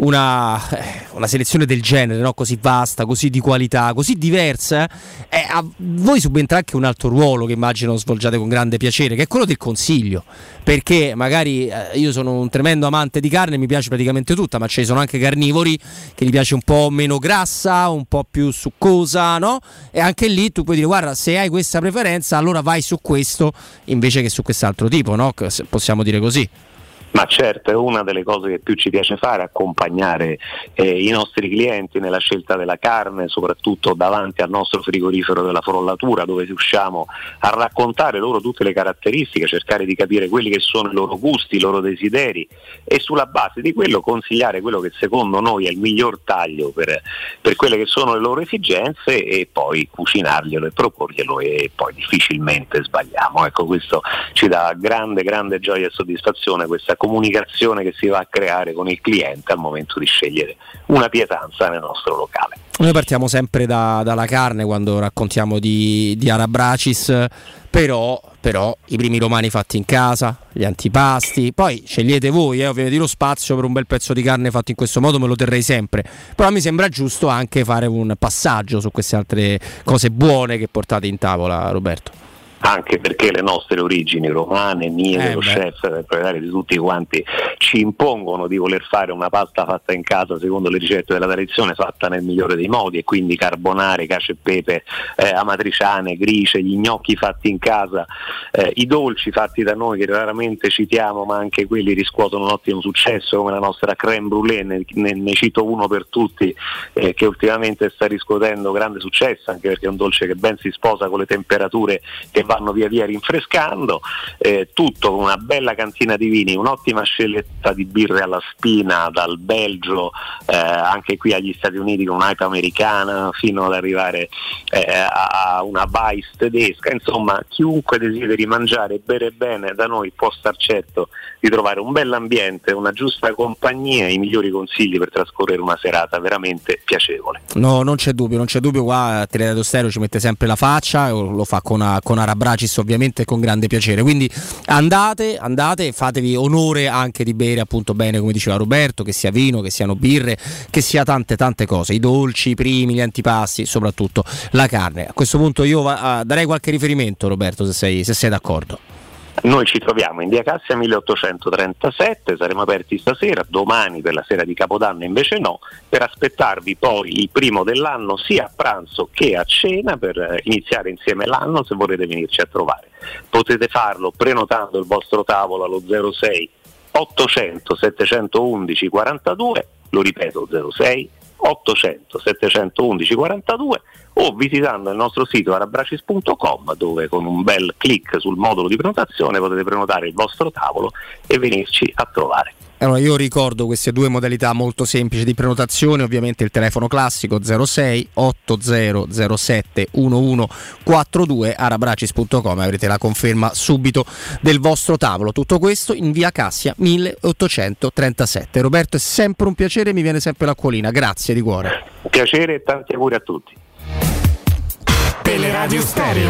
una selezione del genere, no? Così vasta, così di qualità, così diversa, a voi subentra anche un altro ruolo che immagino svolgiate con grande piacere, che è quello del consiglio, perché magari io sono un tremendo amante di carne, mi piace praticamente tutta, ma ci sono anche carnivori che gli piace un po' meno grassa, un po' più succosa, no? E anche lì tu puoi dire guarda, se hai questa preferenza allora vai su questo invece che su quest'altro tipo, no? Possiamo dire così. Ma certo, è una delle cose che più ci piace fare, accompagnare i nostri clienti nella scelta della carne, soprattutto davanti al nostro frigorifero della Frollatura, dove riusciamo a raccontare loro tutte le caratteristiche, cercare di capire quelli che sono i loro gusti, i loro desideri e sulla base di quello consigliare quello che secondo noi è il miglior taglio per quelle che sono le loro esigenze e poi cucinarglielo e proporglielo e poi difficilmente sbagliamo. Ecco, questo ci dà grande gioia e soddisfazione, questa comunicazione che si va a creare con il cliente al momento di scegliere una pietanza nel nostro locale. Noi partiamo sempre dalla carne quando raccontiamo di Arabracis, però i primi romani fatti in casa, gli antipasti, poi scegliete voi, ovviamente lo spazio per un bel pezzo di carne fatto in questo modo me lo terrei sempre, però mi sembra giusto anche fare un passaggio su queste altre cose buone che portate in tavola, Roberto. Anche perché le nostre origini romane, mie, dello chef, del proprietario, di tutti quanti, ci impongono di voler fare una pasta fatta in casa secondo le ricette della tradizione, fatta nel migliore dei modi, e quindi carbonare, cacio e pepe, amatriciane, gricie, gli gnocchi fatti in casa, i dolci fatti da noi che raramente citiamo, ma anche quelli riscuotono un ottimo successo, come la nostra crème brûlée, ne cito uno per tutti, che ultimamente sta riscuotendo grande successo, anche perché è un dolce che ben si sposa con le temperature che vanno via via rinfrescando, tutto con una bella cantina di vini, un'ottima scelta di birre alla spina, dal Belgio anche qui agli Stati Uniti con un'IPA americana fino ad arrivare a una Weiss tedesca. Insomma, chiunque desideri mangiare e bere bene da noi può star certo di trovare un bell'ambiente, una giusta compagnia e i migliori consigli per trascorrere una serata veramente piacevole. No, non c'è dubbio, qua Teleradio Stereo ci mette sempre la faccia, lo fa con Arabracis ovviamente con grande piacere, quindi andate e fatevi onore anche di bere appunto bene, come diceva Roberto, che sia vino, che siano birre, che sia tante cose, i dolci, i primi, gli antipasti, soprattutto la carne. A questo punto io darei qualche riferimento, Roberto, se sei d'accordo. Noi ci troviamo in via Cassia 1837, saremo aperti stasera, domani per la sera di Capodanno invece no, per aspettarvi poi il primo dell'anno sia a pranzo che a cena per iniziare insieme l'anno se volete venirci a trovare. Potete farlo prenotando il vostro tavolo allo 06 800 711 42, lo ripeto 06 800 711 42 o visitando il nostro sito arabracis.com, dove con un bel click sul modulo di prenotazione potete prenotare il vostro tavolo e venirci a trovare. Allora io ricordo queste due modalità molto semplici di prenotazione, ovviamente il telefono classico 06 8007 1142, arabracis.com, avrete la conferma subito del vostro tavolo. Tutto questo in via Cassia 1837. Roberto, è sempre un piacere, mi viene sempre l'acquolina, grazie di cuore. Piacere e tanti auguri a tutti. Teleradio Stereo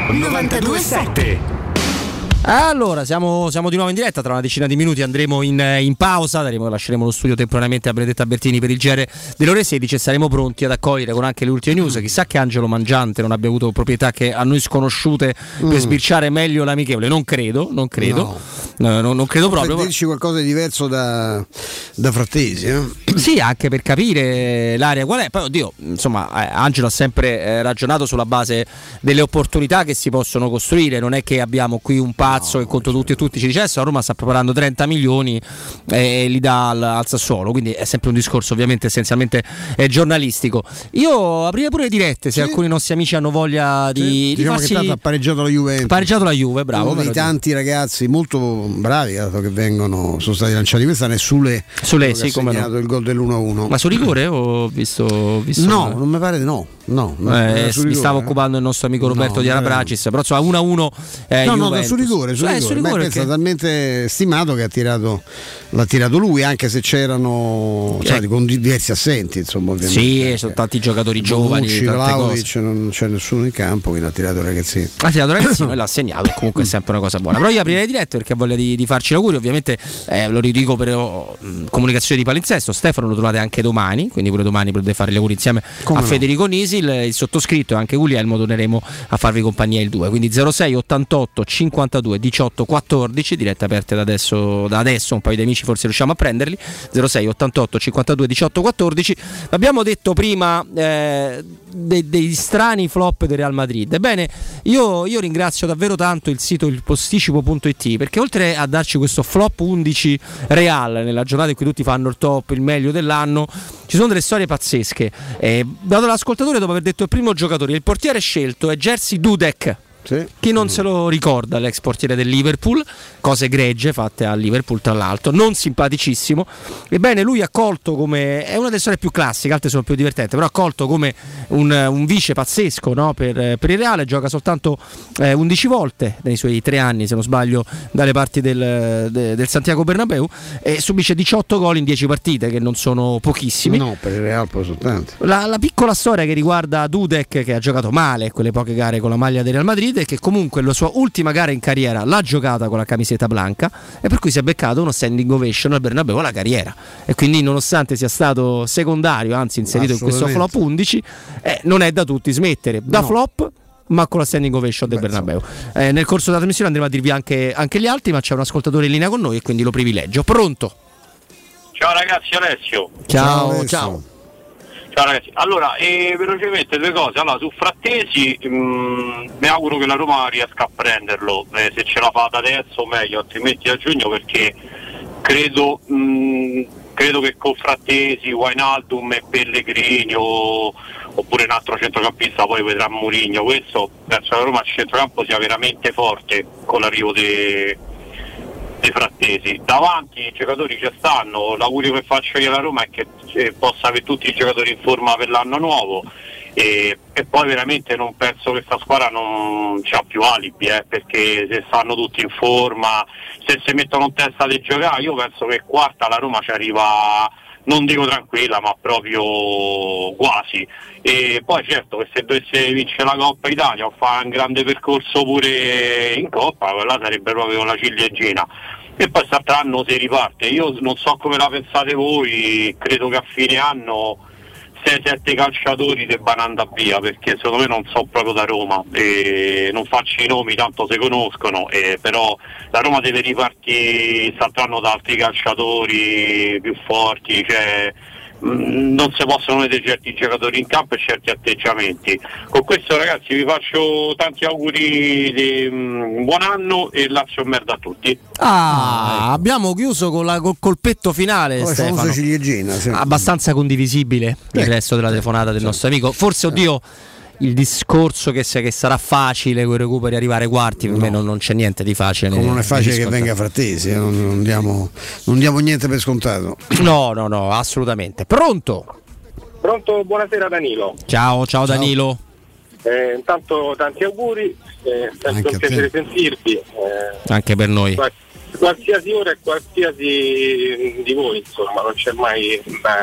92.7. Allora, siamo di nuovo in diretta, tra una decina di minuti andremo in pausa, lasceremo lo studio temporaneamente a Benedetta Bertini per il GR delle ore 16 e saremo pronti ad accogliere con anche le ultime news. Chissà che Angelo Mangiante non abbia avuto proprietà che a noi sconosciute per sbirciare meglio l'amichevole, non credo non credo proprio. Per dirci qualcosa di diverso da Frattesi, Sì, anche per capire l'area qual è. Poi oddio, insomma, Angelo ha sempre ragionato sulla base delle opportunità che si possono costruire, non è che abbiamo qui un pazzo che contro tutti e tutti ci dice adesso Roma sta preparando 30 milioni e li dà al Sassuolo, quindi è sempre un discorso ovviamente essenzialmente giornalistico. Io aprirei pure dirette se alcuni nostri amici hanno voglia di diciamo farsi... che tanto ha pareggiato la Juventus. Pareggiato la Juve, bravo. Uno dei tanti ragazzi molto bravi che sono stati lanciati quest'anno è Sule sì, ha segnato il gol dell'1-1. Ma su rigore ho visto no, non mi pare no, mi stava occupando il nostro amico Roberto di Arabracis, però insomma 1-1 no, su rigore rigore, ma è talmente stimato che l'ha tirato lui, anche se c'erano con diversi assenti, insomma, ovviamente. Sì, sono tanti giocatori giovani, Vlahovic, non c'è nessuno in campo, quindi ha tirato ragazzino. E l'ha segnato, comunque è sempre una cosa buona. Però io aprirei diretta perché ha voglia di farci l'auguri, ovviamente lo ridico per comunicazione di palinsesto. Stefano lo trovate anche domani, quindi pure domani potete fare gli auguri insieme a Federico Nisi, il sottoscritto e anche Guglielmo torneremo a farvi compagnia il 2, quindi 06 88 52 18 14, dirette aperte da adesso un paio di amici forse riusciamo a prenderli, 06 88 52 18 14. Abbiamo detto prima dei strani flop del Real Madrid. Ebbene, io ringrazio davvero tanto il sito ilposticipo.it, perché oltre a darci questo flop 11 Real nella giornata in cui tutti fanno il top, il meglio dell'anno, ci sono delle storie pazzesche. Dato l'ascoltatore, dopo aver detto il primo giocatore, il portiere scelto è Jerzy Dudek. Sì. Chi non se lo ricorda, l'ex portiere del Liverpool, cose egregie fatte al Liverpool tra l'altro, non simpaticissimo. Ebbene, lui ha colto come, è una delle storie più classiche, altre sono più divertenti, però ha colto come un vice pazzesco, no? per il Reale. Gioca soltanto 11 volte nei suoi 3 anni, se non sbaglio, dalle parti del Santiago Bernabéu, e subisce 18 gol in 10 partite, che non sono pochissimi. No, per il Real poi soltanto. La piccola storia che riguarda Dudek, che ha giocato male quelle poche gare con la maglia del Real Madrid, e che comunque la sua ultima gara in carriera l'ha giocata con la camiseta blanca, e per cui si è beccato uno standing ovation al Bernabéu alla carriera, e quindi nonostante sia stato secondario, anzi inserito in questo flop 11, non è da tutti smettere, flop ma con la standing ovation del Bernabéu. Nel corso della trasmissione andremo a dirvi anche gli altri, ma c'è un ascoltatore in linea con noi e quindi lo privilegio. Pronto? Ciao ragazzi, Alessio. Ciao. Ciao ragazzi, allora velocemente due cose. Allora, su Frattesi mi auguro che la Roma riesca a prenderlo, se ce la fa da adesso meglio, altrimenti a giugno, perché credo che con Frattesi, Wijnaldum e Pellegrini oppure un altro centrocampista, poi vedrà Mourinho, questo penso che la Roma al centrocampo sia veramente forte con l'arrivo dei Frattesi. Davanti i giocatori ci stanno, l'augurio che faccio io alla Roma è che possa avere tutti i giocatori in forma per l'anno nuovo, e poi veramente non penso che questa squadra non c'ha più alibi, perché se stanno tutti in forma, se si mettono in testa di giocare, io penso che quarta la Roma ci arriva, non dico tranquilla, ma proprio quasi. E poi certo che se dovesse vincere la Coppa Italia o fare un grande percorso pure in Coppa, quella sarebbe proprio la ciliegina. E poi quest'anno si riparte. Io non so come la pensate voi, credo che a fine anno 6-7 calciatori debbano andare via, perché secondo me non so proprio da Roma, non faccio i nomi, tanto si conoscono, però la Roma deve ripartire quest'anno da altri calciatori più forti, cioè non si possono vedere certi giocatori in campo e certi atteggiamenti. Con questo ragazzi vi faccio tanti auguri di buon anno e Lazio merda a tutti. Abbiamo chiuso con col colpetto finale, Stefano, abbastanza condivisibile il resto della telefonata del nostro amico. Forse il discorso che sarà facile con i recuperi arrivare quarti, per me non c'è niente di facile. Non è facile che venga Frattesi, non diamo niente per scontato. No, assolutamente. Pronto, buonasera Danilo. Ciao Danilo. Intanto tanti auguri, sempre un piacere sentirvi. Anche per noi. Qualsiasi ora e qualsiasi di voi, insomma, non c'è mai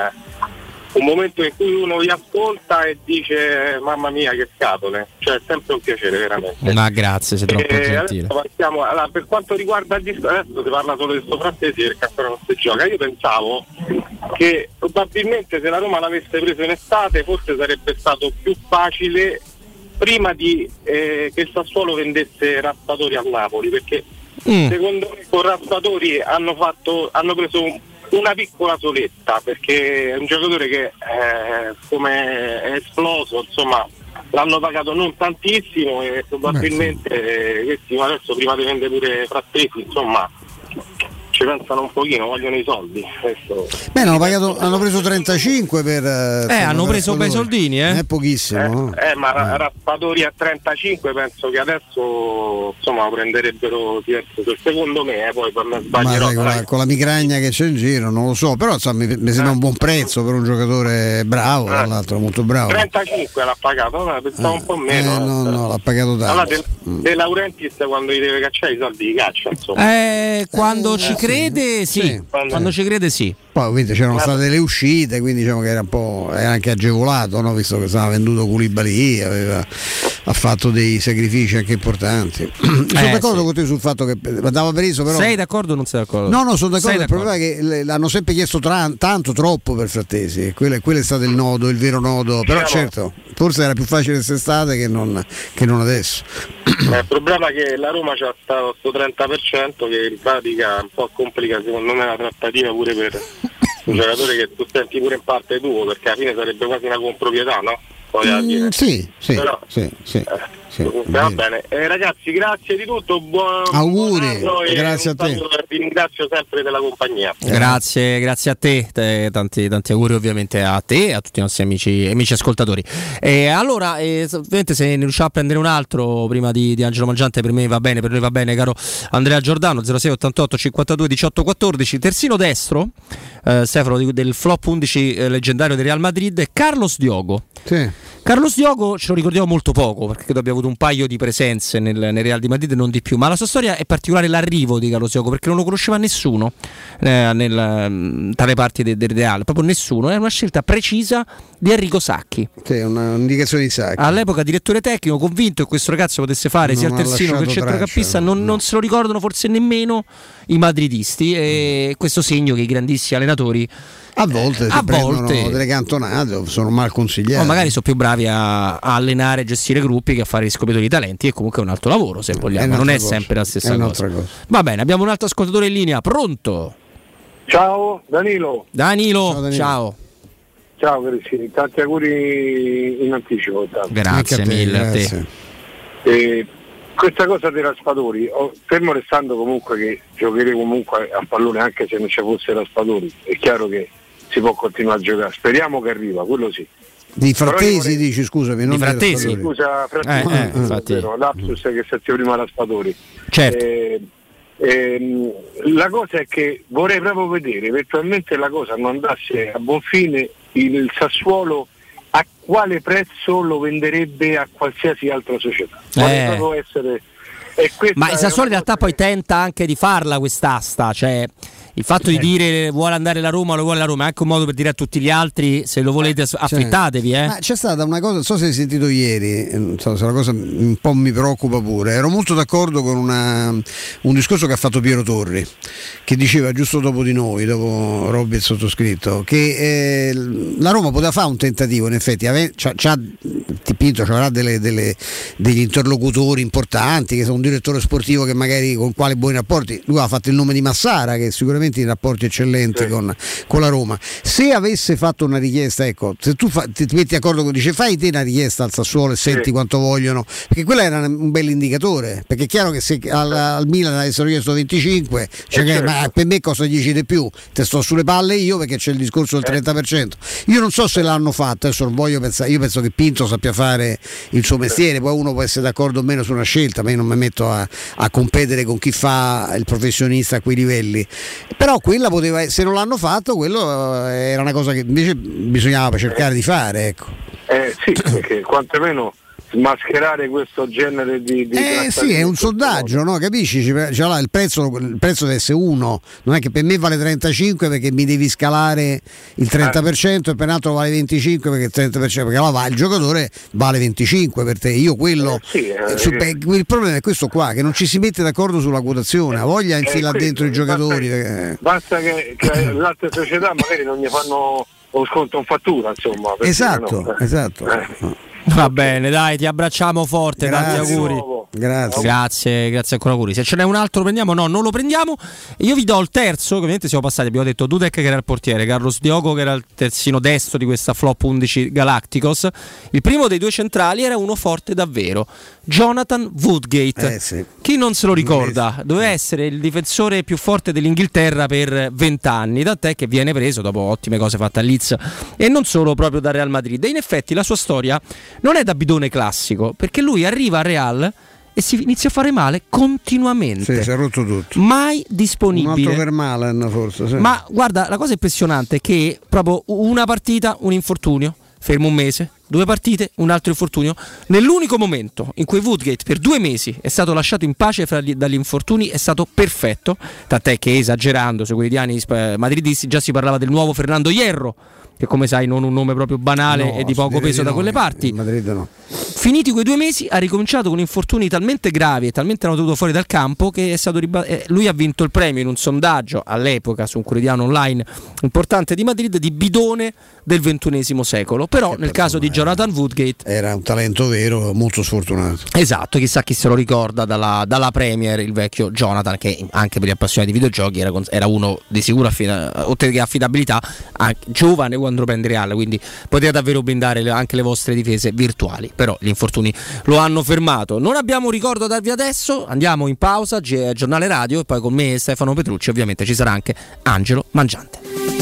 un momento in cui uno vi ascolta e dice mamma mia che scatole, cioè è sempre un piacere veramente. Ma grazie, sei troppo gentile. Allora, per quanto riguarda il disco, adesso si parla solo di sto Frattesi perché ancora non si gioca. Io pensavo che probabilmente se la Roma l'avesse preso in estate forse sarebbe stato più facile prima di che il Sassuolo vendesse Raspadori al Napoli, perché secondo me con Raspadori hanno preso una piccola soletta, perché è un giocatore che come è esploso, insomma l'hanno pagato non tantissimo e probabilmente questi adesso prima di vendere pure Frattesi, insomma ci pensano un pochino, vogliono i soldi. Questo... Beh, hanno preso 35 per hanno preso bei soldini, è pochissimo. Ma Raspadori a 35 penso che adesso insomma prenderebbero diverso, secondo me, poi per me sbaglierò. Con la migragna che c'è in giro, non lo so, però insomma, mi sembra un buon prezzo per un giocatore bravo, tra l'altro molto bravo. 35 l'ha pagato, pensavo un po' meno. No, l'ha pagato tanto. Allora, De Laurentiis quando gli deve cacciare i soldi li caccia, insomma. Quando ci crede, sì. Quando ci crede, sì. Poi ovviamente c'erano state le uscite, quindi diciamo che era anche agevolato, no? Visto che stava venduto Koulibaly, ha fatto dei sacrifici anche importanti. Sono d'accordo con te sul fatto che andava preso, però. Sei d'accordo o non sei d'accordo? No, sono d'accordo. Il problema è che l'hanno sempre chiesto tanto troppo per Frattesi. Quello è stato il nodo, il vero nodo. Però certo, forse era più facile quest'estate che non adesso. Il problema è che la Roma c'ha sto 30% che in pratica un po' complica secondo me la trattativa pure per un giocatore che tu senti pure in parte tuo, perché alla fine sarebbe quasi una comproprietà, no? Poi alla fine. Sì. Va bene, ragazzi, grazie di tutto, buon auguri, grazie a te. Vi ringrazio sempre della compagnia. Grazie a te, tanti auguri ovviamente a te e a tutti i nostri amici ascoltatori. Allora, ovviamente se ne riusciamo a prendere un altro prima di Angelo Mangiante, per me va bene, per noi va bene, caro Andrea Giordano, 06 88 52 18 14, terzino destro, Stefano del flop 11 leggendario del Real Madrid, Carlos Diogo. Sì. Carlos Diogo ce lo ricordiamo molto poco, perché credo abbia avuto un paio di presenze nel Real di Madrid e non di più, ma la sua storia è particolare, l'arrivo di Carlos Diogo, perché non lo conosceva nessuno tra le parti del Real, proprio nessuno, è una scelta precisa di Enrico Sacchi. Sì, un'indicazione di Sacchi. All'epoca direttore tecnico, convinto che questo ragazzo potesse fare sia il terzino che il centrocampista, non se lo ricordano forse nemmeno i madridisti, e questo segno che i grandissimi allenatori a volte prendono delle cantonate, sono mal consigliati. O magari sono più bravi a allenare e gestire gruppi che a fare riscopritori di talenti, e comunque è un altro lavoro, se vogliamo, non è sempre la stessa cosa. Va bene, abbiamo un altro ascoltatore in linea, pronto? Ciao, Danilo. Ciao. Ciao carissimi, tanti auguri in anticipo. Grazie mille a te. Questa cosa dei Raspadori, fermo restando comunque che giocheremo comunque a pallone anche se non ci fosse Raspadori, è chiaro che si può continuare a giocare, speriamo che arriva, quello sì. Di Frattesi dici, scusami, non di Frattesi. Scusa, Frattesi, infatti. lapsus che sentivo prima Raspadori. Certo. La cosa è che vorrei proprio vedere eventualmente la cosa non andasse a buon fine, il Sassuolo a quale prezzo lo venderebbe a qualsiasi altra società. Vorrei proprio essere... Ma il Sassuolo in realtà poi tenta anche di farla quest'asta, cioè il fatto di dire vuole andare la Roma, lo vuole la Roma, è anche un modo per dire a tutti gli altri se lo volete affittatevi. Ma c'è stata una cosa, non so se hai sentito ieri, non so se la cosa un po' mi preoccupa pure, ero molto d'accordo con un discorso che ha fatto Piero Torri, che diceva giusto dopo di noi, dopo Robby e il sottoscritto, che la Roma poteva fare un tentativo, in effetti Pinto avrà degli interlocutori importanti, che sono un direttore sportivo che magari con quali buoni rapporti, lui ha fatto il nome di Massara, che sicuramente in rapporti eccellenti con la Roma. Se avesse fatto una richiesta, ecco, se tu ti metti d'accordo, dice fai te una richiesta al Sassuolo e senti quanto vogliono, perché quello era un bel indicatore, perché è chiaro che se al Milan avessero chiesto 25, ma per me cosa gli dici di più? Te sto sulle palle io, perché c'è il discorso del 30%. Io non so se l'hanno fatto, adesso non voglio pensare, io penso che Pinto sappia fare il suo mestiere, poi uno può essere d'accordo o meno su una scelta, ma io non mi metto a competere con chi fa il professionista a quei livelli. Però quella poteva, se non l'hanno fatto, quello era una cosa che invece bisognava cercare di fare, ecco. Sì, perché quantomeno smascherare questo genere di sì, è un sondaggio, no? Capisci? Cioè, il prezzo deve essere uno, non è che per me vale 35 perché mi devi scalare il 30% e per un altro vale 25 perché il 30%, perché allora il giocatore vale 25 per te, io quello il problema è questo qua, che non ci si mette d'accordo sulla quotazione, ha voglia infilare dentro i giocatori, basta che le altre società magari non gli fanno lo sconto in fattura, insomma. Esatto. Va bene, dai, ti abbracciamo forte, tanti auguri. Grazie ancora Curi. Se ce n'è un altro lo prendiamo? No, non lo prendiamo. Io vi do il terzo, che ovviamente siamo passati, abbiamo detto Dudek che era il portiere, Carlos Diogo che era il terzino destro di questa flop 11 Galacticos. Il primo dei due centrali era uno forte davvero, Jonathan Woodgate. Sì. Chi non se lo ricorda? Doveva essere il difensore più forte dell'Inghilterra per 20 anni, tant'è che viene preso dopo ottime cose fatte a Leeds e non solo proprio dal Real Madrid. E in effetti la sua storia non è da bidone classico, perché lui arriva al Real e si inizia a fare male continuamente. Sì, si è rotto tutto. Mai disponibile. Un altro per Malen forse. Sì. Ma guarda, la cosa impressionante è che proprio una partita, un infortunio, fermo un mese, 2 partite, un altro infortunio. Nell'unico momento in cui Woodgate per 2 mesi è stato lasciato in pace dagli infortuni è stato perfetto, tant'è che esagerando sui quotidiani madridisti già si parlava del nuovo Fernando Hierro, che come sai non un nome proprio banale e di poco peso da quelle parti. Madrid no. Finiti quei 2 mesi ha ricominciato con infortuni talmente gravi e talmente hanno dovuto fuori dal campo che è stato lui ha vinto il premio in un sondaggio all'epoca su un quotidiano online importante di Madrid di bidone del XXI secolo. Però nel caso di Jonathan Woodgate era un talento vero, molto sfortunato. Esatto, chissà chi se lo ricorda dalla Premier, il vecchio Jonathan, che anche per gli appassionati di videogiochi era uno di sicura oltre che affidabilità, giovane quando prende Real, quindi poteva davvero blindare anche le vostre difese virtuali. Però gli infortuni lo hanno fermato. Non abbiamo un ricordo da darvi adesso, andiamo in pausa, giornale radio, e poi con me e Stefano Petrucci ovviamente ci sarà anche Angelo Mangiante.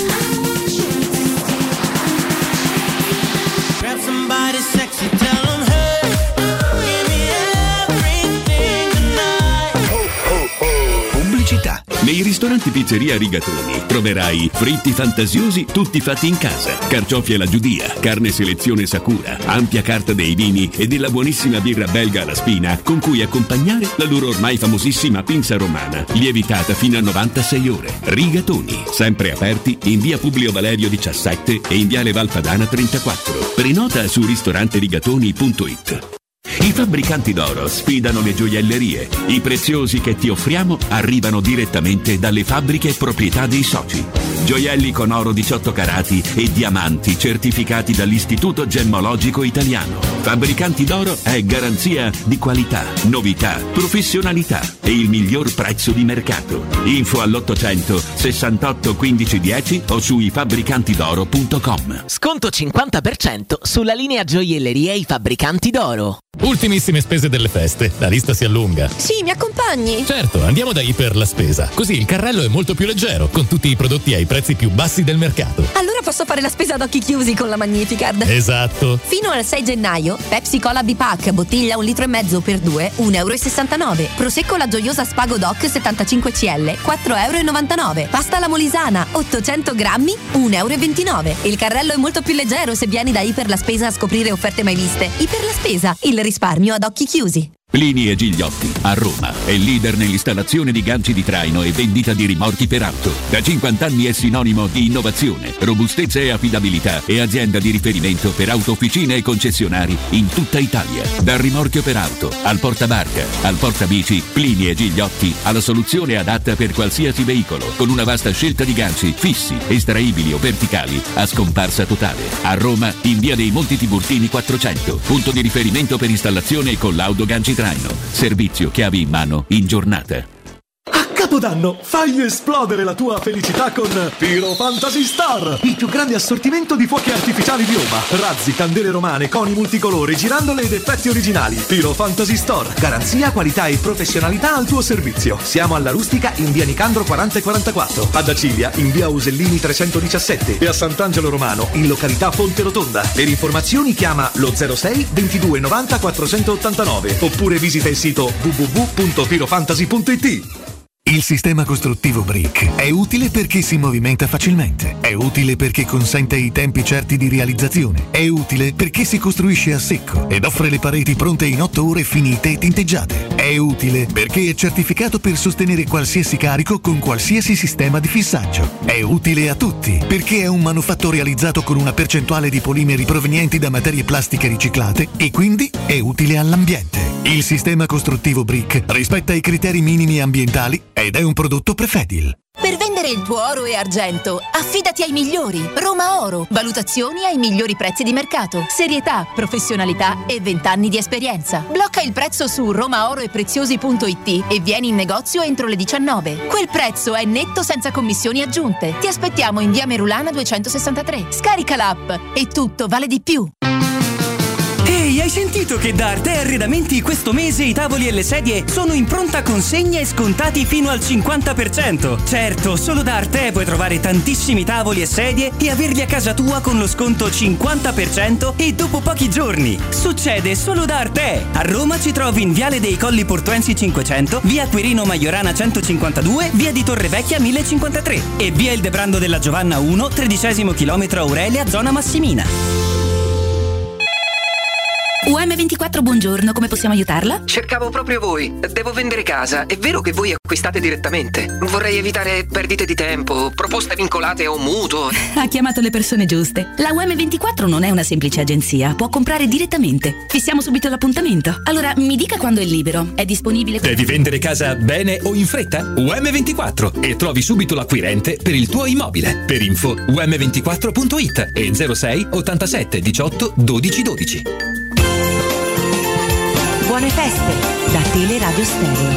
Pubblicità. Nei ristoranti Pizzeria Rigatoni troverai fritti fantasiosi tutti fatti in casa, carciofi alla giudia, carne selezione Sakura, ampia carta dei vini e della buonissima birra belga alla spina con cui accompagnare la loro ormai famosissima pinza romana, lievitata fino a 96 ore. Rigatoni, sempre aperti in via Publio Valerio 17 e in viale Valpadana 34. Prenota su ristoranterigatoni.it. I fabbricanti d'oro sfidano le gioiellerie. I preziosi che ti offriamo arrivano direttamente dalle fabbriche e proprietà dei soci. Gioielli con oro 18 carati e diamanti certificati dall'Istituto Gemmologico Italiano. Fabbricanti d'oro è garanzia di qualità, novità, professionalità e il miglior prezzo di mercato. Info all'800 68 15 10 o su ifabbricantidoro.com. Sconto 50% sulla linea gioielleria I Fabbricanti d'Oro. Ultimissime spese delle feste, la lista si allunga. Sì, mi accompagni? Certo, andiamo da Iper la Spesa, così il carrello è molto più leggero, con tutti i prodotti ai prezzi più bassi del mercato. Allora posso fare la spesa ad occhi chiusi con la Magnificard. Esatto. Fino al 6 gennaio, Pepsi Cola Bipac, bottiglia 1,5 litri per 2, €1,69. Prosecco La Gioiosa Spago Doc 75 CL, €4,99. Pasta alla Molisana, 800 grammi, €1,29. Il carrello è molto più leggero se vieni da Iper la Spesa a scoprire offerte mai viste. Iper la Spesa, il risparmio ad occhi chiusi. Plini e Gigliotti, a Roma, è leader nell'installazione di ganci di traino e vendita di rimorchi per auto. Da 50 anni è sinonimo di innovazione, robustezza e affidabilità e azienda di riferimento per autofficine e concessionari in tutta Italia. Dal rimorchio per auto, al portabarca, al portabici, Plini e Gigliotti ha la soluzione adatta per qualsiasi veicolo, con una vasta scelta di ganci fissi, estraibili o verticali, a scomparsa totale. A Roma, in via dei Monti Tiburtini 400, punto di riferimento per installazione e collaudo ganci traino. Servizio chiavi in mano in giornata. Capodanno, fai esplodere la tua felicità con Piro Fantasy Star, il più grande assortimento di fuochi artificiali di Roma. Razzi, candele romane, coni multicolori, girandole ed effetti originali. Piro Fantasy Store, garanzia, qualità e professionalità al tuo servizio. Siamo alla Rustica in via Nicandro 40 e 44, ad Acilia in via Usellini 317 e a Sant'Angelo Romano in località Fonte Rotonda. Per informazioni chiama lo 06 22 90 489 oppure visita il sito www.pirofantasy.it. Il sistema costruttivo Brick è utile perché si movimenta facilmente, è utile perché consente i tempi certi di realizzazione, è utile perché si costruisce a secco ed offre le pareti pronte in 8 ore finite e tinteggiate, è utile perché è certificato per sostenere qualsiasi carico con qualsiasi sistema di fissaggio, è utile a tutti perché è un manufatto realizzato con una percentuale di polimeri provenienti da materie plastiche riciclate e quindi è utile all'ambiente. Il sistema costruttivo Brick rispetta i criteri minimi ambientali ed è un prodotto Prefedil. Per Per vendere il tuo oro e argento, affidati ai migliori. Roma Oro. Valutazioni ai migliori prezzi di mercato. Serietà, professionalità e 20 anni di esperienza. Blocca il prezzo su romaoroepreziosi.it e vieni in negozio entro le 19. Quel prezzo è netto senza commissioni aggiunte. Ti aspettiamo in via Merulana 263. Scarica l'app e tutto vale di più. Ehi, hai sentito che da Arte Arredamenti questo mese i tavoli e le sedie sono in pronta consegna e scontati fino al 50%? Certo, solo da Arte puoi trovare tantissimi tavoli e sedie e averli a casa tua con lo sconto 50% e dopo pochi giorni. Succede solo da Arte. A Roma ci trovi in Viale dei Colli Portuensi 500, via Quirino Maiorana 152, via di Torrevecchia 1053 e via Il Debrando della Giovanna 1, 13° chilometro Aurelia, zona Massimina. UM24, buongiorno, come possiamo aiutarla? Cercavo proprio voi. Devo vendere casa. È vero che voi acquistate direttamente? Vorrei evitare perdite di tempo, proposte vincolate a un mutuo. Ha chiamato le persone giuste. La UM24 non è una semplice agenzia, può comprare direttamente. Fissiamo subito l'appuntamento. Allora, mi dica quando è libero. È disponibile? Devi vendere casa bene o in fretta? UM24 e trovi subito l'acquirente per il tuo immobile. Per info um24.it e 06 87 18 12 12. Buone feste da Teleradio Stereo.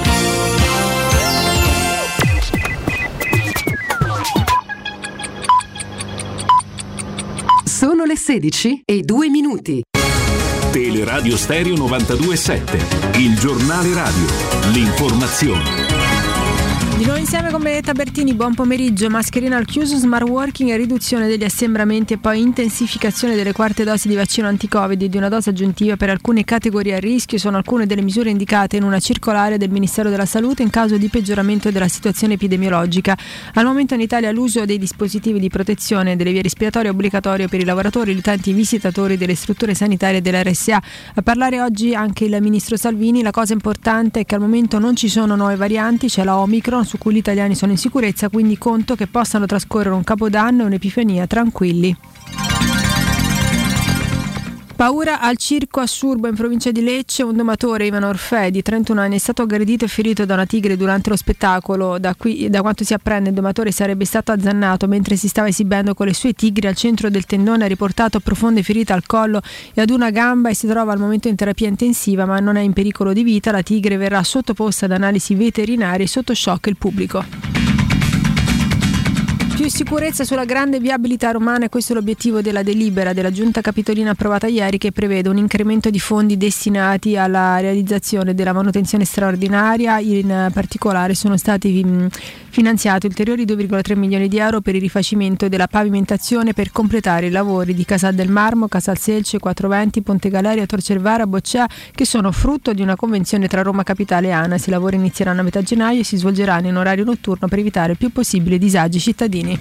Sono le 16:02. Teleradio Stereo 92.7, il giornale radio, l'informazione. Di nuovo insieme con Benedetta Bertini, buon pomeriggio. Mascherina al chiuso, smart working e riduzione degli assembramenti e poi intensificazione delle quarte dosi di vaccino anti-Covid e di una dose aggiuntiva per alcune categorie a rischio sono alcune delle misure indicate in una circolare del Ministero della Salute in caso di peggioramento della situazione epidemiologica. Al momento in Italia l'uso dei dispositivi di protezione delle vie respiratorie è obbligatorio per i lavoratori, gli utenti visitatori delle strutture sanitarie dell'RSA. A parlare oggi anche il ministro Salvini. La cosa importante è che al momento non ci sono nuove varianti, c'è la Omicron su cui gli italiani sono in sicurezza, quindi conto che possano trascorrere un capodanno e un'epifania tranquilli. Paura al circo a Surbo in provincia di Lecce. Un domatore, Ivano Orfei, di 31 anni, è stato aggredito e ferito da una tigre durante lo spettacolo. Da quanto si apprende, il domatore sarebbe stato azzannato mentre si stava esibendo con le sue tigri al centro del tendone, ha riportato profonde ferite al collo e ad una gamba e si trova al momento in terapia intensiva, ma non è in pericolo di vita. La tigre verrà sottoposta ad analisi veterinarie, sotto shock il pubblico. Più sicurezza sulla grande viabilità romana, e questo è l'obiettivo della delibera della Giunta Capitolina approvata ieri, che prevede un incremento di fondi destinati alla realizzazione della manutenzione straordinaria. In particolare sono stati finanziati ulteriori 2,3 milioni di euro per il rifacimento della pavimentazione per completare i lavori di Casal del Marmo, Casal Selce, Quattroventi, Ponte Galeria, Tor Cervara, Boccea, che sono frutto di una convenzione tra Roma Capitale e ANAS. I lavori inizieranno a metà gennaio e si svolgeranno in orario notturno per evitare il più possibile disagi cittadini. È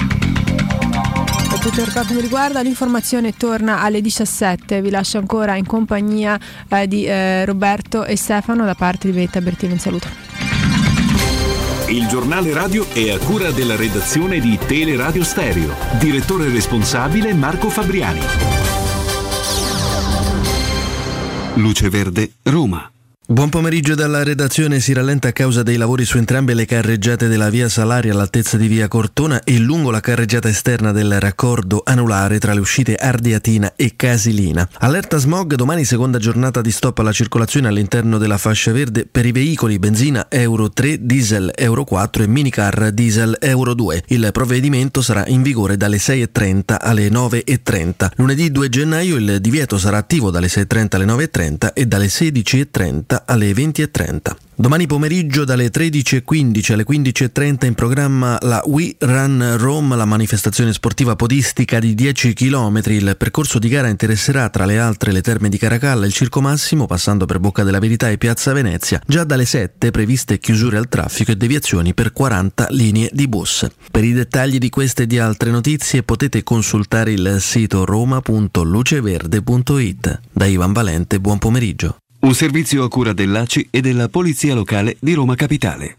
tutto per quanto mi riguarda, l'informazione torna alle 17. Vi lascio ancora in compagnia di Roberto e Stefano da parte di Benedetta Bertini. Un saluto. Il giornale radio è a cura della redazione di Teleradio Stereo. Direttore responsabile Marco Fabriani. Luce Verde, Roma. Buon pomeriggio dalla redazione. Si rallenta a causa dei lavori su entrambe le carreggiate della via Salaria all'altezza di via Cortona e lungo la carreggiata esterna del raccordo anulare tra le uscite Ardeatina e Casilina. Allerta smog, domani seconda giornata di stop alla circolazione all'interno della fascia verde per i veicoli benzina Euro 3, diesel Euro 4 e minicar diesel Euro 2. Il provvedimento sarà in vigore dalle 6.30 alle 9.30. Lunedì 2 gennaio il divieto sarà attivo dalle 6.30 alle 9.30 e dalle 16.30 alle 20.30. Domani pomeriggio dalle 13.15 alle 15.30 in programma la We Run Rome, la manifestazione sportiva podistica di 10 km. Il percorso di gara interesserà tra le altre le Terme di Caracalla, il Circo Massimo, passando per Bocca della Verità e Piazza Venezia. Già dalle 7 previste chiusure al traffico e deviazioni per 40 linee di bus. Per i dettagli di queste e di altre notizie potete consultare il sito roma.luceverde.it. Da Ivan Valente, buon pomeriggio. Un servizio a cura dell'ACI e della Polizia Locale di Roma Capitale.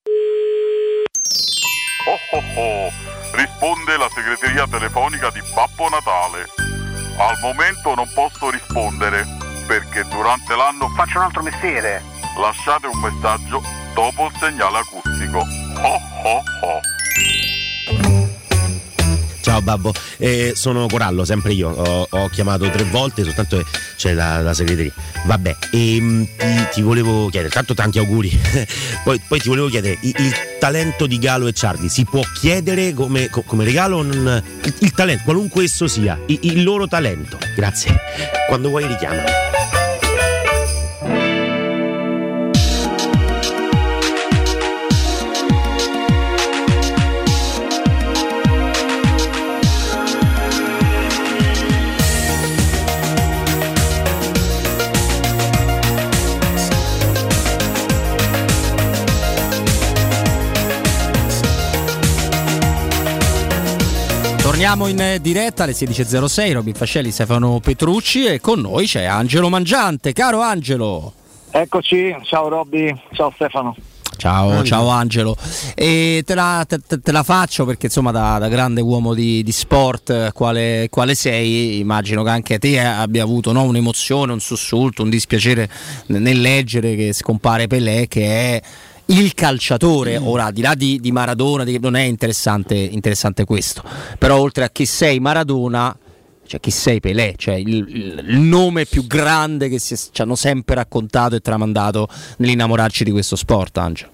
Risponde la segreteria telefonica di Babbo Natale. Al momento non posso rispondere perché durante l'anno faccio un altro mestiere. Lasciate un messaggio dopo il segnale acustico. Ciao Babbo, sono Corallo, sempre io, ho chiamato 3 volte, soltanto che c'è la segreteria. Vabbè, ti volevo chiedere, tanto tanti auguri, poi ti volevo chiedere, il talento di Galo e Ciardi si può chiedere come regalo? Il talento, qualunque esso sia, il loro talento, grazie, quando vuoi richiamami. Torniamo in diretta alle 16.06, Robin Fascelli, Stefano Petrucci e con noi c'è Angelo Mangiante. Caro Angelo. Eccoci, ciao Robby, ciao Stefano. Ciao Angelo. E te la faccio perché insomma da grande uomo di sport quale sei, immagino che anche te abbia avuto, no, un'emozione, un sussulto, un dispiacere nel leggere che scompare Pelé, che è il calciatore. Ora, al di là di Maradona, non è interessante questo, però oltre a chi sei Maradona, cioè chi sei Pelé, cioè il nome più grande che ci hanno sempre raccontato e tramandato nell'innamorarci di questo sport, Angelo.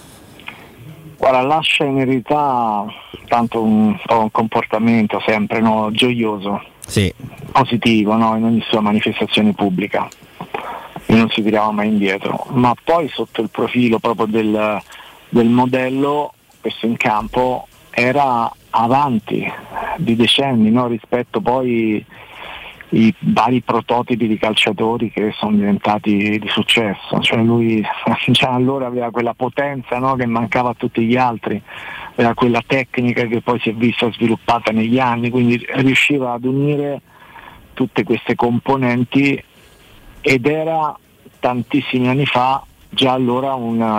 Guarda, lascia in eredità tanto un comportamento sempre, no, gioioso, sì, positivo, no, in ogni sua manifestazione pubblica. Non si tirava mai indietro, ma poi sotto il profilo proprio del modello messo in campo era avanti di decenni, no? Rispetto poi i vari prototipi di calciatori che sono diventati di successo. Cioè lui già allora aveva quella potenza, no, che mancava a tutti gli altri, aveva quella tecnica che poi si è vista sviluppata negli anni, quindi riusciva ad unire tutte queste componenti ed era tantissimi anni fa già allora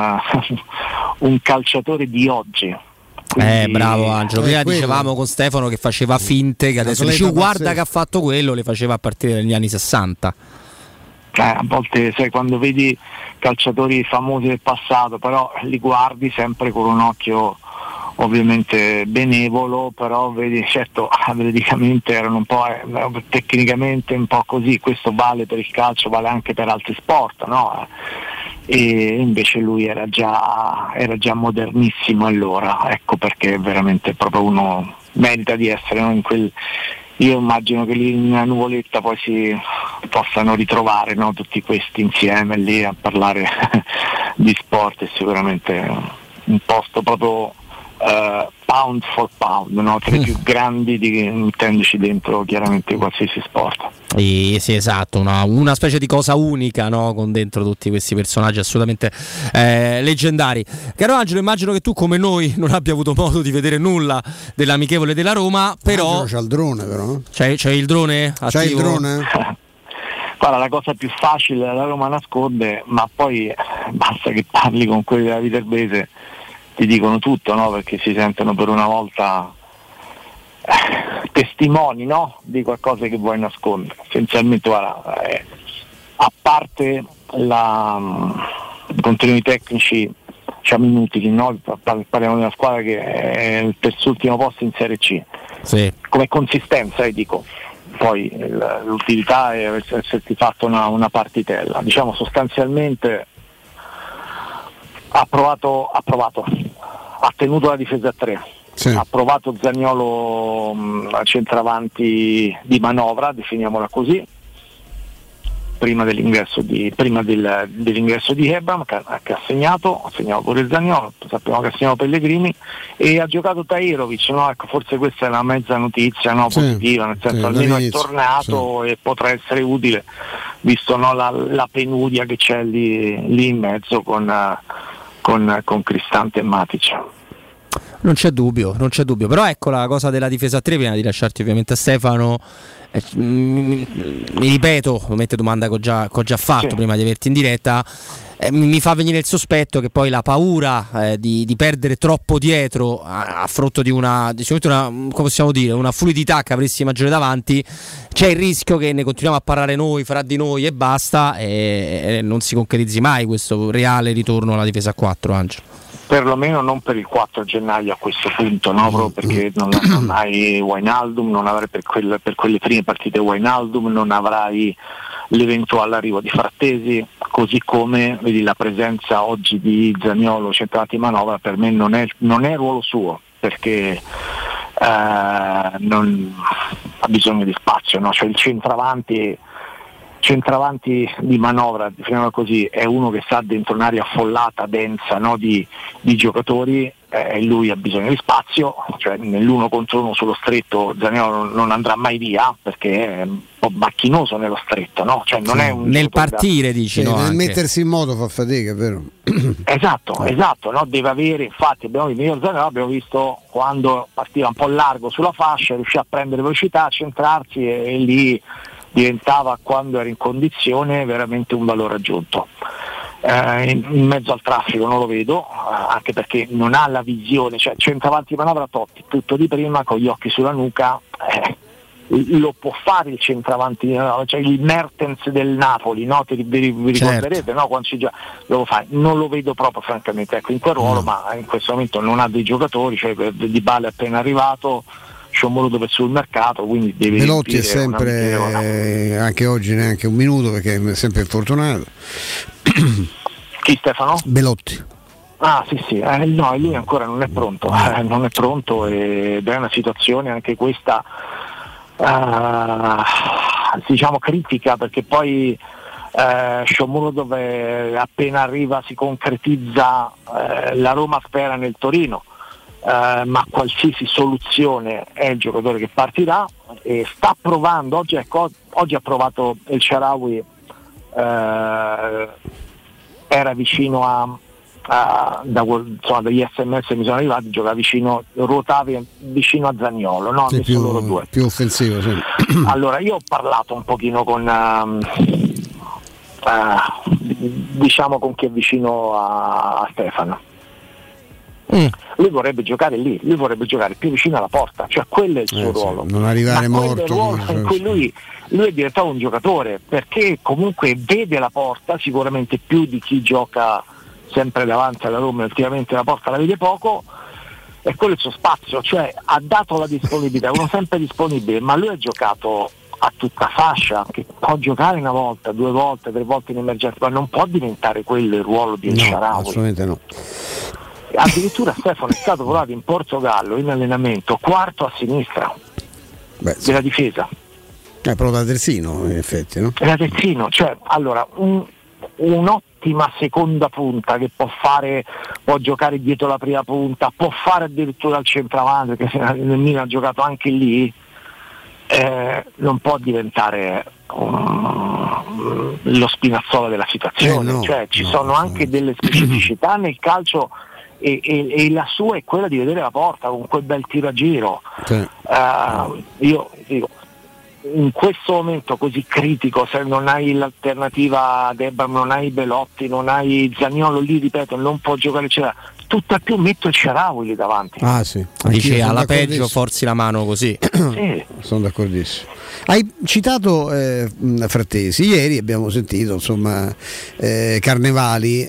un calciatore di oggi. Quindi, bravo Angelo, prima dicevamo con Stefano che faceva finte, che adesso dici guarda che ha fatto quello, le faceva a partire dagli anni 60. A volte sai, quando vedi calciatori famosi del passato, però li guardi sempre con un occhio ovviamente benevolo, però vedi, certo, atleticamente erano un po', tecnicamente un po' così. Questo vale per il calcio, vale anche per altri sport, no? E invece lui era già modernissimo allora, ecco perché veramente proprio uno merita di essere, no? Io immagino che lì in una nuvoletta poi si possano ritrovare, no? Tutti questi insieme lì a parlare di sport. È sicuramente un posto proprio pound for pound, no? Tra i più grandi intendici dentro chiaramente qualsiasi sport. Sì, esatto, una specie di cosa unica, no? Con dentro tutti questi personaggi assolutamente leggendari. Caro Angelo, immagino che tu come noi non abbia avuto modo di vedere nulla dell'amichevole della Roma, però c'è il drone, però c'è il drone attivo? C'è il drone? Guarda, la cosa più facile la Roma nasconde, ma poi basta che parli con quelli della Viterbese, ti dicono tutto, no? Perché si sentono per una volta testimoni, no? Di qualcosa che vuoi nascondere. Essenzialmente, guarda, a parte i contenuti tecnici, diciamo inutili, no? Parliamo di una squadra che è il terzultimo posto in Serie C. Sì. Come consistenza, dico. Poi l'utilità è esserti fatto una partitella. Diciamo sostanzialmente ha tenuto la difesa a 3, sì. Ha provato Zaniolo a centravanti di manovra, definiamola così, prima dell'ingresso di Hebram che ha segnato pure Zaniolo, sappiamo che ha segnato Pellegrini e ha giocato Tahirovic, no? Ecco, forse questa è una mezza notizia, no? Positiva, nel senso almeno è tornato, sì. E potrà essere utile visto, no, la penuria che c'è lì in mezzo con Cristante e Matic. Non c'è dubbio, però ecco la cosa della difesa a 3, prima di lasciarti ovviamente a Stefano, mi ripeto, ovviamente domanda che ho già fatto, sì, prima di averti in diretta, mi fa venire il sospetto che poi la paura di perdere troppo dietro a frutto di una come possiamo dire, una fluidità che avresti maggiore davanti, c'è il rischio che ne continuiamo a parlare noi fra di noi e basta e non si concretizzi mai questo reale ritorno alla difesa a 4, Angelo. perlomeno non per il 4 gennaio a questo punto, no? Proprio perché non hai Wijnaldum, non avrai per quelle prime partite Wijnaldum, non avrai l'eventuale arrivo di Frattesi, così come vedi la presenza oggi di Zaniolo centrato in manovra, per me non è il ruolo suo, perché non ha bisogno di spazio, no? Cioè il centravanti di manovra, definiamola così, è uno che sta dentro un'area affollata, densa, no? di giocatori, e lui ha bisogno di spazio, cioè nell'1 contro 1 sullo stretto Zaniolo non andrà mai via, perché è un po' macchinoso nello stretto, no? Cioè non è un nel partire dici, no, nel mettersi in moto fa fatica, vero? Esatto, no? Deve avere, infatti abbiamo visto quando partiva un po' largo sulla fascia, riusciva a prendere velocità, a centrarsi e lì diventava, quando era in condizione, veramente un valore aggiunto. In mezzo al traffico non lo vedo, anche perché non ha la visione, cioè centravanti manovra Totti, tutto di prima, con gli occhi sulla nuca, lo può fare il centravanti, cioè il Mertens del Napoli, no? Vi ricorderete, no? Quando lo fai, non lo vedo proprio francamente, ecco, in quel ruolo, ma in questo momento non ha dei giocatori, cioè Dybala è appena arrivato, Sciomolo dove è sul mercato, quindi deve Belotti è sempre, anche oggi neanche un minuto perché è sempre infortunato. Chi, Stefano? Belotti. Ah sì, no, lui ancora non è pronto, ed è una situazione anche questa diciamo critica, perché poi Sciomuro dove appena arriva si concretizza, la Roma spera nel Torino. Ma qualsiasi soluzione è il giocatore che partirà, e sta provando oggi ha provato El Shaarawy, era vicino dagli SMS mi sono arrivati, giocava ruotava vicino a Zaniolo, no? Sì, loro due più offensivo, sì. Allora io ho parlato un pochino con diciamo con chi è vicino a Stefano. Lui vorrebbe giocare lì, lui vorrebbe giocare più vicino alla porta, cioè quello è il suo ruolo. Non arrivare morto. È il ruolo in cui lui è diventato un giocatore, perché comunque vede la porta sicuramente più di chi gioca sempre davanti alla Roma, ultimamente la porta la vede poco, e quello è il suo spazio, cioè ha dato la disponibilità, uno sempre disponibile, ma lui ha giocato a tutta fascia, che può giocare una volta, 2 volte, 3 volte in emergenza, ma non può diventare quello il ruolo di El Shaarawy. Assolutamente no. Addirittura Stefano è stato provato in Portogallo in allenamento quarto a sinistra della difesa. Però da terzino in effetti, no? Da terzino, cioè allora un'ottima seconda punta che può giocare dietro la prima punta, può fare addirittura il centravanti, che nel Milan ha giocato anche lì, non può diventare lo Spinazzola della situazione, cioè ci sono anche delle specificità nel calcio. E la sua è quella di vedere la porta con quel bel tiro a giro. Io dico, in questo momento così critico, se non hai l'alternativa Debra, non hai Belotti, non hai Zaniolo lì, ripeto, non può giocare, tutt'al più metto il Shaarawy lì davanti. Sì. Dice alla peggio forzi la mano così. Sì. Sono d'accordissimo. Hai citato Frattesi, ieri abbiamo sentito insomma Carnevali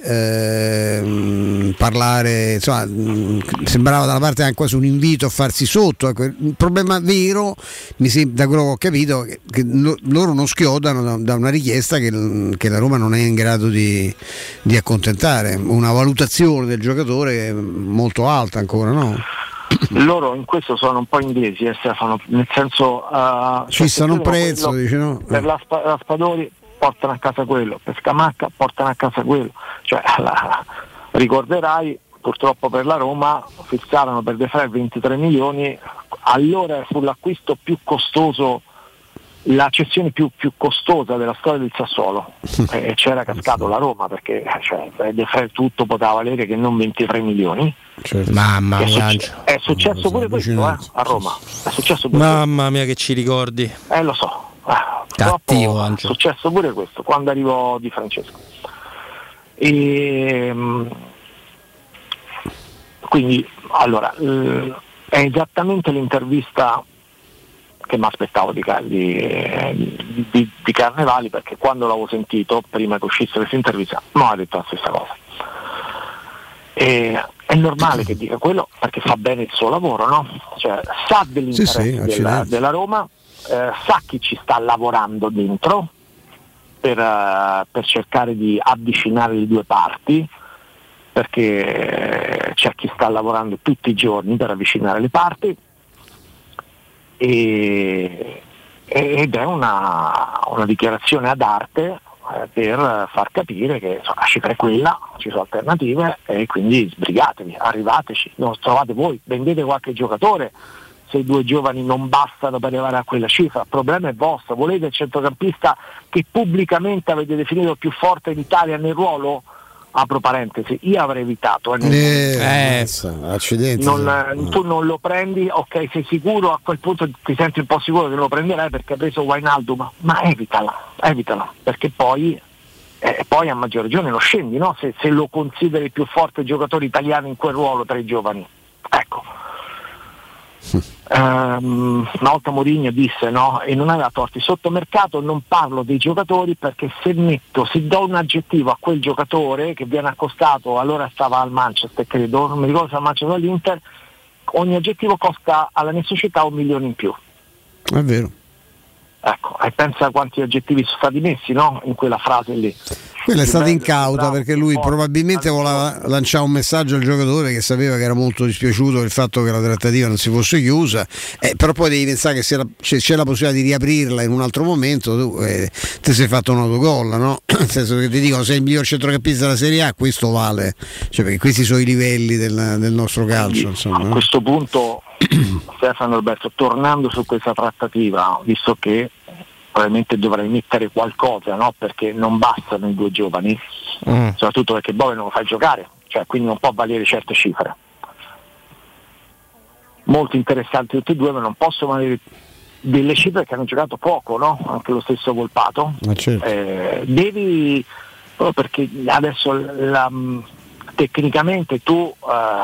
parlare, insomma, sembrava da una parte anche quasi un invito a farsi sotto. Il problema vero, mi sembra, da quello che ho capito, che loro non schiodano da una richiesta che la Roma non è in grado di accontentare, una valutazione del giocatore molto alta ancora, no? Loro in questo sono un po' inglesi, Stefano, nel senso fissano un prezzo, dice, no? Per la Spadori portano a casa quello, per Scamacca portano a casa quello, cioè ricorderai, purtroppo per la Roma fissarono per De Vrij 23 milioni, allora fu l'acquisto più costoso, la cessione più costosa della storia del Sassuolo, e c'era cascato la Roma, perché De Vrij tutto poteva valere che non 23 milioni. Mamma mia, è successo pure questo a Roma, è successo pure mamma mia che ci ricordi, lo so, cattivo, è successo pure questo quando arrivò Di Francesco, e quindi allora è esattamente l'intervista che mi aspettavo di Carnevali, perché quando l'avevo sentito prima che uscisse questa intervista mi ha detto la stessa cosa, e è normale che dica quello perché fa bene il suo lavoro, no? Cioè, sa dell'interesse della Roma, sa chi ci sta lavorando dentro per cercare di avvicinare le due parti, perché c'è chi sta lavorando tutti i giorni per avvicinare le parti ed è una dichiarazione ad arte per far capire che la cifra è quella, ci sono alternative e quindi sbrigatevi, arrivateci, non trovate voi, vendete qualche giocatore se i 2 giovani non bastano per arrivare a quella cifra, il problema è vostro, volete il centrocampista che pubblicamente avete definito il più forte d'Italia nel ruolo? Apro parentesi, io avrei evitato accidenti, tu non lo prendi, ok, sei sicuro, a quel punto ti senti un po' sicuro che lo prenderai perché hai preso Wijnaldum, ma evitala perché poi a maggior ragione lo scendi, no? Se lo consideri il più forte giocatore italiano in quel ruolo tra i giovani, ecco. Una volta Mourinho disse, no, e non aveva torti, sotto mercato non parlo dei giocatori perché se do un aggettivo a quel giocatore che viene accostato, allora stava al Manchester, credo, non mi ricordo se al Manchester o all'Inter, ogni aggettivo costa alla mia società 1 milione in più. È vero. Ecco, e pensa quanti aggettivi sono stati messi, no, in quella frase lì. Quella è stata incauta perché lui probabilmente voleva lanciare un messaggio al giocatore che sapeva che era molto dispiaciuto del fatto che la trattativa non si fosse chiusa, però poi devi pensare che se c'è la possibilità di riaprirla in un altro momento tu ti sei fatto un autogol, no? Nel senso che ti dicono sei il miglior centrocampista della Serie A, questo vale, cioè, perché questi sono i livelli del nostro calcio, insomma, a questo punto Stefano Alberto, tornando su questa trattativa, visto che probabilmente dovrei mettere qualcosa, no? Perché non bastano i 2 giovani, soprattutto perché Bove non lo fai giocare, cioè quindi non può valere certe cifre. Molto interessanti tutti e 2, ma non possono valere delle cifre che hanno giocato poco, no? Anche lo stesso Volpato. Certo. Devi, proprio perché adesso tecnicamente tu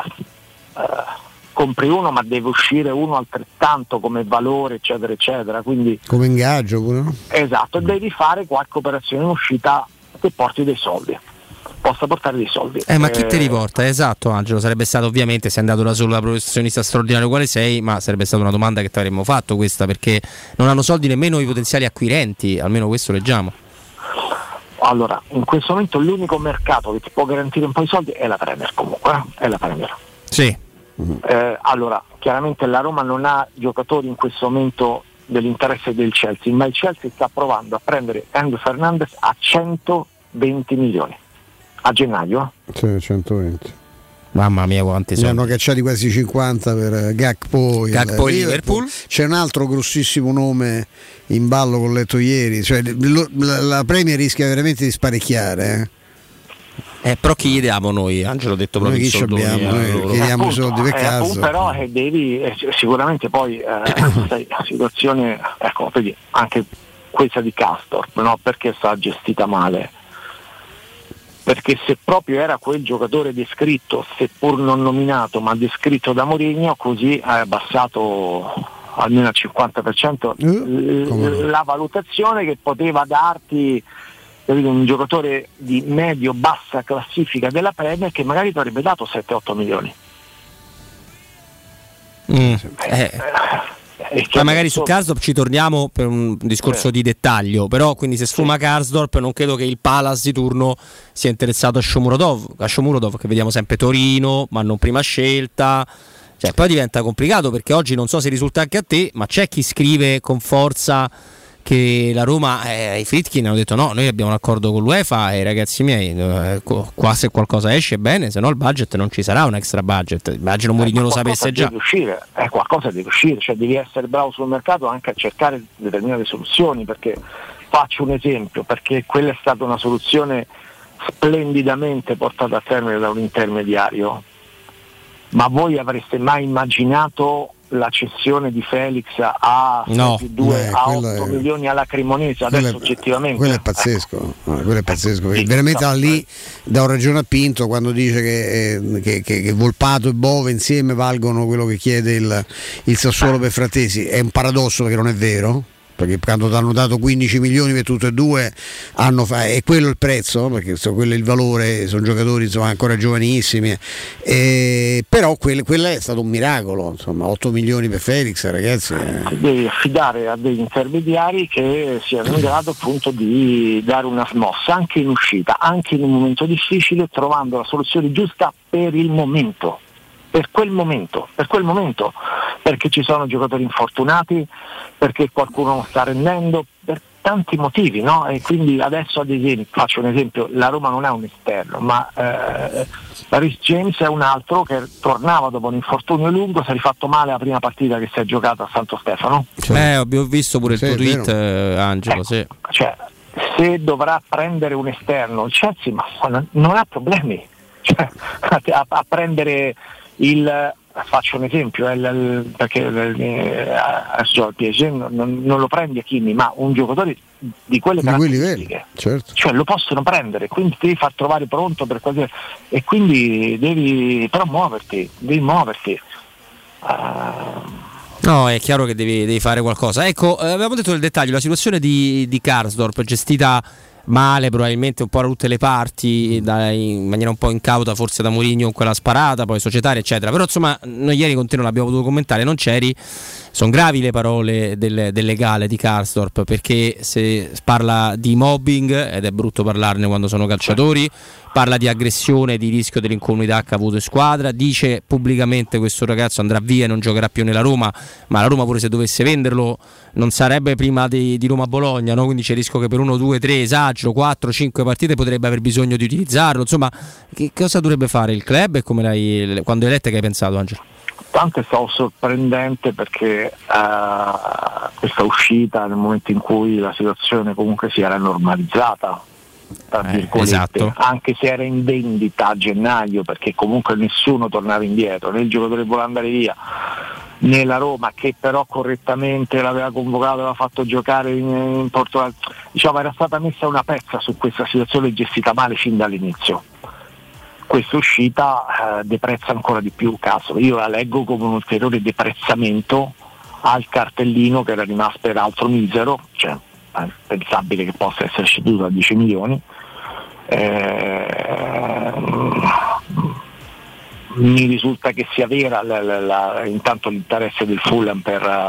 compri uno ma deve uscire uno altrettanto come valore eccetera eccetera, quindi come ingaggio pure, no? Esatto, devi fare qualche operazione in uscita che porti dei soldi, possa portare dei soldi. Ma chi te li porta? Esatto, Angelo, sarebbe stato, ovviamente sei andato da solo da professionista straordinario quale sei, ma sarebbe stata una domanda che ti avremmo fatto questa, perché non hanno soldi nemmeno i potenziali acquirenti, almeno questo leggiamo. Allora, in questo momento l'unico mercato che ti può garantire un po' di soldi è la Premier, comunque, è la Premier. Sì. Allora, chiaramente la Roma non ha giocatori in questo momento dell'interesse del Chelsea, ma il Chelsea sta provando a prendere Enzo Fernandez a 120 milioni a gennaio. Sì, 120. Mamma mia, quanti soldi. Ne hanno cacciati quasi 50 per Gakpo e Liverpool. C'è un altro grossissimo nome in ballo che ho letto ieri, cioè la Premier rischia veramente di sparecchiare, però chi gli diamo noi? Angelo ha detto proprio noi chi abbiamo, noi chiediamo i soldi per caso. Però devi sicuramente poi la situazione, ecco, vedi, anche questa di Karsdorp, no? Perché sta gestita male? Perché se proprio era quel giocatore descritto, seppur non nominato, ma descritto da Mourinho, così ha abbassato almeno al 50% la valutazione che poteva darti un giocatore di medio-bassa classifica della Premier che magari ti avrebbe dato 7-8 milioni. Ma magari su Karsdorp ci torniamo per un discorso di dettaglio, però quindi se sfuma Karsdorp non credo che il Palace di turno sia interessato a Shomurodov, che vediamo sempre Torino, ma non prima scelta. Cioè, poi diventa complicato perché oggi non so se risulta anche a te, ma c'è chi scrive con forza che la Roma, i Friedkin hanno detto no, noi abbiamo un accordo con l'UEFA e ragazzi miei, qua se qualcosa esce bene, se no il budget non ci sarà un extra budget. Immagino Mourinho lo sapesse già. Qualcosa deve uscire, cioè devi essere bravo sul mercato anche a cercare determinate soluzioni, perché faccio un esempio, perché quella è stata una soluzione splendidamente portata a termine da un intermediario, ma voi avreste mai immaginato la cessione di Felix a 8 milioni alla Cremonese? Adesso oggettivamente quello è pazzesco, veramente lì do ragione a Pinto quando dice che Volpato e Bove insieme valgono quello che chiede il Sassuolo per Frattesi. È un paradosso perché non è vero, perché quando ti hanno dato 15 milioni per tutte e due è quello il prezzo, no? Perché quello è il valore, sono giocatori insomma ancora giovanissimi, però quella è stato un miracolo, insomma 8 milioni per Felix, ragazzi. Devi affidare a degli intermediari che siano in grado appunto di dare una smossa anche in uscita, anche in un momento difficile, trovando la soluzione giusta per il momento, per quel momento, perché ci sono giocatori infortunati, perché qualcuno non sta rendendo, per tanti motivi, no? E quindi adesso, ad esempio, faccio un esempio, la Roma non ha un esterno, ma Reece James è un altro che tornava dopo un infortunio lungo, si è rifatto male la prima partita che si è giocata a Santo Stefano. Ho visto pure il tuo tweet, Angelo. Sì. Cioè, se dovrà prendere un esterno il Chelsea, ma non ha problemi, cioè, a prendere faccio un esempio, perché adesso il PSG non lo prende Kimi, ma un giocatore di quelle caratteristiche, certo. Cioè lo possono prendere, quindi devi far trovare pronto per qualsiasi, e quindi devi muoverti. No, è chiaro che devi fare qualcosa. Ecco, avevamo detto nel dettaglio la situazione di Karsdorp, gestita male probabilmente un po' da tutte le parti, in maniera un po' incauta forse da Mourinho con quella sparata, poi societaria eccetera, però insomma noi ieri con te non l'abbiamo potuto commentare, non c'eri. Sono gravi le parole del legale di Karsdorp, perché se parla di mobbing, ed è brutto parlarne quando sono calciatori, parla di aggressione, di rischio dell'incolumità che ha avuto in squadra, dice pubblicamente questo ragazzo andrà via e non giocherà più nella Roma, ma la Roma pure se dovesse venderlo non sarebbe prima di Roma-Bologna, no? Quindi c'è il rischio che per 1, 2, 3, esagero, 4, 5 partite potrebbe aver bisogno di utilizzarlo. Insomma, che cosa dovrebbe fare il club e quando hai letto che hai pensato, Angelo? Tanto è stato sorprendente perché questa uscita nel momento in cui la situazione comunque si era normalizzata, tra virgolette, esatto. Anche se era in vendita a gennaio, perché comunque nessuno tornava indietro, né il giocatore voleva andare via, né la Roma, che però correttamente l'aveva convocato, l'aveva fatto giocare in Portogallo, diciamo era stata messa una pezza su questa situazione gestita male fin dall'inizio. Questa uscita deprezza ancora di più Caso. Io la leggo come un ulteriore deprezzamento al cartellino, che era rimasto peraltro misero, cioè pensabile che possa essere ceduto a 10 milioni. Mi risulta che sia vera intanto l'interesse del Fulham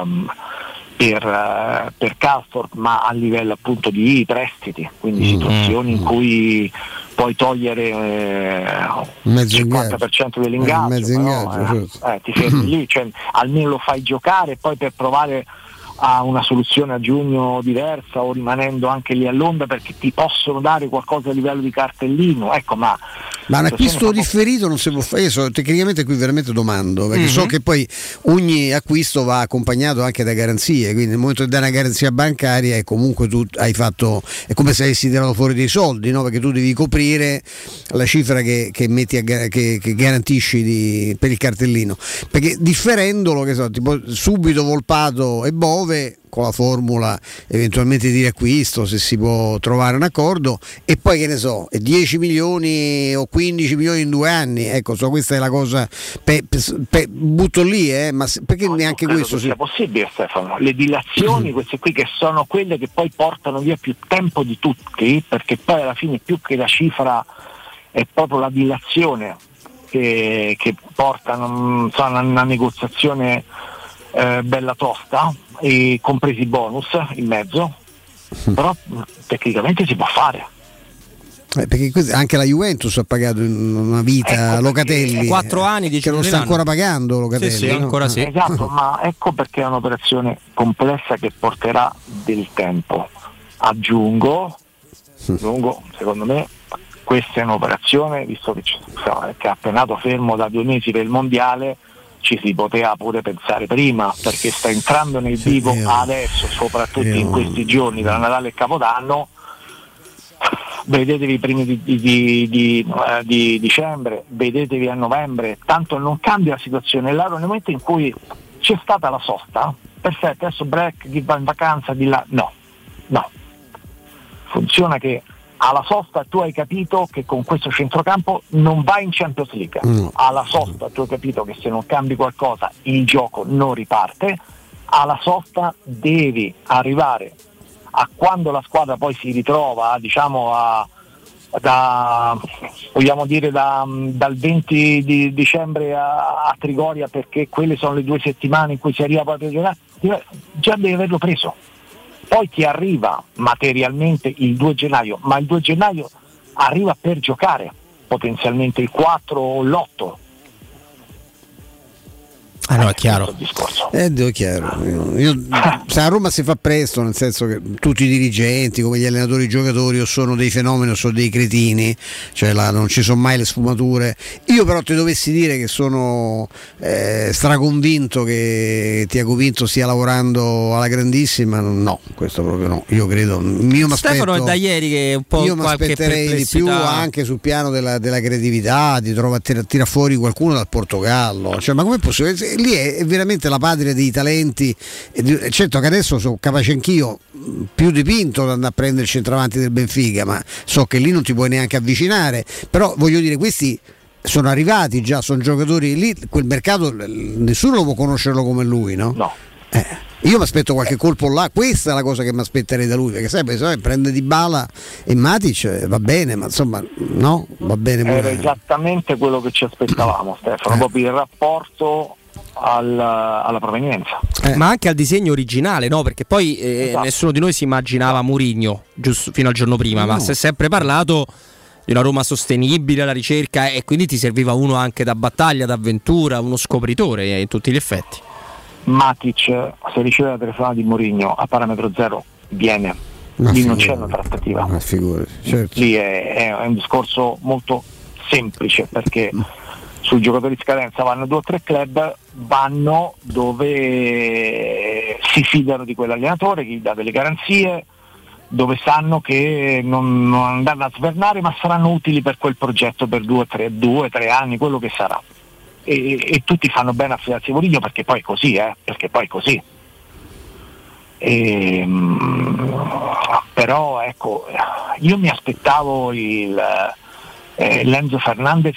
per Karsdorp, ma a livello appunto di prestiti, quindi situazioni in cui puoi togliere il 50% dell'ingaggio, ti fermi lì, cioè, almeno lo fai giocare, poi per provare a una soluzione a giugno diversa, o rimanendo anche lì a Londra, perché ti possono dare qualcosa a livello di cartellino, ecco, ma un acquisto differito non si può fare. Io tecnicamente qui veramente domando, perché so che poi ogni acquisto va accompagnato anche da garanzie, quindi nel momento che dai una garanzia bancaria e comunque tu hai fatto, è come se avessi tirato fuori dei soldi, no? Perché tu devi coprire la cifra che metti che garantisci per il cartellino, perché differendolo, che so, tipo subito Volpato e Bove, con la formula eventualmente di riacquisto, se si può trovare un accordo, e poi che ne so, 10 milioni o 15 milioni in 2 anni, ecco, questa è la cosa, butto lì, ma perché neanche questo sia possibile, Stefano. Le dilazioni, queste qui, che sono quelle che poi portano via più tempo di tutti, perché poi alla fine più che la cifra è proprio la dilazione che porta a una negoziazione bella tosta, e compresi i bonus in mezzo, però tecnicamente si può fare. Perché anche la Juventus ha pagato una vita Locatelli, 4 anni, che non sta ancora pagando Locatelli, sì, ancora sì. Esatto, ma ecco perché è un'operazione complessa che porterà del tempo. Aggiungo, secondo me questa è un'operazione, visto che ha penato fermo da 2 mesi per il mondiale, ci si poteva pure pensare prima, perché sta entrando nel vivo adesso, soprattutto in questi giorni tra Natale e Capodanno. Vedetevi i primi di dicembre, vedetevi a novembre, tanto non cambia la situazione. Nel momento in cui c'è stata la sosta, perfetto, adesso break, chi va in vacanza, di là, no, funziona che alla sosta tu hai capito che con questo centrocampo non vai in Champions League, alla sosta tu hai capito che se non cambi qualcosa il gioco non riparte, alla sosta devi arrivare a quando la squadra poi si ritrova, diciamo, vogliamo dire dal 20 di dicembre a Trigoria, perché quelle sono le 2 settimane in cui si arriva poi a giocare, già devi averlo preso. Poi ti arriva materialmente il 2 gennaio, ma il 2 gennaio arriva per giocare, potenzialmente il 4 o l'8. Ah no, è chiaro. È chiaro. Se a Roma si fa presto, nel senso che tutti i dirigenti, come gli allenatori, i giocatori, o sono dei fenomeni o sono dei cretini, cioè non ci sono mai le sfumature. Io però ti dovessi dire che sono straconvinto che Tiago Pinto stia lavorando alla grandissima, no, questo proprio no. Io credo. Stefano è da ieri che un po' io mi aspetterei di più anche sul piano della creatività, di trovare a tirare fuori qualcuno dal Portogallo. Cioè, ma com'è possibile? Lì è veramente la patria dei talenti. Certo che adesso sono capace anch'io più di Pinto ad andare a prendere il centravanti del Benfica, ma so che lì non ti puoi neanche avvicinare. Però voglio dire, questi sono arrivati già, sono giocatori lì, quel mercato nessuno lo può conoscerlo come lui, no? No. Io mi aspetto qualche colpo là, questa è la cosa che mi aspetterei da lui, perché sai, prende Dybala e Matic va bene, ma insomma no, va bene pure. Era esattamente quello che ci aspettavamo, Stefano, proprio il rapporto alla provenienza, ma anche al disegno originale, no? Perché poi esatto. Nessuno di noi si immaginava Mourinho giusto fino al giorno prima, ma si è sempre parlato di una Roma sostenibile alla ricerca, e quindi ti serviva uno anche da battaglia, d'avventura, uno scopritore in tutti gli effetti. Matic, se riceve la telefonata di Mourinho a parametro zero, viene. Lì non c'è una trattativa. Certo. Lì è un discorso molto semplice, perché sui giocatori di scadenza vanno 2 o 3 club, vanno dove si fidano di quell'allenatore, che gli dà delle garanzie, dove sanno che non andranno a svernare, ma saranno utili per quel progetto per 2 o 3 anni, quello che sarà. E tutti fanno bene a fidarsi di Mourinho, perché poi è così, perché poi è così. Però ecco, io mi aspettavo l'Enzo Fernandez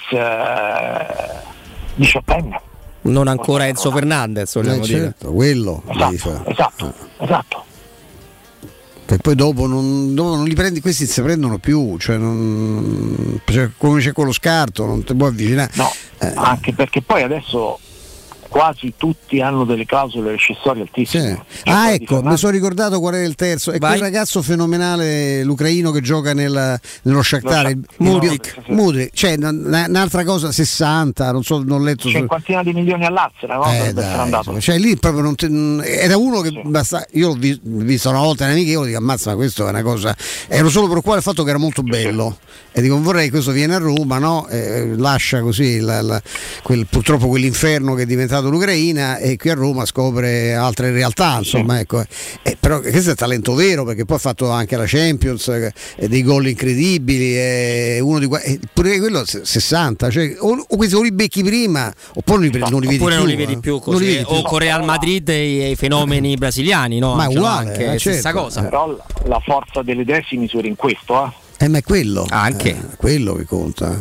18enne. Non ancora Enzo Fernandez, vogliamo dire. Certo, quello. Esatto. E poi dopo non li prendi, questi si prendono più, cioè come c'è quello scarto, non ti puoi avvicinare. No, anche perché poi adesso quasi tutti hanno delle clausole rescissorie altissime. Sì. Ecco, mi sono ricordato qual è il terzo. È quel ragazzo fenomenale, l'ucraino che gioca nello Shakhtar, Mudryk. Cioè un'altra cosa, 60, non letto. 50 di milioni all'Arsenal, no? Cioè lì proprio era uno che basta. Io l'ho visto una volta in amichevole, dico ammazza, ma questo è una cosa. Ero solo per il fatto che era molto bello. E dico, vorrei che questo viene a Roma, no? Lascia così purtroppo quell'inferno che è diventato l'Ucraina, e qui a Roma scopre altre realtà, insomma, ecco. Però questo è talento vero, perché poi ha fatto anche la Champions, dei gol incredibili, uno di pure quello 60, cioè o questi o li becchi prima, oppure non li vedi più così, o con Real Madrid e i fenomeni brasiliani, no? Ma è uguale, anche stessa cosa. Però la forza delle idee si misura in questo, ma è quello anche quello che conta.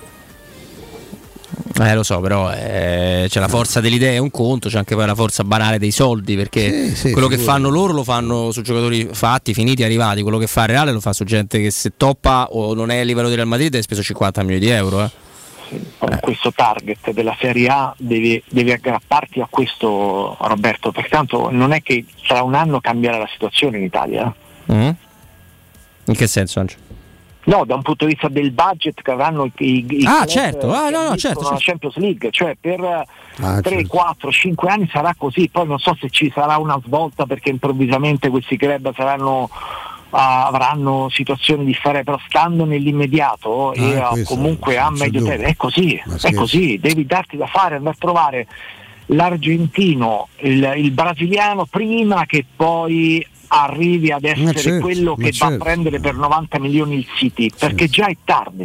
Lo so, però c'è la forza delle idee, è un conto, c'è anche poi la forza banale dei soldi, perché quello che fanno loro lo fanno su giocatori fatti, finiti, arrivati. Quello che fa il Reale lo fa su gente che se toppa o non è a livello del Real Madrid hai speso 50 milioni di euro. Questo target della Serie A devi aggrapparti a questo, Roberto, perché tanto non è che tra un anno cambierà la situazione in Italia. In che senso, Angelo? No, da un punto di vista del budget che avranno i certo, certo. La Champions League, cioè per 3, 4, 5 anni sarà così. Poi non so se ci sarà una svolta, perché improvvisamente questi club avranno situazioni differenti, però stando nell'immediato comunque a medio termine è così, devi darti da fare, andare a trovare l'argentino, il brasiliano prima che poi arrivi ad essere quello che va a prendere per 90 milioni il City, perché già è tardi.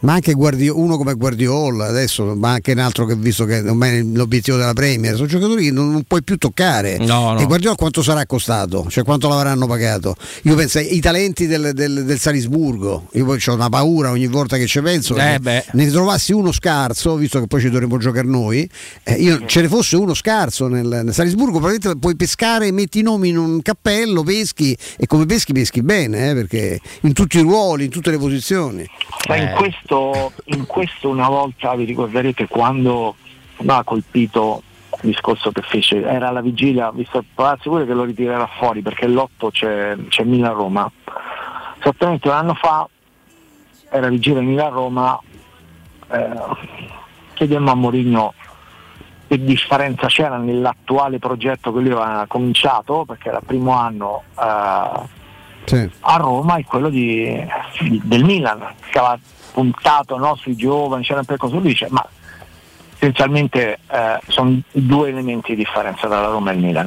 Ma anche uno come Guardiola adesso, ma anche un altro che visto che non è l'obiettivo della Premier, sono giocatori che non puoi più toccare. No. E Guardiola quanto sarà costato? Cioè quanto l'avranno pagato? Io penso ai talenti del Salisburgo, io poi ho una paura ogni volta che ci penso, ne trovassi uno scarso, visto che poi ci dovremo giocare noi, io ce ne fosse uno scarso nel Salisburgo, probabilmente puoi pescare, metti i nomi in un cappello, peschi e come peschi bene, perché in tutti i ruoli, in tutte le posizioni. In questo una volta vi ricorderete quando mi ha colpito il discorso che fece, era la vigilia, visto sicuro che lo ritirerà fuori perché l'8 c'è Milan-Roma, esattamente un anno fa era vigilia Milan-Roma, chiedemmo a Mourinho che differenza c'era nell'attuale progetto che lui aveva cominciato, perché era il primo anno a Roma, e quello del Milan che aveva puntato sui giovani, c'era un percorso, lui dice, ma essenzialmente sono due elementi di differenza tra la Roma e il Milan.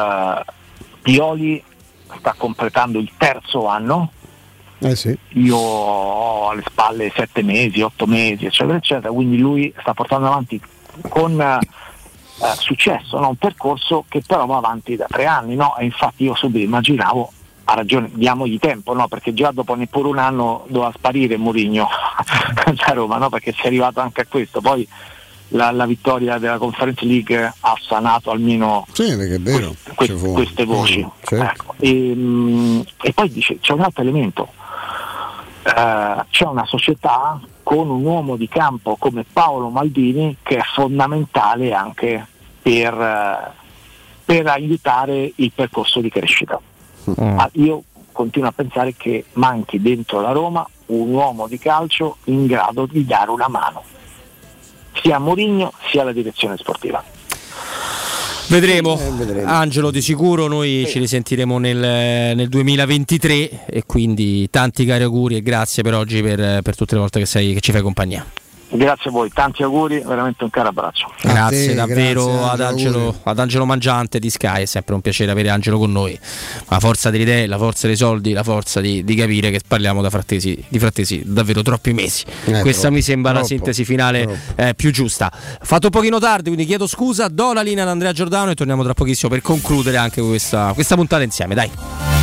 Pioli sta completando il terzo anno, io ho alle spalle 7 mesi, 8 mesi, eccetera eccetera, quindi lui sta portando avanti con successo un percorso che però va avanti da 3 anni, e infatti io subito immaginavo, ha ragione, diamogli tempo, perché già dopo neppure un anno doveva sparire Mourinho a Roma, perché si è arrivato anche a questo. Poi la vittoria della Conference League ha sanato almeno queste voci. Ecco. E poi dice, c'è un altro elemento, c'è una società con un uomo di campo come Paolo Maldini che è fondamentale anche per aiutare il percorso di crescita. Io continuo a pensare che manchi dentro la Roma un uomo di calcio in grado di dare una mano sia a Mourinho sia alla direzione sportiva. Vedremo. Angelo, di sicuro noi ci risentiremo nel 2023 e quindi tanti cari auguri e grazie per oggi, per tutte le volte che ci fai compagnia. Grazie a voi, tanti auguri, veramente un caro abbraccio. Grazie davvero ad Angelo Mangiante di Sky, è sempre un piacere avere Angelo con noi. La forza delle idee, la forza dei soldi, la forza di capire che parliamo di frattesi davvero troppi mesi. Questa mi sembra la sintesi finale più giusta. Fatto un pochino tardi, quindi chiedo scusa, do la linea ad Andrea Giordano e torniamo tra pochissimo per concludere anche questa puntata insieme, dai.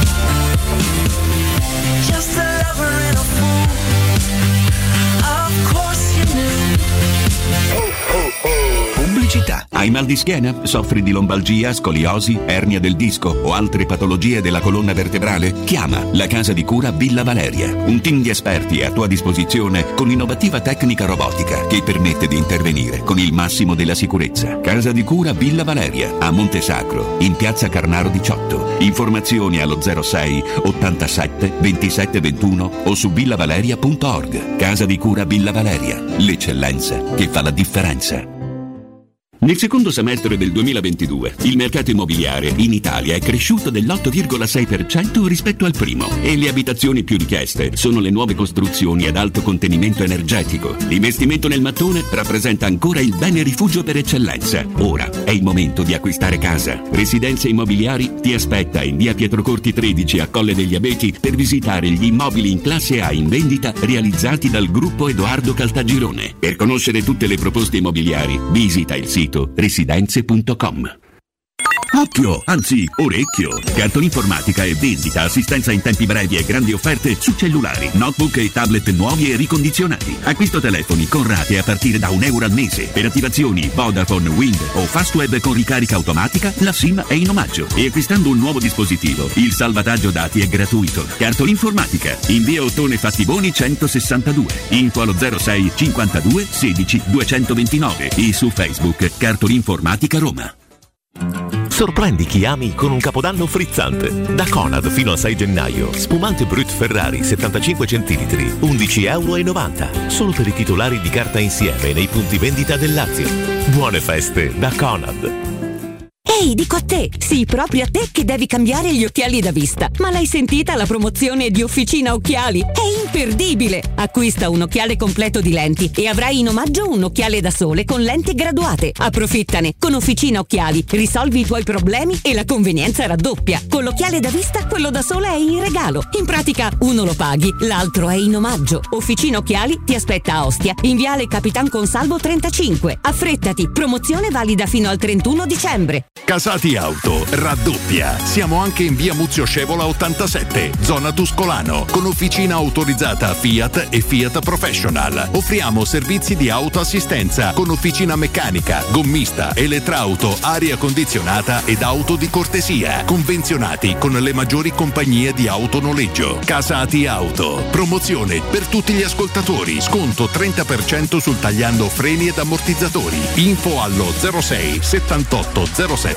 Hai mal di schiena? Soffri di lombalgia, scoliosi, ernia del disco o altre patologie della colonna vertebrale? Chiama la Casa di Cura Villa Valeria. Un team di esperti è a tua disposizione con innovativa tecnica robotica che permette di intervenire con il massimo della sicurezza. Casa di Cura Villa Valeria a Montesacro, in piazza Carnaro 18. Informazioni allo 06 87 27 21 o su villavaleria.org. Casa di Cura Villa Valeria, l'eccellenza che fa la differenza. Nel secondo semestre del 2022 il mercato immobiliare in Italia è cresciuto dell'8,6% rispetto al primo e le abitazioni più richieste sono le nuove costruzioni ad alto contenimento energetico. L'investimento nel mattone rappresenta ancora il bene rifugio per eccellenza. Ora è il momento di acquistare casa. Residenze Immobiliari ti aspetta in via Pietrocorti 13 a Colle degli Abeti per visitare gli immobili in classe A in vendita realizzati dal gruppo Edoardo Caltagirone. Per conoscere tutte le proposte immobiliari visita il sito residenze.com. Occhio, anzi orecchio! Cartolinformatica e vendita, assistenza in tempi brevi e grandi offerte su cellulari, notebook e tablet nuovi e ricondizionati. Acquisto telefoni con rate a partire da €1 al mese. Per attivazioni Vodafone, Wind o Fastweb con ricarica automatica, la SIM è in omaggio. E acquistando un nuovo dispositivo, il salvataggio dati è gratuito. Cartolinformatica, in via Ottone Fattiboni 162. Info allo 06 52 16 229 e su Facebook Cartolinformatica Roma. Sorprendi chi ami con un capodanno frizzante. Da Conad fino al 6 gennaio, spumante Brut Ferrari 75 centilitri, €11,90. Solo per i titolari di carta insieme nei punti vendita del Lazio. Buone feste da Conad. Ehi, dico a te, sì, proprio a te che devi cambiare gli occhiali da vista. Ma l'hai sentita la promozione di Officina Occhiali? È imperdibile! Acquista un occhiale completo di lenti e avrai in omaggio un occhiale da sole con lenti graduate. Approfittane! Con Officina Occhiali risolvi i tuoi problemi e la convenienza raddoppia. Con l'occhiale da vista, quello da sole è in regalo. In pratica, uno lo paghi, l'altro è in omaggio. Officina Occhiali ti aspetta a Ostia, in viale Capitan Consalvo 35. Affrettati, promozione valida fino al 31 dicembre. Casati Auto raddoppia. Siamo anche in via Muzio Scevola 87, zona Tuscolano, con officina autorizzata Fiat e Fiat Professional. Offriamo servizi di autoassistenza con officina meccanica, gommista, elettrauto, aria condizionata ed auto di cortesia. Convenzionati con le maggiori compagnie di autonoleggio. Casati Auto. Promozione per tutti gli ascoltatori. Sconto 30% sul tagliando freni ed ammortizzatori. Info allo 06 78 07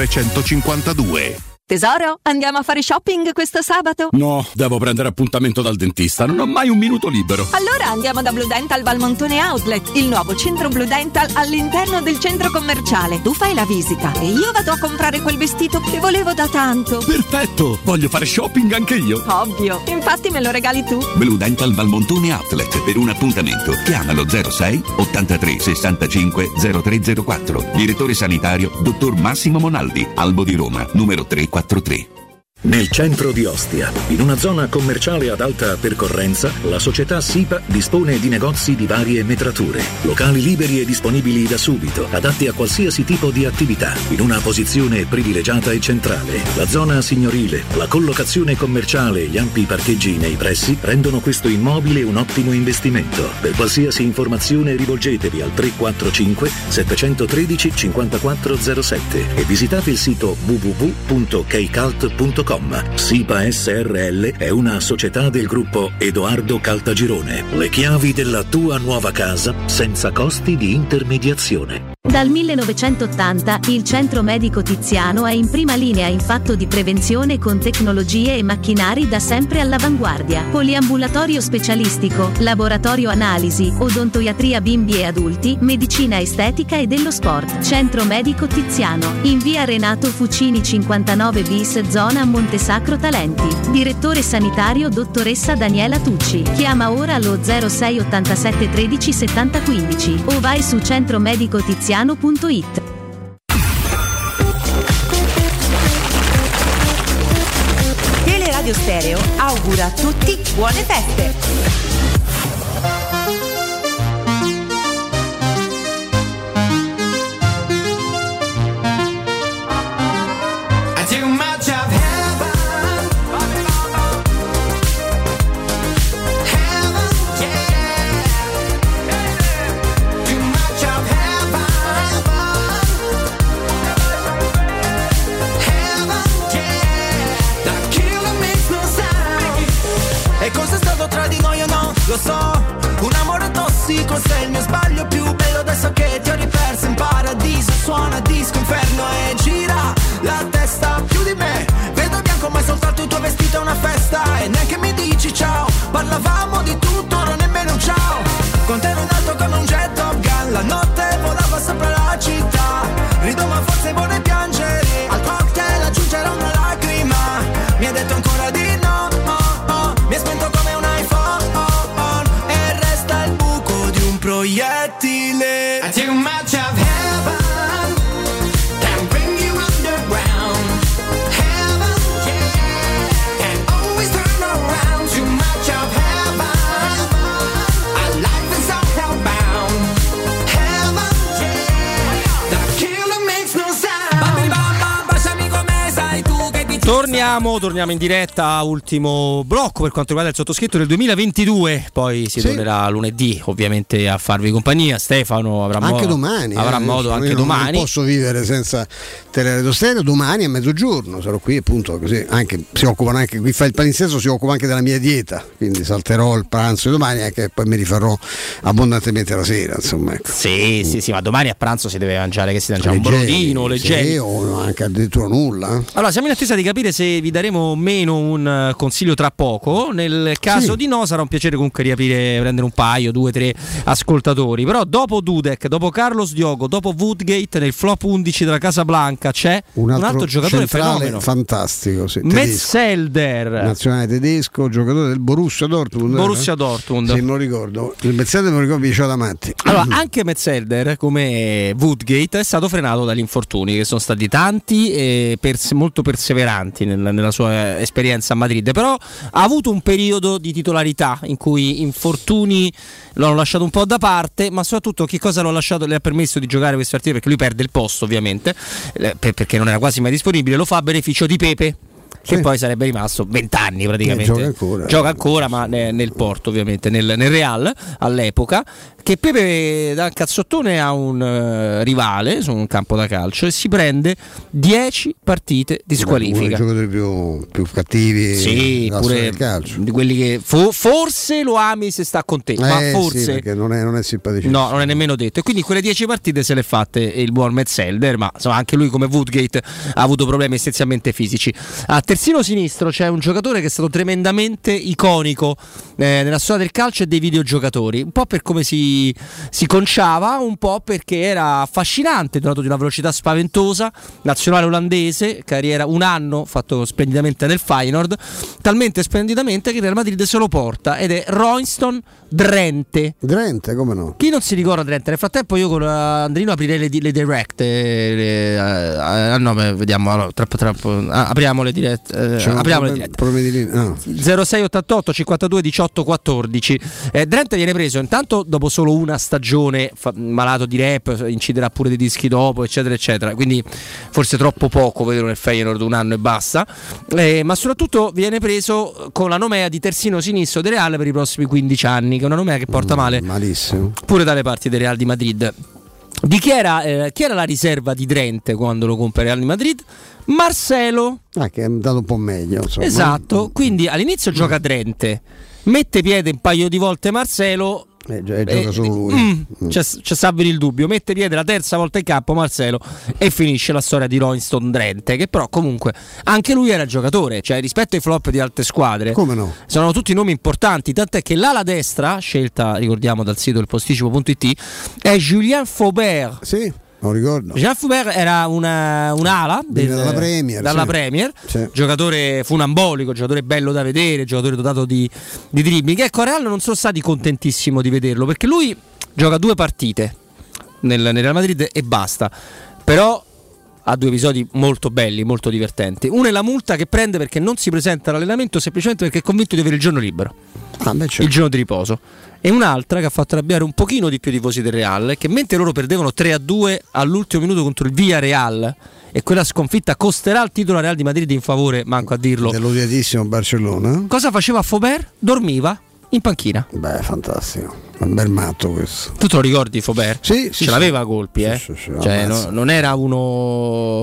352. Tesoro, andiamo a fare shopping questo sabato? No, devo prendere appuntamento dal dentista, non ho mai un minuto libero. Allora andiamo da Blue Dental Valmontone Outlet, il nuovo centro Blue Dental all'interno del centro commerciale. Tu fai la visita e io vado a comprare quel vestito che volevo da tanto. Perfetto, voglio fare shopping anche io. Ovvio, infatti me lo regali tu. Blue Dental Valmontone Outlet. Per un appuntamento chiamalo 06 83 65 0304. Direttore sanitario dottor Massimo Monaldi, Albo di Roma, numero 343. Nel centro di Ostia, in una zona commerciale ad alta percorrenza, la società SIPA dispone di negozi di varie metrature, locali liberi e disponibili da subito, adatti a qualsiasi tipo di attività, in una posizione privilegiata e centrale. La zona signorile, la collocazione commerciale e gli ampi parcheggi nei pressi rendono questo immobile un ottimo investimento. Per qualsiasi informazione rivolgetevi al 345 713 5407 e visitate il sito www.keicalt.com. SIPA SRL è una società del gruppo Edoardo Caltagirone. Le chiavi della tua nuova casa senza costi di intermediazione. Dal 1980 il Centro Medico Tiziano è in prima linea in fatto di prevenzione con tecnologie e macchinari da sempre all'avanguardia. Poliambulatorio specialistico, laboratorio analisi, odontoiatria bimbi e adulti, medicina estetica e dello sport. Centro Medico Tiziano, in via Renato Fucini 59 bis, zona Montesacro Talenti. Direttore sanitario dottoressa Daniela Tucci. Chiama ora allo 06 87 13 70 15 o vai su centromedicotiziano.it. Teleradio Stereo augura a tutti buone feste. Lo so, un amore tossico, sei il mio sbaglio più bello. Adesso che ti ho riperso in paradiso, suona disco inferno e gira la testa più di me. Vedo bianco ma è soltanto il tuo vestito è una festa. E neanche mi dici ciao, parlavamo di tutto, ora nemmeno un ciao. Con te ero in alto come un jet Top Gun, la notte volava sopra la città. Rido ma forse vorrei piangere, al cocktail aggiungerò una lacrima. Mi hai detto ancora di no, mi hai spento come un iPhone. Proiettile. I too much of heaven can bring you underground. Heaven, yeah, can always turn around. Too much of heaven, our life is all hellbound. Heaven, yeah, the killer makes no sound. Bambini, baciami come sai tu che ti Torniamo in diretta, ultimo blocco per quanto riguarda il sottoscritto del 2022, poi si tornerà lunedì ovviamente a farvi compagnia. Stefano avrà anche domani, avrà modo anche domani. Non posso vivere senza Teleradio Stereo. Domani a mezzogiorno sarò qui, appunto, così anche si occupano anche qui, fa il palinsesto, si occupa anche della mia dieta, quindi salterò il pranzo di domani e poi mi rifarò abbondantemente la sera, insomma, ecco. Sì, ma domani a pranzo si deve mangiare, che si mangia un brodino leggero, o anche addirittura nulla. Allora siamo in attesa di capire se vi daremo o meno un consiglio tra poco. Nel caso di no, sarà un piacere comunque prendere un paio, 2-3 ascoltatori. Però dopo Dudek, dopo Carlos Diogo, dopo Woodgate, nel flop 11 della Casablanca c'è un altro giocatore fenomeno fantastico, Metzelder, nazionale tedesco, giocatore del Borussia Dortmund. Se me lo ricordo, il Metzelder me lo ricordo, mi diceva davanti. Allora, anche Metzelder, come Woodgate, è stato frenato dagli infortuni, che sono stati tanti e molto perseveranti nella sua esperienza a Madrid, però ha avuto un periodo di titolarità in cui infortuni lo hanno lasciato un po' da parte, ma soprattutto che cosa le ha permesso di giocare queste partite, perché lui perde il posto ovviamente, perché non era quasi mai disponibile, lo fa a beneficio di Pepe, che poi sarebbe rimasto 20 anni praticamente. Gioca ancora, ma nel Porto ovviamente, nel Real all'epoca, che Pepe dà un cazzottone a un rivale su un campo da calcio e si prende 10 partite di squalifica. Uno dei giocatori più cattivi pure del calcio, di quelli che forse lo ami se sta con te, ma forse perché non è simpatico. No, non è nemmeno detto. E quindi quelle 10 partite se le è fatte il buon Metzelder, ma insomma anche lui come Woodgate ha avuto problemi essenzialmente fisici. A terzino sinistro c'è un giocatore che è stato tremendamente iconico nella storia del calcio e dei videogiocatori, un po' per come si conciava, un po' perché era affascinante, dotato di una velocità spaventosa, nazionale olandese, carriera un anno fatto splendidamente nel Feyenoord, talmente splendidamente che il Real Madrid se lo porta, ed è Royston Drenthe, come no? Chi non si ricorda Drenthe? Nel frattempo io con Andrino aprirei le direct, vediamo, allora, apriamo le dirette, apriamo le dirette. 0688 52 18 14. Drenthe viene preso intanto dopo solo una stagione, malato di rap, inciderà pure dei dischi dopo, eccetera eccetera, quindi forse troppo poco vederlo nel Feyenoord un anno e basta, ma soprattutto viene preso con la nomea di terzino sinistro del Real per i prossimi 15 anni, che è una nomea che porta male malissimo pure dalle parti del Real di Madrid. Di chi era la riserva di Drenthe quando lo compra il Real di Madrid? Marcelo, che è andato un po' meglio, insomma. Esatto, quindi all'inizio gioca Drenthe, mette piede un paio di volte Marcelo, gioca solo lui. C'è il dubbio, mette piede la terza volta in campo Marcelo e finisce la storia di Royston Drenthe, che però comunque anche lui era giocatore, cioè rispetto ai flop di altre squadre, come no, sono tutti nomi importanti, tant'è che l'ala destra scelta, ricordiamo, dal sito del posticipo.it è Julien Faubert. Sì, non ricordo. Jean Faubert era un'ala dalla Premier, sì. Giocatore funambolico, giocatore bello da vedere, giocatore dotato di dribbling. Ecco, a Real non sono stati contentissimo di vederlo, perché lui gioca 2 partite nel Real Madrid e basta, però ha 2 episodi molto belli, molto divertenti. Uno è la multa che prende perché non si presenta all'allenamento semplicemente perché è convinto di avere il giorno libero, il giorno di riposo. E un'altra che ha fatto arrabbiare un pochino di più i tifosi del Real, che mentre loro perdevano 3-2 all'ultimo minuto contro il Villarreal, e quella sconfitta costerà il titolo al Real di Madrid in favore, manco a dirlo, dell'odiatissimo Barcellona, cosa faceva Faubert? Dormiva in panchina. Beh, fantastico, un bel matto questo. Tu te lo ricordi Faubert? Sì, ce l'aveva colpi, sì, cioè, non era uno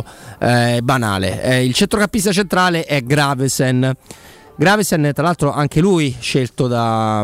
banale. Il centrocampista centrale è Gravesen, tra l'altro anche lui scelto da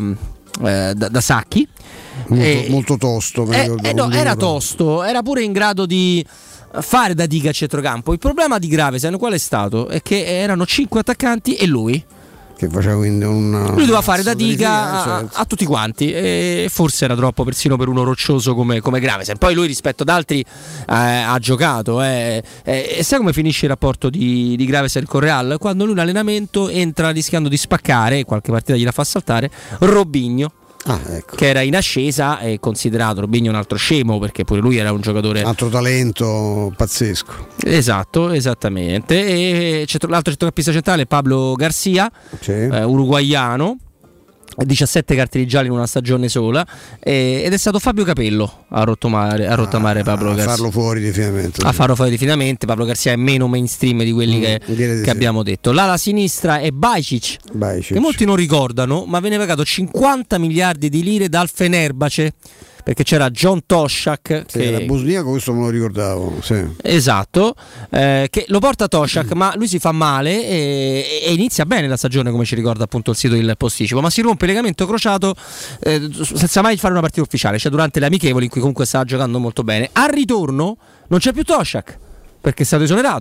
Sacchi, molto tosto, era tosto, era pure in grado di fare da diga a centrocampo. Il problema di Gravesen qual è stato? È che erano 5 attaccanti e lui che faceva quindi lui doveva fare da diga a tutti quanti, e forse era troppo persino per uno roccioso come Gravesen. Poi lui rispetto ad altri ha giocato, e sai come finisce il rapporto di Gravesen con Real? Quando lui in allenamento entra rischiando di spaccare, qualche partita gliela fa saltare, Robinho, ecco, che era in ascesa, e considerato Robinho un altro scemo, perché pure lui era un giocatore, altro talento pazzesco. Esatto, esattamente. E l'altro centrocampista centrale è Pablo Garcia, uruguaiano, 17 cartellini gialli in una stagione sola, ed è stato Fabio Capello a rottamare Pablo Garcia, farlo fuori definitivamente. A farlo fuori definitivamente. Pablo Garcia è meno mainstream di quelli che abbiamo detto. L'ala sinistra è Bajcic, che molti non ricordano, ma venne pagato 50 miliardi di lire dal Fenerbahce, perché c'era John Toshak, che era bosniaco, questo me lo ricordavo, sì. Esatto, che lo porta Toshak, ma lui si fa male e inizia bene la stagione, come ci ricorda appunto il sito del posticipo, ma si rompe il legamento crociato senza mai fare una partita ufficiale, cioè durante le amichevoli in cui comunque stava giocando molto bene. Al ritorno non c'è più Toshak perché è stato esonerato,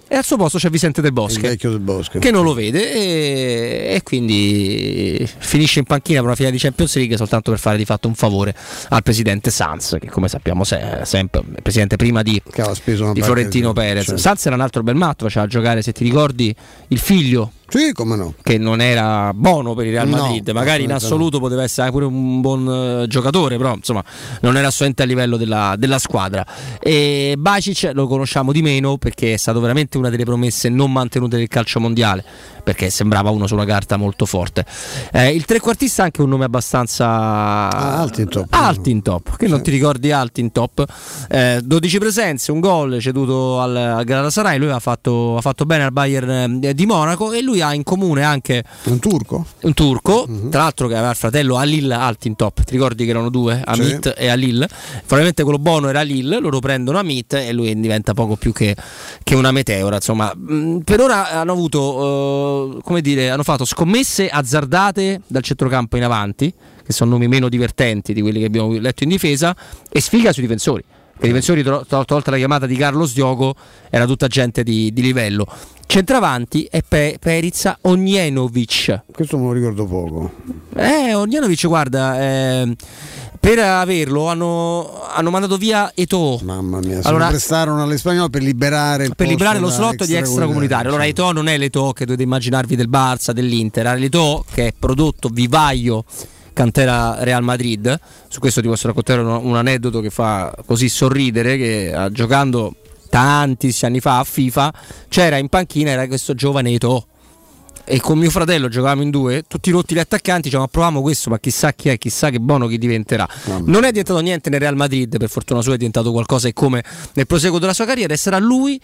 e al suo posto c'è Vicente Del Bosque, il vecchio Del Bosque, che non lo vede e quindi finisce in panchina per una finale di Champions League soltanto per fare di fatto un favore al presidente Sanz, che come sappiamo sempre il presidente prima di Florentino Perez. Certo. Sanz era un altro bel matto, faceva giocare, se ti ricordi, il figlio. Sì, come no. Che non era buono per il Real Madrid, magari in assoluto poteva essere pure un buon giocatore, però insomma non era assolutamente a livello della squadra. E Bacic lo conosciamo di meno perché è stato veramente una delle promesse non mantenute del calcio mondiale, perché sembrava uno sulla carta molto forte. Il trequartista ha anche un nome abbastanza Altintop, che non ti ricordi Altintop? 12 presenze, un gol ceduto al Galatasaray, lui ha fatto bene al Bayern di Monaco, e lui ha in comune anche un turco, tra l'altro, che aveva il fratello Halil Altintop, ti ricordi che erano due, Amit e Halil? Probabilmente quello buono era Halil, loro prendono Amit e lui diventa poco più che una meteora, insomma. Per ora hanno avuto hanno fatto scommesse azzardate dal centrocampo in avanti, che sono nomi meno divertenti di quelli che abbiamo letto in difesa, e sfiga sui difensori. I difensori, tolta la chiamata di Carlos Diogo, era tutta gente di livello. Centravanti è Perica Ognjenovic. Questo me lo ricordo poco. Ognjenovic, guarda, per averlo hanno mandato via Eto'o. Mamma mia, se lo prestarono all'Espagnolo per liberare lo slot di extracomunitario. Allora Eto'o non è l'Eto'o che dovete immaginarvi del Barça, dell'Inter, è l'Eto'o che è prodotto vivaio cantera Real Madrid. Su questo ti posso raccontare un aneddoto che fa così sorridere, che giocando tantissimi anni fa a FIFA c'era in panchina, era questo giovane Eto'o, e con mio fratello giocavamo in due, tutti rotti gli attaccanti, diciamo proviamo questo, ma chissà chi è, chissà che buono chi diventerà. Non è diventato niente nel Real Madrid, per fortuna sua è diventato qualcosa, e come nel proseguo della sua carriera, e sarà lui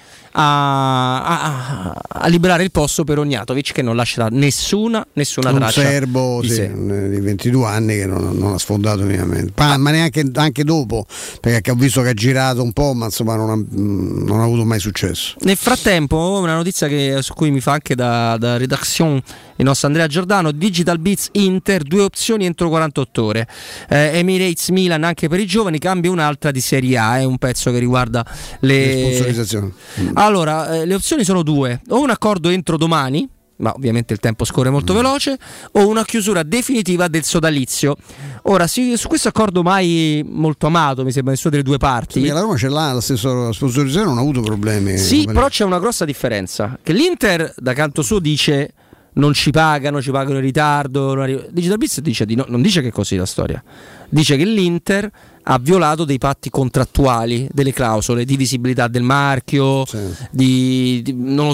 a liberare il posto per Ognjatovic, che non lascerà nessuna traccia. Un serbo di 22 anni che non ha sfondato minimamente, ma neanche anche dopo, perché ho visto che ha girato un po', ma insomma non ha avuto mai successo. Nel frattempo una notizia su cui mi fa anche da redazione il nostro Andrea Giordano: Digital Beats Inter, 2 opzioni entro 48 ore. Emirates Milan anche per i giovani, cambia un'altra di Serie A, è un pezzo che riguarda le sponsorizzazioni. Allora, le opzioni sono 2: o un accordo entro domani, ma ovviamente il tempo scorre molto veloce, o una chiusura definitiva del sodalizio. Ora, su questo accordo mai molto amato, mi sembra, nessuna delle due parti. Sì, la Roma ce l'ha, la stessa sponsorizzazione, non ha avuto problemi. Sì, però c'è una grossa differenza, che l'Inter da canto suo dice non ci pagano in ritardo. Digital Beats dice di no, non dice che è così la storia. Dice che l'Inter ha violato dei patti contrattuali, delle clausole di visibilità del marchio, di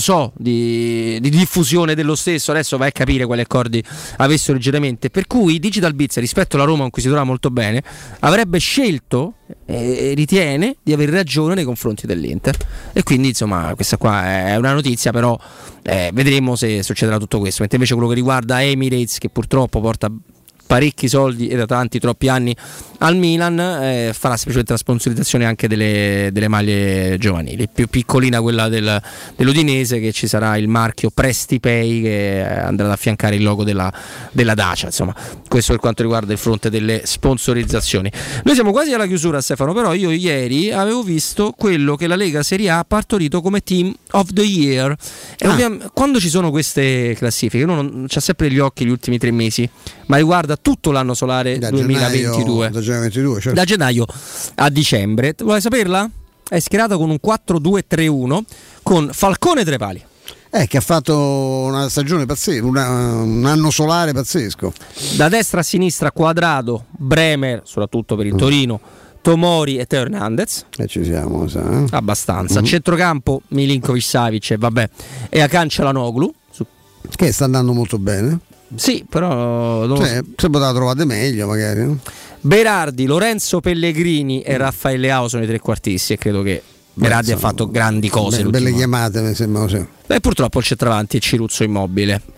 diffusione dello stesso. Adesso vai a capire quali accordi avesse originariamente, per cui Digital Beats, rispetto alla Roma con cui si trova molto bene, avrebbe scelto e ritiene di avere ragione nei confronti dell'Inter, e quindi insomma questa qua è una notizia, però vedremo se succederà tutto questo. Mentre invece quello che riguarda Emirates, che purtroppo porta parecchi soldi e da troppi anni al Milan, farà semplicemente la sponsorizzazione anche delle maglie giovanili, più piccolina quella dell'Udinese, che ci sarà il marchio PrestiPay che andrà ad affiancare il logo della Dacia. Insomma, questo per quanto riguarda il fronte delle sponsorizzazioni. Noi siamo quasi alla chiusura, Stefano, però io ieri avevo visto quello che la Lega Serie A ha partorito come Team of the Year, e quando ci sono queste classifiche uno non c'ha sempre gli occhi gli ultimi 3 mesi, ma riguarda tutto l'anno solare da 2022, da gennaio a dicembre. Vuoi saperla? È schierata con un 4-2-3-1 con Falcone tra i pali, che ha fatto una stagione pazzesca, un anno solare pazzesco. Da destra a sinistra Quadrado, Bremer soprattutto per il Torino, Tomori e Teo Hernandez. Ci siamo, abbastanza. Centrocampo Milinkovic, Savic e Hakan Çalhanoğlu, che sta andando molto bene. Sì, però se poteva trovare meglio magari, no? Berardi, Lorenzo Pellegrini e Raffaele Leao sono i trequartisti, e credo che Berardi ha fatto grandi cose. Belle chiamate, mi sembra. Purtroppo il centravanti è Ciruzzo Immobile.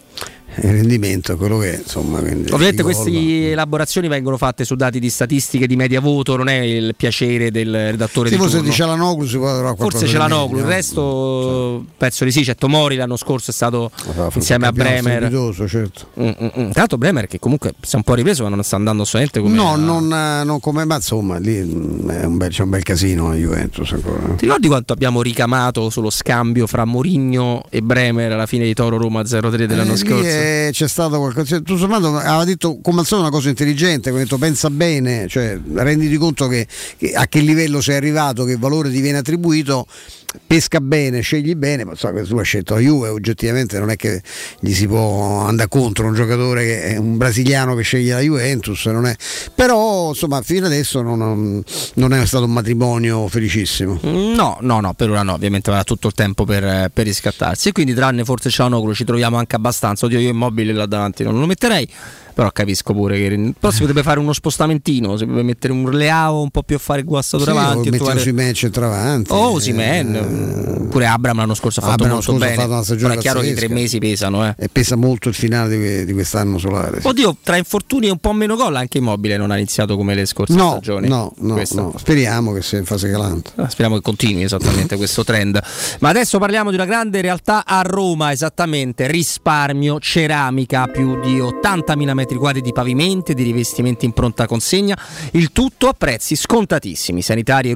il rendimento è quello che è, insomma. Ovviamente queste elaborazioni vengono fatte su dati di statistiche di media voto, non è il piacere del redattore di turno. Forse c'è Lanoglu, si può trovare qualcosa. Forse c'è Lanoglu, il resto penso di sì. C'è Tomori, l'anno scorso è stato insieme a Bremer. Certo. Tra l'altro Bremer che comunque si è un po' ripreso, ma non sta andando solamente come non come, ma insomma lì c'è un bel casino a Juventus ancora. Ti ricordi quanto abbiamo ricamato sullo scambio fra Mourinho e Bremer alla fine di Toro Roma 0-3 dell'anno scorso? C'è stato qualcosa, tutto sommato aveva detto come al solito una cosa intelligente, ha detto pensa bene, cioè renditi conto che a che livello sei arrivato, che valore ti viene attribuito, pesca bene, scegli bene, ma so che tu hai scelto la Juve, oggettivamente non è che gli si può andare contro un giocatore che è un brasiliano che sceglie la Juventus, non è, però insomma fino adesso non è stato un matrimonio felicissimo. No, per ora no, ovviamente avrà tutto il tempo per riscattarsi, e quindi tranne forse Cianoglu ci troviamo anche abbastanza. Oddio, io Immobile là davanti non lo metterei, però capisco pure che però si potrebbe fare uno spostamentino, si potrebbe mettere un Leao un po' più a fare guasto davanti, mettere sui match davanti, Osimhen, pure Abraham l'anno scorso ha fatto molto bene, però è chiaro che i 3 mesi pesano e pesa molto il finale di quest'anno solare. Oddio, tra infortuni e un po' meno gol anche Immobile non ha iniziato come le scorse stagioni. No, speriamo che sia in fase calante, speriamo che continui esattamente questo trend. Ma adesso parliamo di una grande realtà a Roma, esattamente Risparmio Ceramica, più di 80.000 metri quadri di pavimenti e di rivestimenti in pronta consegna, il tutto a prezzi scontatissimi, sanitarie,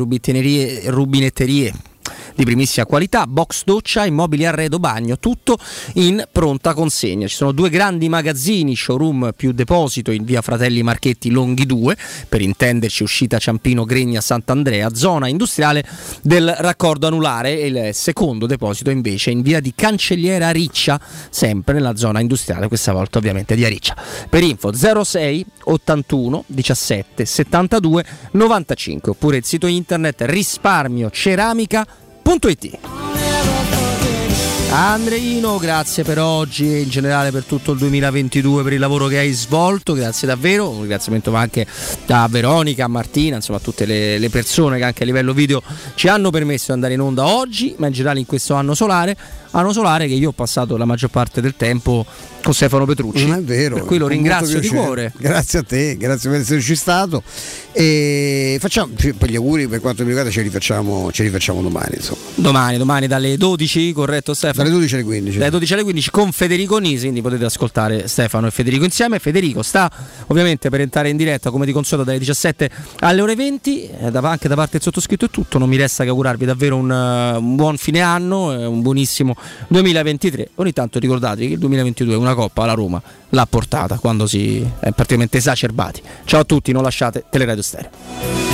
rubinetterie di primissima qualità, box doccia, immobili arredo, bagno, tutto in pronta consegna. Ci sono 2 grandi magazzini, showroom più deposito in via Fratelli Marchetti Longhi 2, per intenderci uscita Ciampino Gregna Sant'Andrea, zona industriale del raccordo anulare, e il secondo deposito invece in via di Cancelliera Riccia, sempre nella zona industriale, questa volta ovviamente di Ariccia. Per info 06 81 17 72 95, oppure il sito internet risparmioceramica.it. Andreino, grazie per oggi e in generale per tutto il 2022, per il lavoro che hai svolto, grazie davvero. Un ringraziamento va anche a Veronica, a Martina, insomma a tutte le persone che anche a livello video ci hanno permesso di andare in onda oggi, ma in generale in questo anno solare che io ho passato la maggior parte del tempo con Stefano Petrucci. Non è vero, per cui lo ringrazio di cuore. Grazie a te, grazie per esserci stato, e facciamo per gli auguri, per quanto mi riguarda ci rifacciamo domani, insomma. Domani dalle 12, corretto Stefano? Dalle 12 alle 15. Dalle 12 alle 15 con Federico Nisi, quindi potete ascoltare Stefano e Federico insieme. Federico sta ovviamente per entrare in diretta come di consueto dalle 17 alle ore 20, anche da parte del sottoscritto è tutto, non mi resta che augurarvi davvero un buon fine anno, un buonissimo 2023. Ogni tanto ricordatevi che il 2022 una coppa alla Roma l'ha portata quando si è praticamente esacerbati. Ciao a tutti, non lasciate Teleradio Stereo.